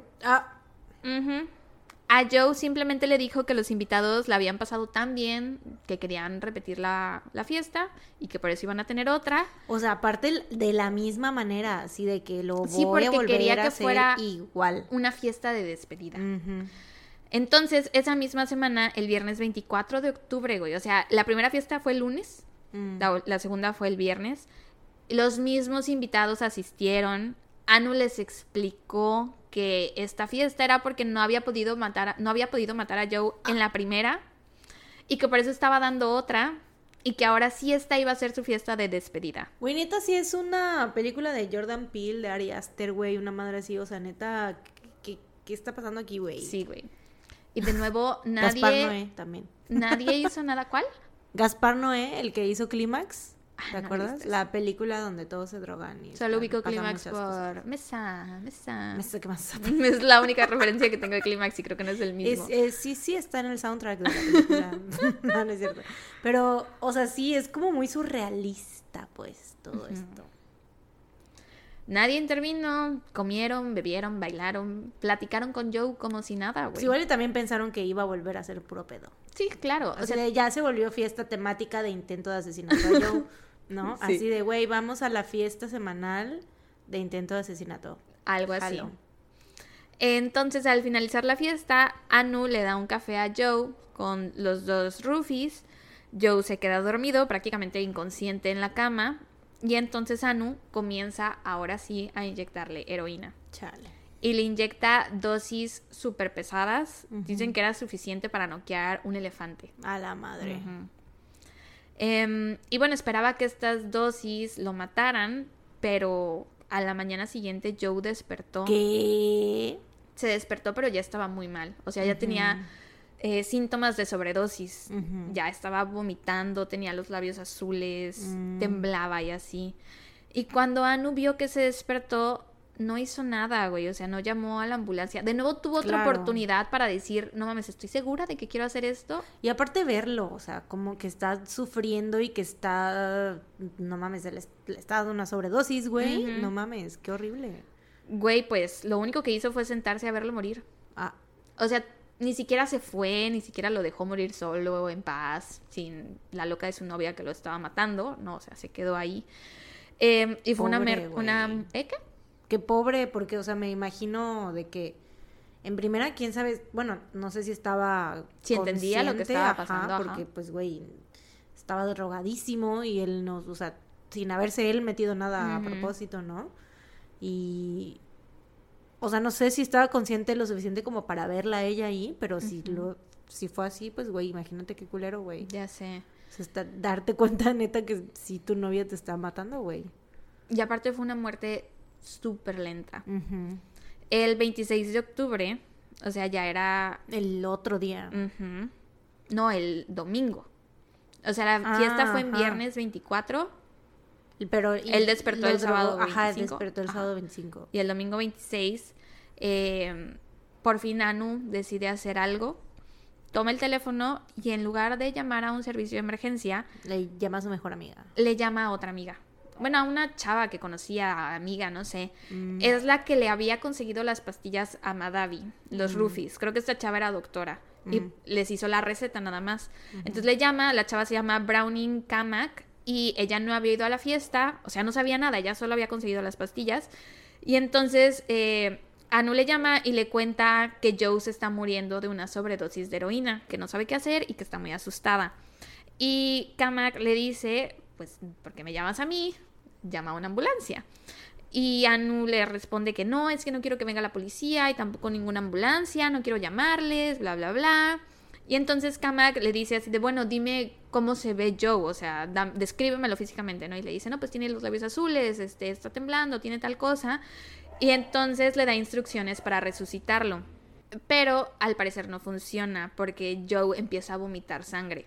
A Joe simplemente le dijo que los invitados la habían pasado tan bien que querían repetir la fiesta y que por eso iban a tener otra. O sea, aparte de la misma manera, así de que lo sí, voy a volver quería que a hacer fuera igual. Una fiesta de despedida. Entonces, esa misma semana, el viernes 24 de octubre, güey, o sea, la primera fiesta fue el lunes, la segunda fue el viernes. Los mismos invitados asistieron. Anu les explicó que esta fiesta era porque no había podido matar a Joe en la primera y que por eso estaba dando otra y que ahora sí esta iba a ser su fiesta de despedida. Güey, neta, sí es una película de Jordan Peele, de Ari Aster, güey, una madre así, o sea, neta, ¿qué está pasando aquí, güey? Sí, güey. Y de nuevo, Gaspar Noé también. Nadie hizo nada. ¿Cuál? Gaspar Noé, el que hizo Clímax. ¿Te acuerdas? No la película donde todos se drogan. Y solo ubico Clímax por cosas. Mesa. ¿Qué más? Es la única referencia que tengo de Clímax y creo que no es el mismo. Sí, está en el soundtrack de la película. No es cierto. Pero, o sea, sí, es como muy surrealista, pues, todo esto. Nadie intervino, comieron, bebieron, bailaron, platicaron con Joe como si nada, güey. Sí, igual también pensaron que iba a volver a ser puro pedo. Sí, claro. O sea, ya se volvió fiesta temática de intento de asesinato a Joe, ¿no? Sí. Así de, güey, vamos a la fiesta semanal de intento de asesinato. Algo así. Jalo. Entonces, al finalizar la fiesta, Anu le da un café a Joe con los 2 roofies. Joe se queda dormido, prácticamente inconsciente en la cama. Y entonces Anu comienza ahora sí a inyectarle heroína. Chale. Y le inyecta dosis súper pesadas. Dicen que era suficiente para noquear un elefante. A la madre. Y bueno, esperaba que estas dosis lo mataran, pero a la mañana siguiente Joe despertó. ¿Qué? Se despertó, pero ya estaba muy mal. O sea, ya tenía síntomas de sobredosis. Ya estaba vomitando, tenía los labios azules, temblaba y así. Y cuando Anu vio que se despertó, no hizo nada, güey. O sea, no llamó a la ambulancia. De nuevo tuvo otra oportunidad para decir, no mames, estoy segura de que quiero hacer esto. Y aparte verlo, o sea, como que está sufriendo y que está, no mames, le está dando una sobredosis, güey. No mames, qué horrible. Güey, pues, lo único que hizo fue sentarse a verlo morir. O sea, ni siquiera se fue, ni siquiera lo dejó morir solo, en paz, sin la loca de su novia que lo estaba matando. No, o sea, se quedó ahí. Y fue pobre, una ¿qué? Qué pobre, porque, o sea, me imagino de que en primera, quién sabe, bueno, no sé si estaba si entendía lo que estaba pasando, porque, pues, güey, estaba drogadísimo y él no, o sea, sin haberse él metido nada a propósito, ¿no? Y, o sea, no sé si estaba consciente lo suficiente como para verla a ella ahí, pero si fue así, pues, güey, imagínate qué culero, güey. Ya sé. O sea, darte cuenta, neta, que si tu novia te está matando, güey. Y aparte fue una muerte súper lenta. El 26 de octubre, o sea, ya era... el otro día. No, el domingo. O sea, la fiesta fue en viernes 24. Pero él despertó el sábado 25. Él despertó el sábado 25. Y el domingo 26, por fin Anu decide hacer algo. Toma el teléfono y en lugar de llamar a un servicio de emergencia... le llama a su mejor amiga. Le llama a otra amiga. Bueno, a una chava que conocía, amiga, no sé. Es la que le había conseguido las pastillas a Madavi, los roofies. Creo que esta chava era doctora. y les hizo la receta nada más. Entonces le llama, la chava se llama Browning Kamak y ella no había ido a la fiesta, o sea, no sabía nada, ella solo había conseguido las pastillas. Y entonces Anu le llama y le cuenta que Joe se está muriendo de una sobredosis de heroína, que no sabe qué hacer y que está muy asustada. Y Kamak le dice, pues, ¿por qué me llamas a mí? Llama a una ambulancia. Y Anu le responde que no, es que no quiero que venga la policía y tampoco ninguna ambulancia, no quiero llamarles, bla, bla, bla. Y entonces Kamak le dice así de, bueno, dime cómo se ve Joe, o sea, descríbemelo físicamente, ¿no? Y le dice, no, pues tiene los labios azules, está temblando, tiene tal cosa. Y entonces le da instrucciones para resucitarlo. Pero al parecer no funciona porque Joe empieza a vomitar sangre.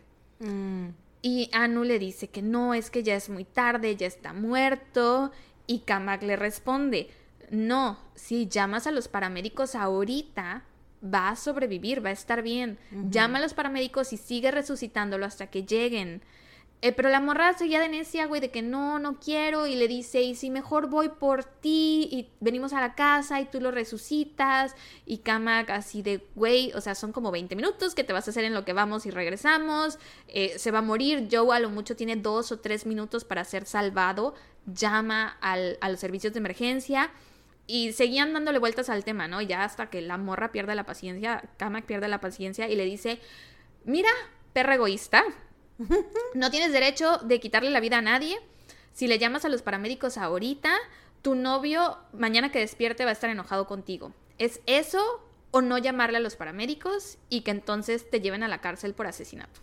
Y Anu le dice que no, es que ya es muy tarde, ya está muerto. Y Kamak le responde, no, si llamas a los paramédicos ahorita, va a sobrevivir, va a estar bien. Llama a los paramédicos y sigue resucitándolo hasta que lleguen. Pero la morra seguía de necia, güey, de que no quiero. Y le dice, y si mejor voy por ti y venimos a la casa y tú lo resucitas. Y Kamak así de, güey, o sea, son como 20 minutos que te vas a hacer en lo que vamos y regresamos. Se va a morir. Joe a lo mucho tiene 2 o 3 minutos para ser salvado. Llama a los servicios de emergencia. Y seguían dándole vueltas al tema, ¿no? Ya hasta que la morra pierde la paciencia, Kamak pierde la paciencia y le dice, mira, perra egoísta, no tienes derecho de quitarle la vida a nadie. Si le llamas a los paramédicos ahorita, tu novio mañana que despierte va a estar enojado contigo. ¿Es eso o no llamarle a los paramédicos y que entonces te lleven a la cárcel por asesinato?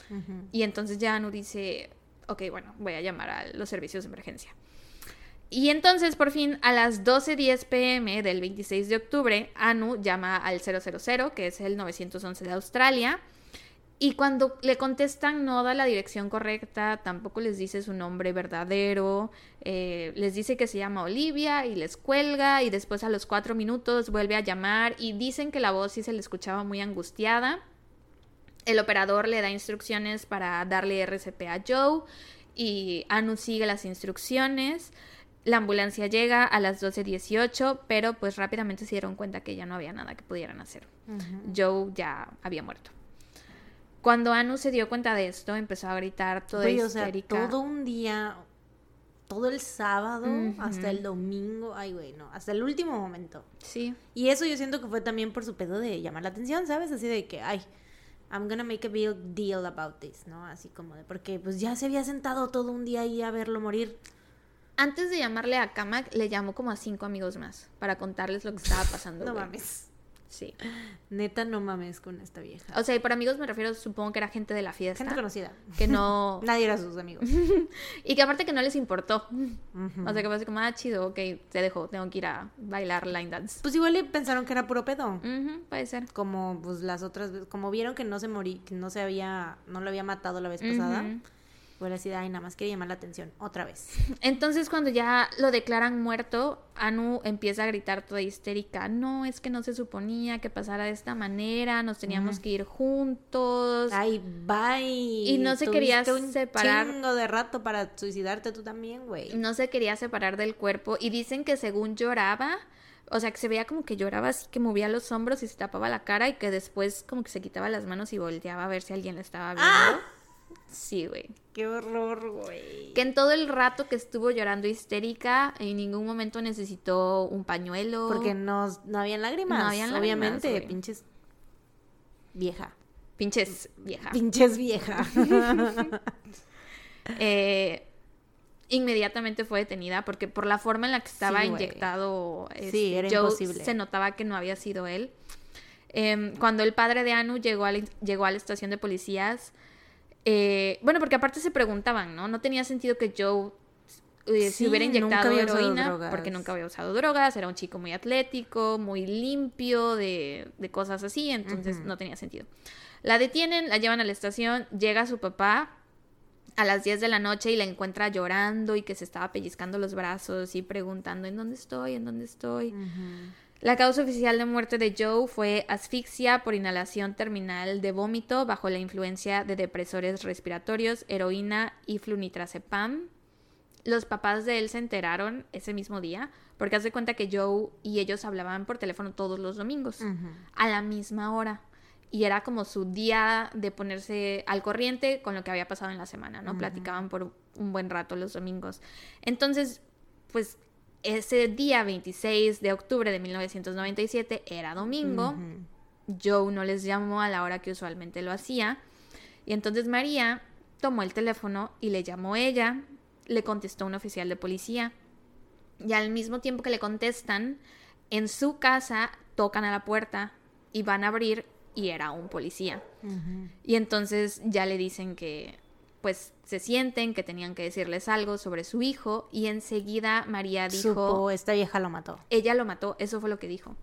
Y entonces ya Anu dice, ok, bueno, voy a llamar a los servicios de emergencia. Y entonces, por fin, a las 12:10 p.m. del 26 de octubre, Anu llama al 000, que es el 911 de Australia. Y cuando le contestan, no da la dirección correcta, tampoco les dice su nombre verdadero. Les dice que se llama Olivia y les cuelga. Y después, a los 4 minutos, vuelve a llamar. Y dicen que la voz sí se le escuchaba muy angustiada. El operador le da instrucciones para darle RCP a Joe. Y Anu sigue las instrucciones. La ambulancia llega a las 12:18, pero pues rápidamente se dieron cuenta que ya no había nada que pudieran hacer. Joe ya había muerto. Cuando Anu se dio cuenta de esto, empezó a gritar toda histérica. O sea, todo un día, todo el sábado, hasta el domingo, ay güey, no, hasta el último momento. Sí. Y eso yo siento que fue también por su pedo de llamar la atención, ¿sabes? Así de que, ay, I'm gonna make a big deal about this, ¿no? Así como de, porque pues ya se había sentado todo un día ahí a verlo morir. Antes de llamarle a Kamak, le llamó como a 5 amigos más para contarles lo que estaba pasando. No güey. mames. Sí. Neta, no mames con esta vieja. O sea, y por amigos me refiero, supongo que era gente de la fiesta. Gente conocida. Que no... Nadie era sus amigos. Y que aparte que no les importó. O sea, que fue así como, chido, ok, te dejo, tengo que ir a bailar line dance. Pues igual le pensaron que era puro pedo. Puede ser. Como pues las otras veces, como vieron que no se morí, que no lo había matado la vez pasada. Igual así de, ay, nada más quería llamar la atención otra vez. Entonces, cuando ya lo declaran muerto, Anu empieza a gritar toda histérica. No, es que no se suponía que pasara de esta manera. Nos teníamos que ir juntos. Ay, bye. Y no se quería separar. Un chingo de rato para suicidarte tú también, güey. No se quería separar del cuerpo. Y dicen que según lloraba, o sea, que se veía como que lloraba así, que movía los hombros y se tapaba la cara. Y que después como que se quitaba las manos y volteaba a ver si alguien le estaba viendo. ¡Ah! Sí, güey. Qué horror, güey. Que en todo el rato que estuvo llorando histérica, en ningún momento necesitó un pañuelo. Porque no habían lágrimas. No habían lágrimas, obviamente, güey. Pinches vieja. Pinches vieja. Pinches vieja. Inmediatamente fue detenida porque por la forma en la que estaba inyectado era Joe, imposible. Se notaba que no había sido él. Cuando el padre de Anu llegó a la estación de policías, bueno, porque aparte se preguntaban, ¿no? No tenía sentido que Joe se hubiera inyectado heroína porque nunca había usado drogas, era un chico muy atlético, muy limpio de cosas así, entonces no tenía sentido. La detienen, la llevan a la estación, llega su papá a las 10 de la noche y la encuentra llorando y que se estaba pellizcando los brazos y preguntando ¿en dónde estoy? ¿En dónde estoy? La causa oficial de muerte de Joe fue asfixia por inhalación terminal de vómito bajo la influencia de depresores respiratorios, heroína y flunitrazepam. Los papás de él se enteraron ese mismo día porque haz de cuenta que Joe y ellos hablaban por teléfono todos los domingos a la misma hora. y era como su día de ponerse al corriente con lo que había pasado en la semana, ¿no? Platicaban por un buen rato los domingos. Entonces, pues ese día 26 de octubre de 1997 era domingo. Joe no les llamó a la hora que usualmente lo hacía. Y entonces María tomó el teléfono y le llamó ella. Le contestó un oficial de policía. Y al mismo tiempo que le contestan, en su casa tocan a la puerta y van a abrir y era un policía. Y entonces ya le dicen que pues se sienten, que tenían que decirles algo sobre su hijo y enseguida María dijo... Supo, esta vieja lo mató. Ella lo mató, eso fue lo que dijo.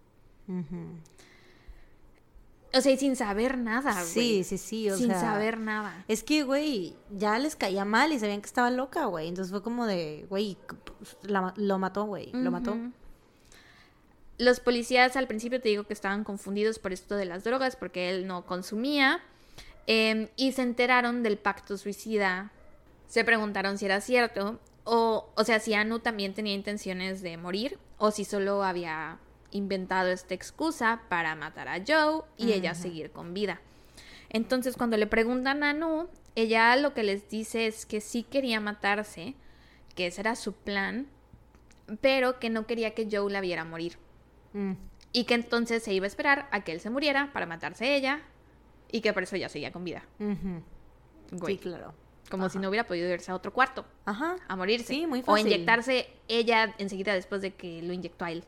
O sea, y sin saber nada, güey. Sí, sin saber nada. Es que, güey, ya les caía mal y sabían que estaba loca, güey. Entonces fue como de, güey, lo mató, güey, lo mató. Los policías al principio te digo que estaban confundidos por esto de las drogas porque él no consumía. Y se enteraron del pacto suicida. Se preguntaron si era cierto. O sea, si Anu también tenía intenciones de morir. O si solo había inventado esta excusa para matar a Joe y ella seguir con vida. Entonces, cuando le preguntan a Anu, ella lo que les dice es que sí quería matarse, que ese era su plan, pero que no quería que Joe la viera morir. Y que entonces se iba a esperar a que él se muriera para matarse ella y que por eso ella seguía con vida. Sí, claro. Como si no hubiera podido irse a otro cuarto a morirse. Sí, muy fácil. O inyectarse ella enseguida después de que lo inyectó a él.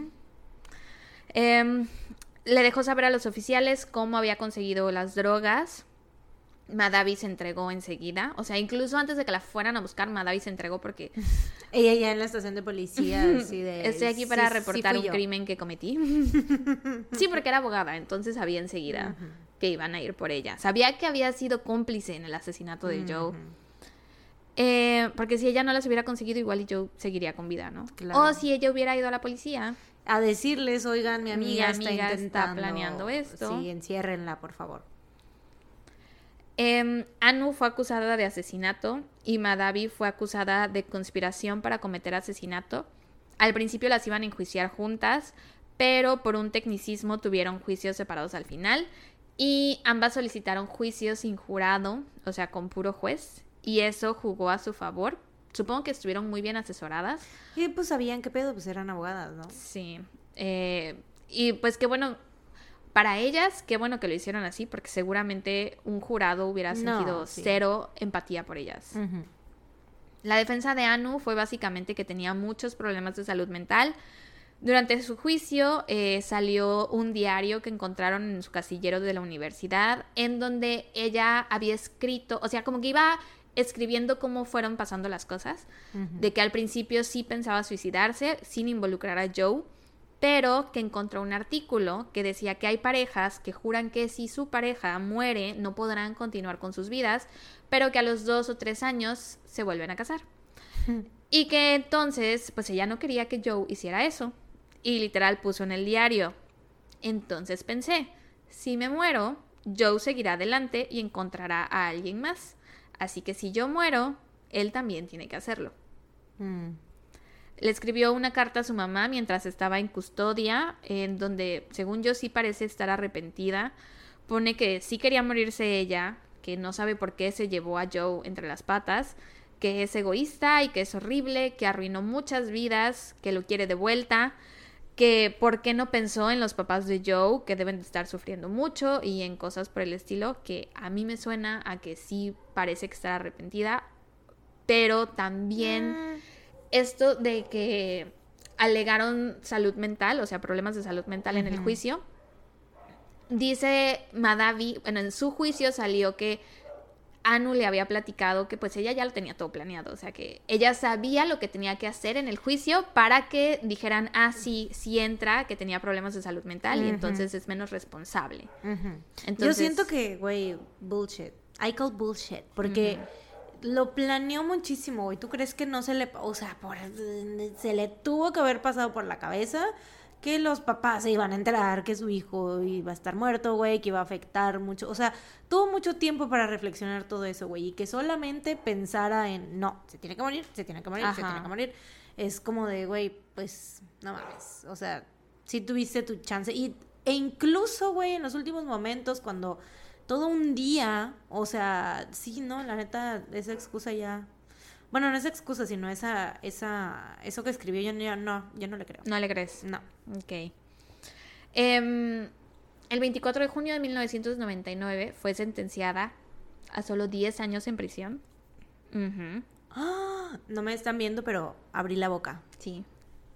Le dejó saber a los oficiales cómo había conseguido las drogas. Madavi se entregó enseguida. O sea, incluso antes de que la fueran a buscar, Madavi se entregó porque... Ella ya en la estación de policía, así de... Estoy aquí para reportar un crimen que cometí. Sí, porque era abogada, entonces sabía enseguida que iban a ir por ella. Sabía que había sido cómplice en el asesinato de Joe. Porque si ella no las hubiera conseguido, igual y Joe seguiría con vida, ¿no? Claro. O si ella hubiera ido a la policía... a decirles, oigan, mi amiga está planeando esto. Sí, enciérrenla, por favor. Anu fue acusada de asesinato y Madavi fue acusada de conspiración para cometer asesinato. Al principio las iban a enjuiciar juntas, pero por un tecnicismo tuvieron juicios separados al final y ambas solicitaron juicios sin jurado, o sea, con puro juez, y eso jugó a su favor. Supongo que estuvieron muy bien asesoradas. Y pues sabían qué pedo, pues eran abogadas, ¿no? Sí. Y pues qué bueno, para ellas, qué bueno que lo hicieron así, porque seguramente un jurado hubiera sentido cero empatía por ellas. La defensa de Anu fue básicamente que tenía muchos problemas de salud mental. Durante su juicio salió un diario que encontraron en su casillero de la universidad, en donde ella había escrito, o sea, como que iba escribiendo cómo fueron pasando las cosas, de que al principio sí pensaba suicidarse sin involucrar a Joe, pero que encontró un artículo que decía que hay parejas que juran que si su pareja muere no podrán continuar con sus vidas, pero que a los 2 o 3 años se vuelven a casar. Y que entonces, pues ella no quería que Joe hiciera eso. Y literal puso en el diario. Entonces pensé, si me muero, Joe seguirá adelante y encontrará a alguien más. Así que si yo muero, él también tiene que hacerlo. Le escribió una carta a su mamá mientras estaba en custodia, en donde, según yo, sí parece estar arrepentida. Pone que sí quería morirse ella, que no sabe por qué se llevó a Joe entre las patas, que es egoísta y que es horrible, que arruinó muchas vidas, que lo quiere de vuelta, que por qué no pensó en los papás de Joe, que deben de estar sufriendo mucho, y en cosas por el estilo, que a mí me suena a que sí parece que está arrepentida, pero también esto de que alegaron salud mental, o sea, problemas de salud mental en el juicio. Dice Madavi, bueno, en su juicio salió que Anu le había platicado que pues ella ya lo tenía todo planeado, o sea que ella sabía lo que tenía que hacer en el juicio para que dijeran, sí entra, que tenía problemas de salud mental y entonces es menos responsable. Entonces, yo siento que, güey, bullshit. I call bullshit, porque lo planeó muchísimo, güey. ¿Tú crees que no se le, o sea, se le tuvo que haber pasado por la cabeza que los papás se iban a enterar que su hijo iba a estar muerto, güey, que iba a afectar mucho? O sea, tuvo mucho tiempo para reflexionar todo eso, güey, y que solamente pensara en, no, se tiene que morir, se tiene que morir, se tiene que morir. Es como de, güey, pues, no mames. O sea, sí tuviste tu chance. Y E incluso, güey, en los últimos momentos, cuando todo un día, o sea, sí, no, la neta, esa excusa ya... Bueno, no es excusa, sino eso que escribió, yo no le creo. ¿No le crees? No. Ok. El 24 de junio de 1999 fue sentenciada a solo 10 años en prisión. Uh-huh. ¡Ah! No me están viendo, pero abrí la boca. Sí.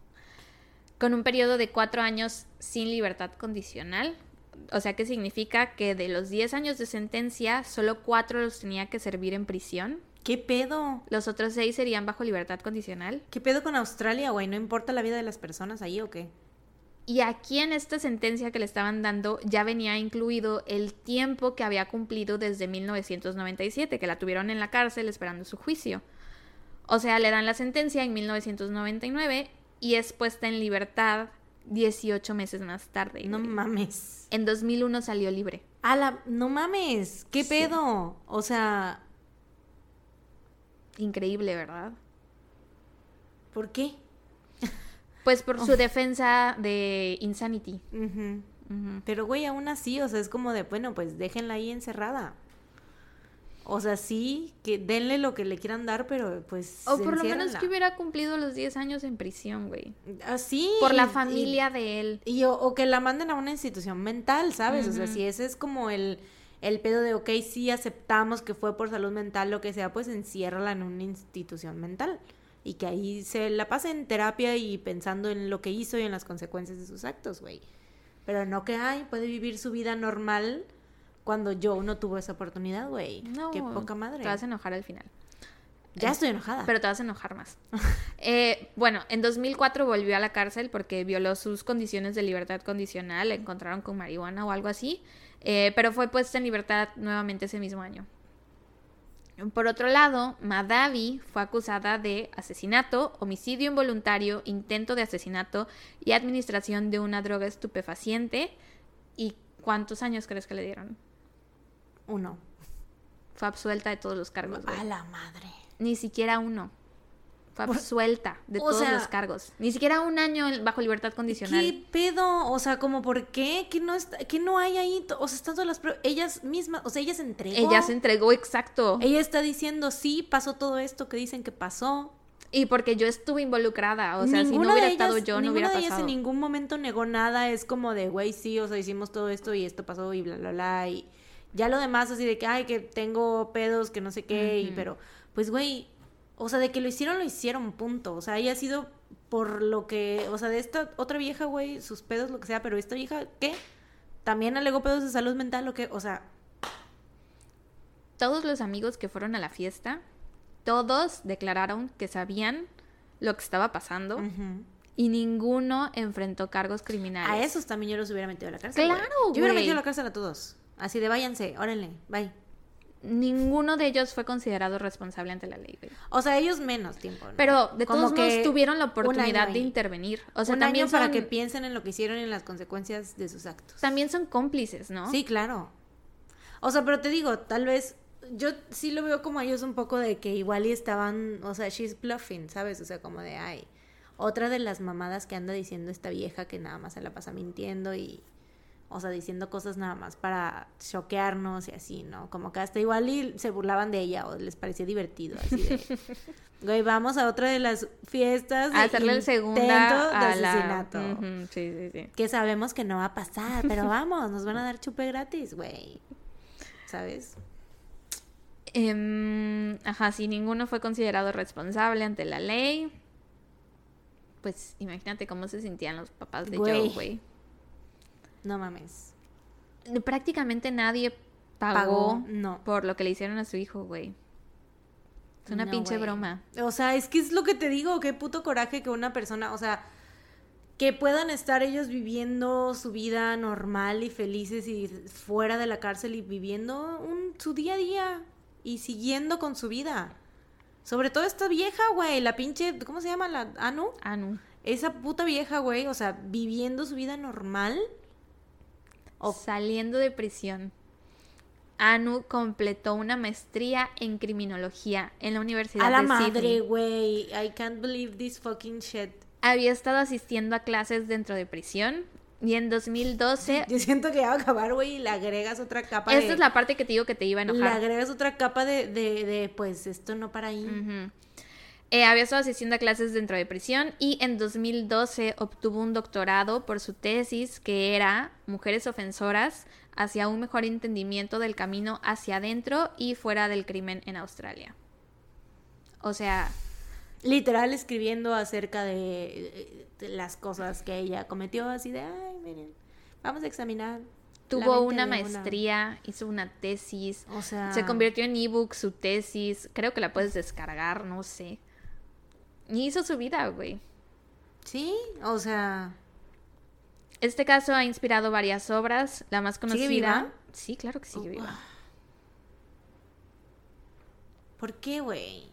Con un periodo de 4 años sin libertad condicional. O sea, que significa que de los 10 años de sentencia, solo 4 los tenía que servir en prisión. ¿Qué pedo? Los otros 6 serían bajo libertad condicional. ¿Qué pedo con Australia, güey? ¿No importa la vida de las personas ahí o qué? Y aquí en esta sentencia que le estaban dando ya venía incluido el tiempo que había cumplido desde 1997, que la tuvieron en la cárcel esperando su juicio. O sea, le dan la sentencia en 1999 y es puesta en libertad 18 meses más tarde. No mames. En 2001 salió libre. No mames. ¿Qué pedo? O sea... Increíble, ¿verdad? ¿Por qué? Pues por su defensa de insanity. Uh-huh. Uh-huh. Pero, güey, aún así, o sea, es como de, bueno, pues déjenla ahí encerrada. O sea, sí, que denle lo que le quieran dar, pero pues o por lo menos que hubiera cumplido los 10 años en prisión, güey. Así. Por la familia de él. O que la manden a una institución mental, ¿sabes? Uh-huh. O sea, si ese es como el pedo de, ok, sí aceptamos que fue por salud mental, lo que sea, pues enciérrala en una institución mental. Y que ahí se la pase en terapia y pensando en lo que hizo y en las consecuencias de sus actos, güey. Pero no que, puede vivir su vida normal cuando Joe no tuvo esa oportunidad, güey. No, qué poca madre. Te vas a enojar al final. Ya estoy enojada. Pero te vas a enojar más. Bueno, en 2004 volvió a la cárcel porque violó sus condiciones de libertad condicional. La encontraron con marihuana o algo así. Pero fue puesta en libertad nuevamente ese mismo año. Por otro lado, Mahdavi fue acusada de asesinato, homicidio involuntario, intento de asesinato y administración de una droga estupefaciente. ¿Y cuántos años crees que le dieron? 1. Fue absuelta de todos los cargos. ¡A la madre! Ni siquiera 1. Fue absuelta de todos los cargos. Ni siquiera 1 año bajo libertad condicional. ¿Qué pedo? O sea, como ¿por qué? ¿Qué no hay ahí? O sea, están todas las pruebas. Ellas mismas, o sea, ella se entregó. Ella se entregó, exacto. Ella está diciendo, sí, pasó todo esto que dicen que pasó. Y porque yo estuve involucrada, o sea, si no hubiera estado yo, no hubiera pasado. Ninguna de ellas en ningún momento negó nada, es como de, güey, sí, o sea, hicimos todo esto y esto pasó y bla, bla, bla, y ya lo demás así de que, que tengo pedos, que no sé qué, y pero, pues, güey, o sea, de que lo hicieron, punto, o sea, haya sido por lo que, o sea, de esta otra vieja, güey, sus pedos, lo que sea, pero esta vieja, ¿qué? ¿También alegó pedos de salud mental o qué? O sea... Todos los amigos que fueron a la fiesta... Todos declararon que sabían lo que estaba pasando y ninguno enfrentó cargos criminales. A esos también yo los hubiera metido a la cárcel. ¡Claro, güey! Yo hubiera metido a la cárcel a todos. Así de váyanse, órale, bye. Ninguno de ellos fue considerado responsable ante la ley, güey. O sea, ellos menos tiempo, ¿no? Pero de todos modos tuvieron la oportunidad de intervenir. O sea, también para que piensen en lo que hicieron y en las consecuencias de sus actos. También son cómplices, ¿no? Sí, claro. O sea, pero te digo, tal vez... Yo sí lo veo como a ellos un poco de que igual y estaban, o sea, she's bluffing, ¿sabes? O sea, como de, otra de las mamadas que anda diciendo esta vieja que nada más se la pasa mintiendo y, o sea, diciendo cosas nada más para choquearnos y así, ¿no? Como que hasta igual y se burlaban de ella o les parecía divertido, así de, güey, vamos a otra de las fiestas a hacerle el segundo asesinato. Sí. Que sabemos que no va a pasar, pero vamos, nos van a dar chupe gratis, güey, ¿sabes? Sí, ninguno fue considerado responsable ante la ley. Pues imagínate cómo se sentían los papás de Joe, güey. No mames. Prácticamente nadie pagó por lo que le hicieron a su hijo, güey. Es una pinche broma. O sea, es que es lo que te digo, qué puto coraje que una persona, o sea, que puedan estar ellos viviendo su vida normal y felices y fuera de la cárcel y viviendo su día a día. Y siguiendo con su vida. Sobre todo esta vieja, güey. La pinche... ¿Cómo se llama? ¿La Anu? Anu. Esa puta vieja, güey. O sea, viviendo su vida normal. Saliendo de prisión. Anu completó una maestría en criminología en la Universidad de Sydney. A la madre, güey. I can't believe this fucking shit. Había estado asistiendo a clases dentro de prisión Y en 2012... Yo siento que ya va a acabar, güey, y le agregas otra capa Esta es la parte que te digo que te iba a enojar. Le agregas otra capa de pues, esto no para ahí. Uh-huh. Había estado asistiendo a clases dentro de prisión y en 2012 obtuvo un doctorado por su tesis que era Mujeres ofensoras hacia un mejor entendimiento del camino hacia adentro y fuera del crimen en Australia. O sea... Literal escribiendo acerca de las cosas que ella cometió, así de, ay, miren, vamos a examinar. Tuvo una maestría, hizo una tesis, o sea... se convirtió en ebook su tesis, creo que la puedes descargar, no sé. Y hizo su vida, güey. Sí, o sea... Este caso ha inspirado varias obras, la más conocida... ¿Sigue viva? Sí, claro que sigue viva. ¿Por qué, güey?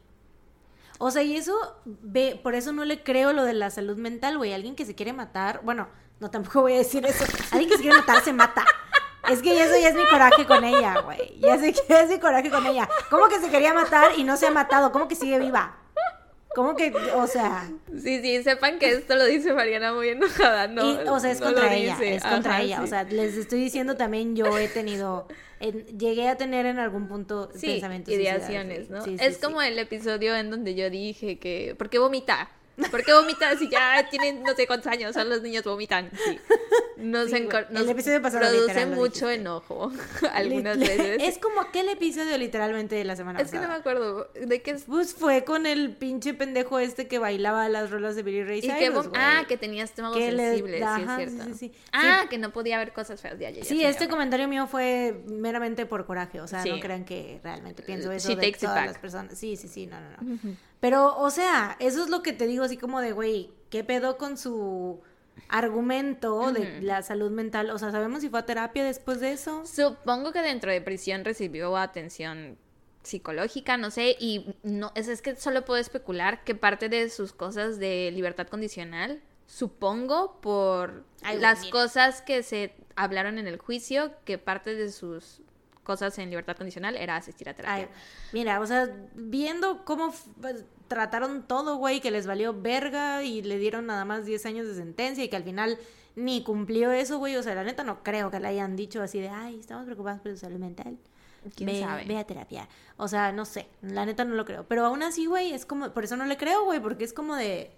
O sea, y eso, por eso no le creo lo de la salud mental, güey. Alguien que se quiere matar, bueno, no, tampoco voy a decir eso. Alguien que se quiere matar se mata. Es que eso ya es mi coraje con ella, güey. Ya es mi coraje con ella. ¿Cómo que se quería matar y no se ha matado? ¿Cómo que sigue viva? ¿Cómo que, o sea? Sí, sepan que esto lo dice Mariana muy enojada, ¿no? Y, o sea, es contra ella, dice. es contra Ajá, ella. sí. O sea, les estoy diciendo también, yo he tenido, llegué a tener en algún punto pensamientos ideaciones, ¿no? Sí, es como el episodio en donde yo dije que, ¿por qué vomita? ¿Por qué vomita si ya tienen no sé cuántos años? Son los niños vomitan, sí. Nos el episodio pasado produce literal lo mucho dijiste. Enojo algunas veces. Es como aquel episodio literalmente de la semana pasada. Es que no me acuerdo de qué es. Pues fue con el pinche pendejo este que bailaba las rolas de Billy Ray Cyrus, que tenía estómago sensible, sí es cierto. Sí. Que no podía ver cosas feas. Ya, sí, este comentario mío fue meramente por coraje, o sea, no crean que realmente pienso eso de todas las personas. Sí, no. Uh-huh. Pero, o sea, eso es lo que te digo, así como de, güey, ¿qué pedo con su argumento de la salud mental? O sea, ¿sabemos si fue a terapia después de eso? Supongo que dentro de prisión recibió atención psicológica, no sé, y no es que solo puedo especular que parte de sus cosas de libertad condicional, supongo por cosas que se hablaron en el juicio, que parte de sus cosas en libertad condicional era asistir a terapia. Mira, o sea, viendo cómo trataron todo, güey, que les valió verga y le dieron nada más 10 años de sentencia y que al final ni cumplió eso, güey, o sea, la neta no creo que le hayan dicho así de, ay, estamos preocupados por su salud mental. ¿Quién sabe? Ve a terapia. O sea, no sé, la neta no lo creo. Pero aún así, güey, es como, por eso no le creo, güey, porque es como de,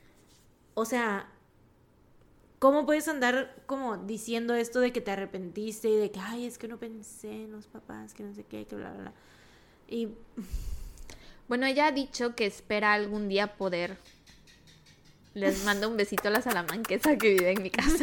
o sea, ¿cómo puedes andar como diciendo esto de que te arrepentiste y de que, ay, es que no pensé en los papás, que no sé qué, que bla, bla, bla? Y... Bueno, ella ha dicho que espera algún día poder. Les mando un besito a la salamanquesa que vive en mi casa.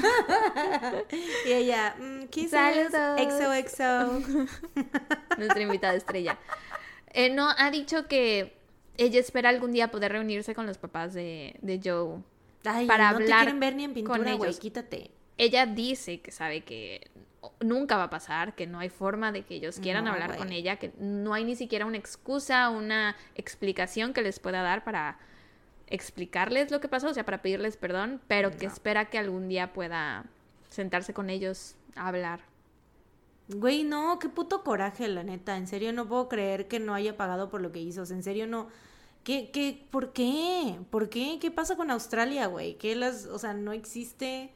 Y ella, kisses, saludos. XOXO. Nuestra invitada estrella. No, ha dicho que ella espera algún día poder reunirse con los papás de Joe. Ay, para no hablar te quieren ver ni en pintura, con ellos. Güey, quítate. Ella dice que sabe que nunca va a pasar, que no hay forma de que ellos quieran hablar con ella, que no hay ni siquiera una excusa, una explicación que les pueda dar para explicarles lo que pasó, o sea, para pedirles perdón, pero que espera que algún día pueda sentarse con ellos a hablar. Güey, no, qué puto coraje, la neta. En serio, no puedo creer que no haya pagado por lo que hizo. O sea, en serio, no. ¿Por qué? ¿Por qué? ¿Qué pasa con Australia, güey? O sea, no existe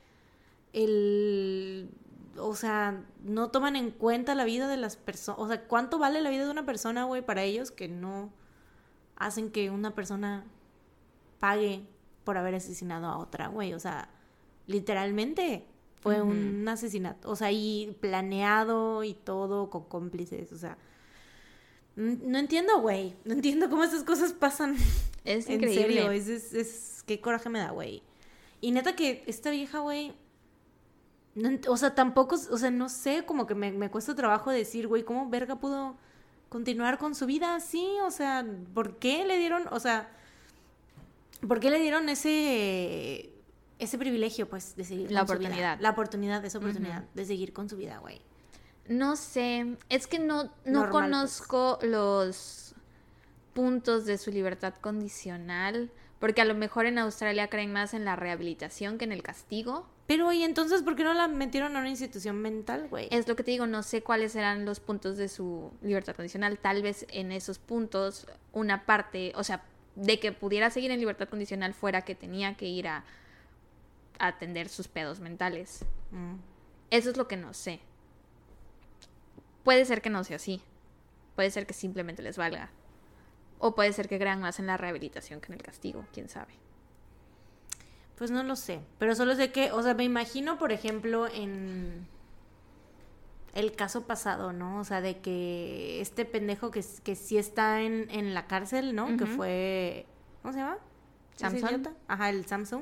o sea, no toman en cuenta la vida de las personas. O sea, ¿cuánto vale la vida de una persona, güey, para ellos que no hacen que una persona pague por haber asesinado a otra, güey? O sea, literalmente fue un asesinato. O sea, y planeado y todo con cómplices, o sea... No entiendo, güey. No entiendo cómo esas cosas pasan. Es increíble. En serio, es qué coraje me da, güey. Y neta que esta vieja, güey... o sea, tampoco... O sea, no sé, como que me cuesta trabajo decir, güey, ¿cómo verga pudo continuar con su vida así? O sea, ¿por qué le dieron... O sea, ¿por qué le dieron ese privilegio, pues, de seguir con su vida? La oportunidad, esa oportunidad de seguir con su vida, güey. No sé, es que no conozco pues los puntos de su libertad condicional, porque a lo mejor en Australia creen más en la rehabilitación que en el castigo. Pero, ¿y entonces por qué no la metieron a una institución mental, güey? Es lo que te digo, no sé cuáles eran los puntos de su libertad condicional. Tal vez en esos puntos una parte, o sea, de que pudiera seguir en libertad condicional fuera que tenía que ir a atender sus pedos mentales. Eso es lo que no sé. Puede ser que no sea así. Puede ser que simplemente les valga. O puede ser que crean más en la rehabilitación que en el castigo, quién sabe. Pues no lo sé, pero solo sé que, o sea, me imagino, por ejemplo, en el caso pasado, ¿no? O sea, de que este pendejo que sí está en la cárcel, ¿no? Que fue, ¿cómo se llama? Samsung. Ajá, el Samsung.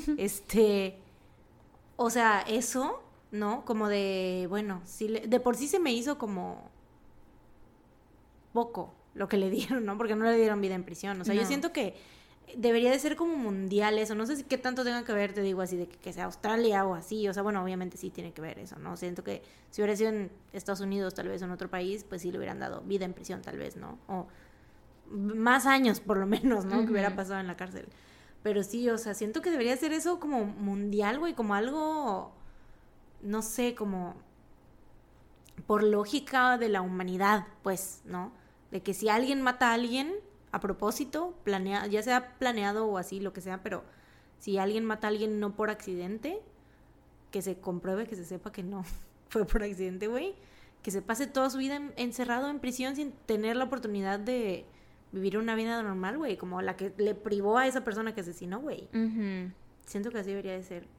O sea, eso, ¿no? Como de, bueno, sí de por sí se me hizo como poco lo que le dieron, ¿no? Porque no le dieron vida en prisión. O sea, yo siento que debería de ser como mundial eso. No sé si qué tanto tenga que ver, te digo así, de que sea Australia o así. O sea, bueno, obviamente sí tiene que ver eso, ¿no? Siento que si hubiera sido en Estados Unidos, tal vez en otro país, pues sí le hubieran dado vida en prisión, tal vez, ¿no? O más años, por lo menos, ¿no? Que hubiera pasado en la cárcel. Pero sí, o sea, siento que debería ser eso como mundial, güey, como algo, no sé, como por lógica de la humanidad, pues, ¿no? De que si alguien mata a alguien a propósito, ya sea planeado o así, lo que sea, pero si alguien mata a alguien no por accidente, que se compruebe, que se sepa que no fue por accidente, güey, que se pase toda su vida encerrado en prisión sin tener la oportunidad de vivir una vida normal, güey, como la que le privó a esa persona que asesinó, güey. Siento que así debería de ser.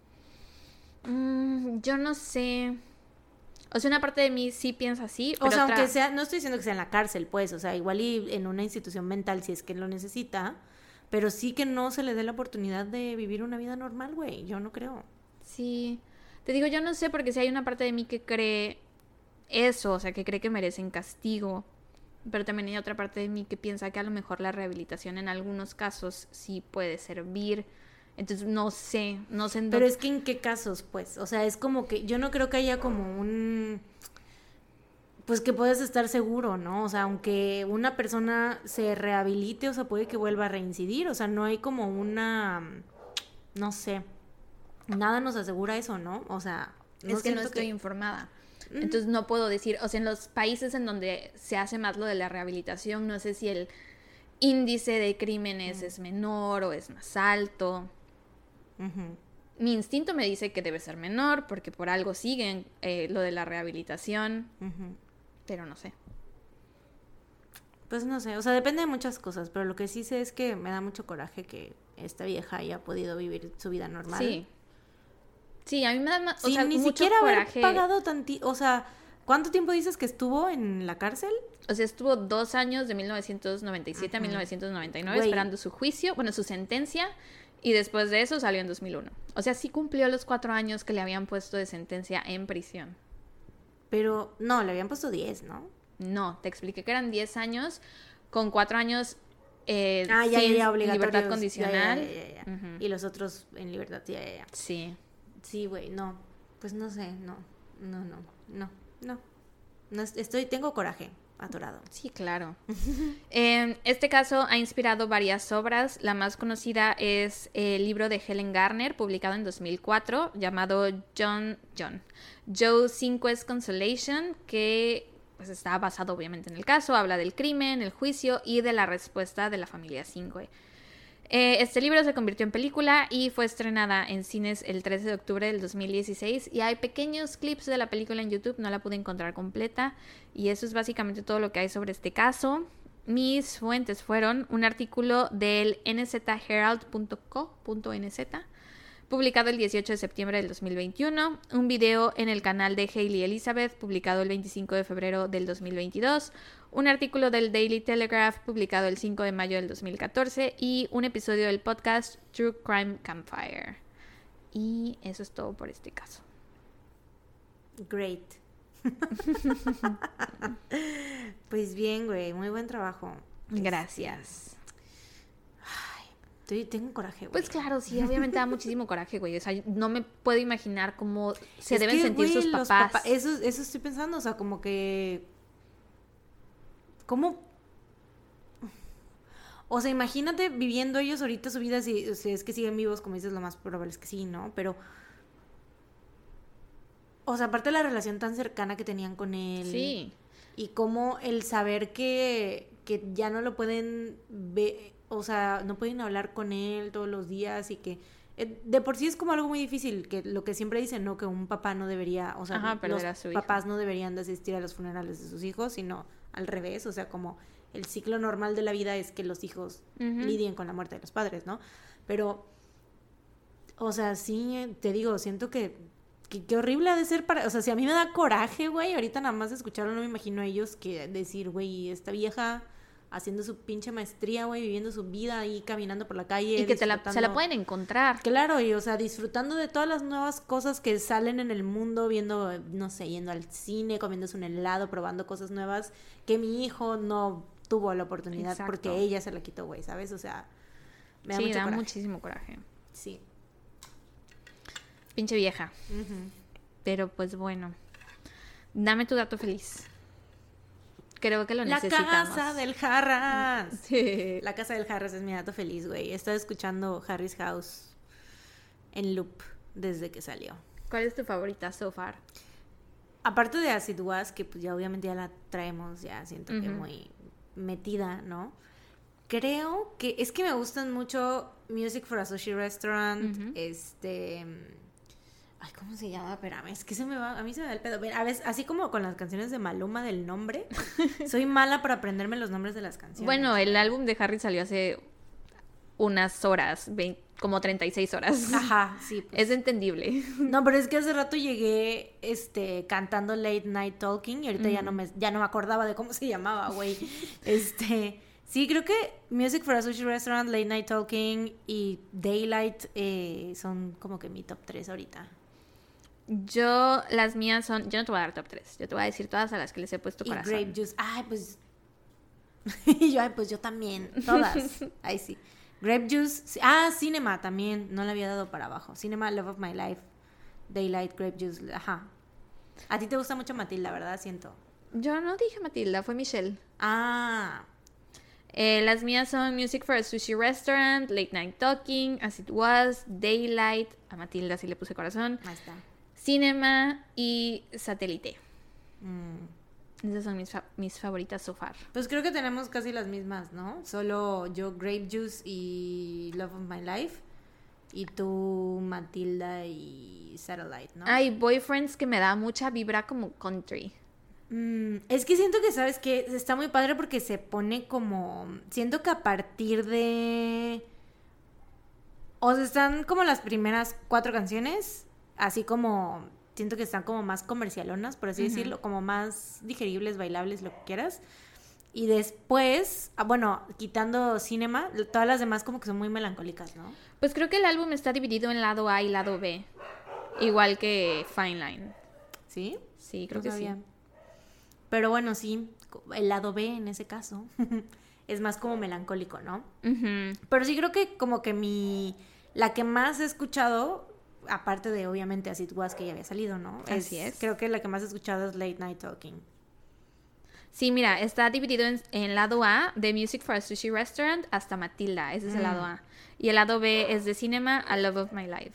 Yo no sé. O sea, una parte de mí sí piensa así, pero o sea, aunque sea, no estoy diciendo que sea en la cárcel, pues, o sea, igual y en una institución mental si es que lo necesita, pero sí que no se le dé la oportunidad de vivir una vida normal, güey, yo no creo. Sí, te digo, yo no sé, porque si hay una parte de mí que cree eso, o sea, que cree que merecen castigo, pero también hay otra parte de mí que piensa que a lo mejor la rehabilitación en algunos casos sí puede servir. Entonces, no sé en Pero es que en qué casos, pues, o sea, es como que yo no creo que haya como pues que puedes estar seguro, ¿no? O sea, aunque una persona se rehabilite, o sea, puede que vuelva a reincidir, o sea, no hay como no sé, nada nos asegura eso, ¿no? O sea, es que no estoy informada. Entonces no puedo decir, o sea, en los países en donde se hace más lo de la rehabilitación, no sé si el índice de crímenes es menor o es más alto. Mi instinto me dice que debe ser menor porque por algo siguen lo de la rehabilitación, pero no sé. Pues no sé, o sea, depende de muchas cosas, pero lo que sí sé es que me da mucho coraje que esta vieja haya podido vivir su vida normal. Sí, a mí me da o sea, ni mucho siquiera coraje. Haber pagado o sea, ¿cuánto tiempo dices que estuvo en la cárcel? O sea, estuvo 2 años de 1997 a 1999 esperando su juicio, bueno, su sentencia, y después de eso salió en 2001. O sea, sí cumplió los 4 años que le habían puesto de sentencia en prisión. Pero, no, le habían puesto 10, ¿no? No, te expliqué que eran 10 años con 4 años sin libertad condicional. Ya. Y los otros en libertad, ya. Sí. Sí, güey, no. Pues no sé, no. Tengo coraje atorado. Sí, claro. Este caso ha inspirado varias obras. La más conocida es el libro de Helen Garner, publicado en 2004, llamado Joe Cinque's Consolation, que pues está basado obviamente en el caso. Habla del crimen, el juicio y de la respuesta de la familia Cinque. Este libro se convirtió en película y fue estrenada en cines el 13 de octubre del 2016 y hay pequeños clips de la película en YouTube, no la pude encontrar completa y eso es básicamente todo lo que hay sobre este caso. Mis fuentes fueron un artículo del nzherald.co.nz publicado el 18 de septiembre del 2021, un video en el canal de Hailey Elizabeth, publicado el 25 de febrero del 2022, un artículo del Daily Telegraph, publicado el 5 de mayo del 2014, y un episodio del podcast True Crime Campfire. Y eso es todo por este caso. Great. Pues bien, güey, muy buen trabajo. Gracias. Tengo coraje, güey. Pues claro, sí, obviamente da muchísimo coraje, güey. O sea, no me puedo imaginar cómo se deben sentir sus papás. Eso estoy pensando, o sea, como que... ¿Cómo? O sea, imagínate viviendo ellos ahorita su vida, si es que siguen vivos, como dices, lo más probable es que sí, ¿no? Pero... O sea, aparte de la relación tan cercana que tenían con él. Sí. Y cómo el saber que ya no lo pueden ver... o sea, no pueden hablar con él todos los días y que de por sí es como algo muy difícil, que lo que siempre dicen, ¿no? Que un papá no debería, o sea, Ajá, perder a los su hijo. papás no deberían de asistir a los funerales de sus hijos, sino al revés, o sea, como el ciclo normal de la vida es que los hijos lidien con la muerte de los padres, ¿no? Pero, o sea, sí, te digo, siento que qué horrible ha de ser para... O sea, si a mí me da coraje, güey, ahorita nada más de escucharlo no me imagino a ellos que decir, güey, esta vieja haciendo su pinche maestría, güey, viviendo su vida ahí caminando por la calle. Y que se la pueden encontrar. Claro, y o sea, disfrutando de todas las nuevas cosas que salen en el mundo, viendo, no sé, yendo al cine, comiéndose un helado, probando cosas nuevas que mi hijo no tuvo la oportunidad. Exacto. Porque ella se la quitó, güey, ¿sabes? O sea, me da mucho coraje. Muchísimo coraje. Sí. Pinche vieja. Pero pues bueno, dame tu dato feliz. Creo que lo necesitamos. La casa del Harras. Sí. La casa del Harras es mi dato feliz, güey. He estado escuchando Harry's House en loop desde que salió. ¿Cuál es tu favorita so far? Aparte de Acid Was, que pues ya obviamente ya la traemos, ya siento que muy metida, ¿no? Creo que es que me gustan mucho Music for a Sushi Restaurant, ay, ¿cómo se llama? Espérame, es que a mí se me da el pedo. A veces, así como con las canciones de Maluma del nombre, soy mala para aprenderme los nombres de las canciones. Bueno, el álbum de Harry salió hace unas horas, como 36 horas. Ajá, sí. Pues. Es entendible. No, pero es que hace rato llegué cantando Late Night Talking y ahorita ya no me acordaba de cómo se llamaba, güey. Sí, creo que Music for a Sushi Restaurant, Late Night Talking y Daylight son como que mi top 3 ahorita. Las mías son... Yo no te voy a dar top 3. Yo te voy a decir todas a las que les he puesto y corazón. Grape Juice. Ay, pues... pues yo también. Todas. Ay, sí. Grape Juice. Sí. Ah, Cinema también. No le había dado para abajo. Cinema, Love of My Life. Daylight, Grape Juice. Ajá. A ti te gusta mucho Matilda, ¿verdad? Siento. Yo no dije Matilda, fue Michelle. Ah. Las mías son Music for a Sushi Restaurant, Late Night Talking, As It Was, Daylight. A Matilda sí le puse corazón. Ahí está. Cinema y Satélite. Esas son mis favoritas so far. Pues creo que tenemos casi las mismas, ¿no? Solo yo Grape Juice y Love of My Life. Y tú Matilda y Satellite, ¿no? Hay Boyfriends que me da mucha vibra como country. Es que siento que, ¿sabes qué? Está muy padre porque se pone como... Siento que a partir de... O sea, están como las primeras 4 canciones... Así como, siento que están como más comercialonas, por así decirlo, como más digeribles, bailables, lo que quieras. Y después, bueno, quitando Cinema, todas las demás como que son muy melancólicas, ¿no? Pues creo que el álbum está dividido en lado A y lado B, igual que Fine Line. ¿Sí? Sí, creo que sí. Pero bueno, sí, el lado B en ese caso es más como melancólico, ¿no? Pero sí creo que como que la que más he escuchado... Aparte de, obviamente, As It Was, que ya había salido, ¿no? Así es. Creo que la que más he escuchado es Late Night Talking. Sí, mira, está dividido en lado A, de Music for a Sushi Restaurant, hasta Matilda. Ese es el lado A. Y el lado B es de Cinema, A Love of My Life.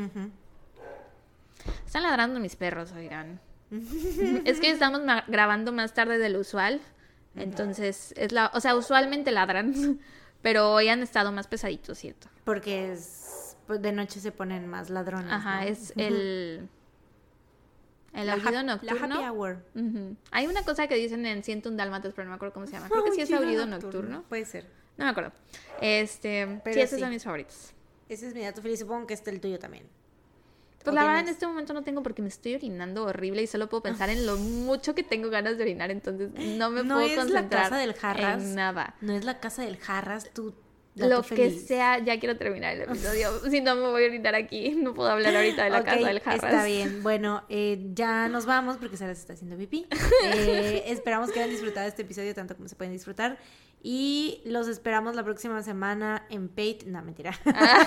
Están ladrando mis perros, oigan. Es que estamos grabando más tarde de lo usual. Entonces, o sea, usualmente ladran. Pero hoy han estado más pesaditos, ¿cierto? Porque pues de noche se ponen más ladrones. Ajá, ¿no? Es el aullido nocturno. La happy hour. Hay una cosa que dicen en 101 Dálmatas, pero no me acuerdo cómo se llama. Creo que sí es aullido nocturno. Puede ser. No me acuerdo. Pero sí, esos son mis favoritos. Ese es mi dato feliz. Supongo que el tuyo también. Pues la verdad en este momento no tengo porque me estoy orinando horrible y solo puedo pensar en lo mucho que tengo ganas de orinar, entonces no me puedo concentrar la casa del Harras, en nada. No es la casa del Harras, tú lo que sea, ya quiero terminar el episodio. Si no, me voy a orinar aquí. No puedo hablar ahorita de la casa del Harras. Está bien. Bueno, ya nos vamos porque Sara se está haciendo pipí. Esperamos que hayan disfrutado este episodio tanto como se pueden disfrutar. Y los esperamos la próxima semana en Patreon. No, mentira.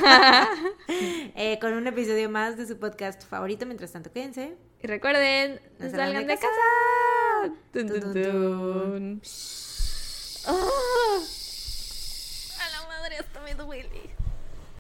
Con un episodio más de su podcast favorito. Mientras tanto, quédense. Y recuerden, no salgan de casa. Tun, tun, tun.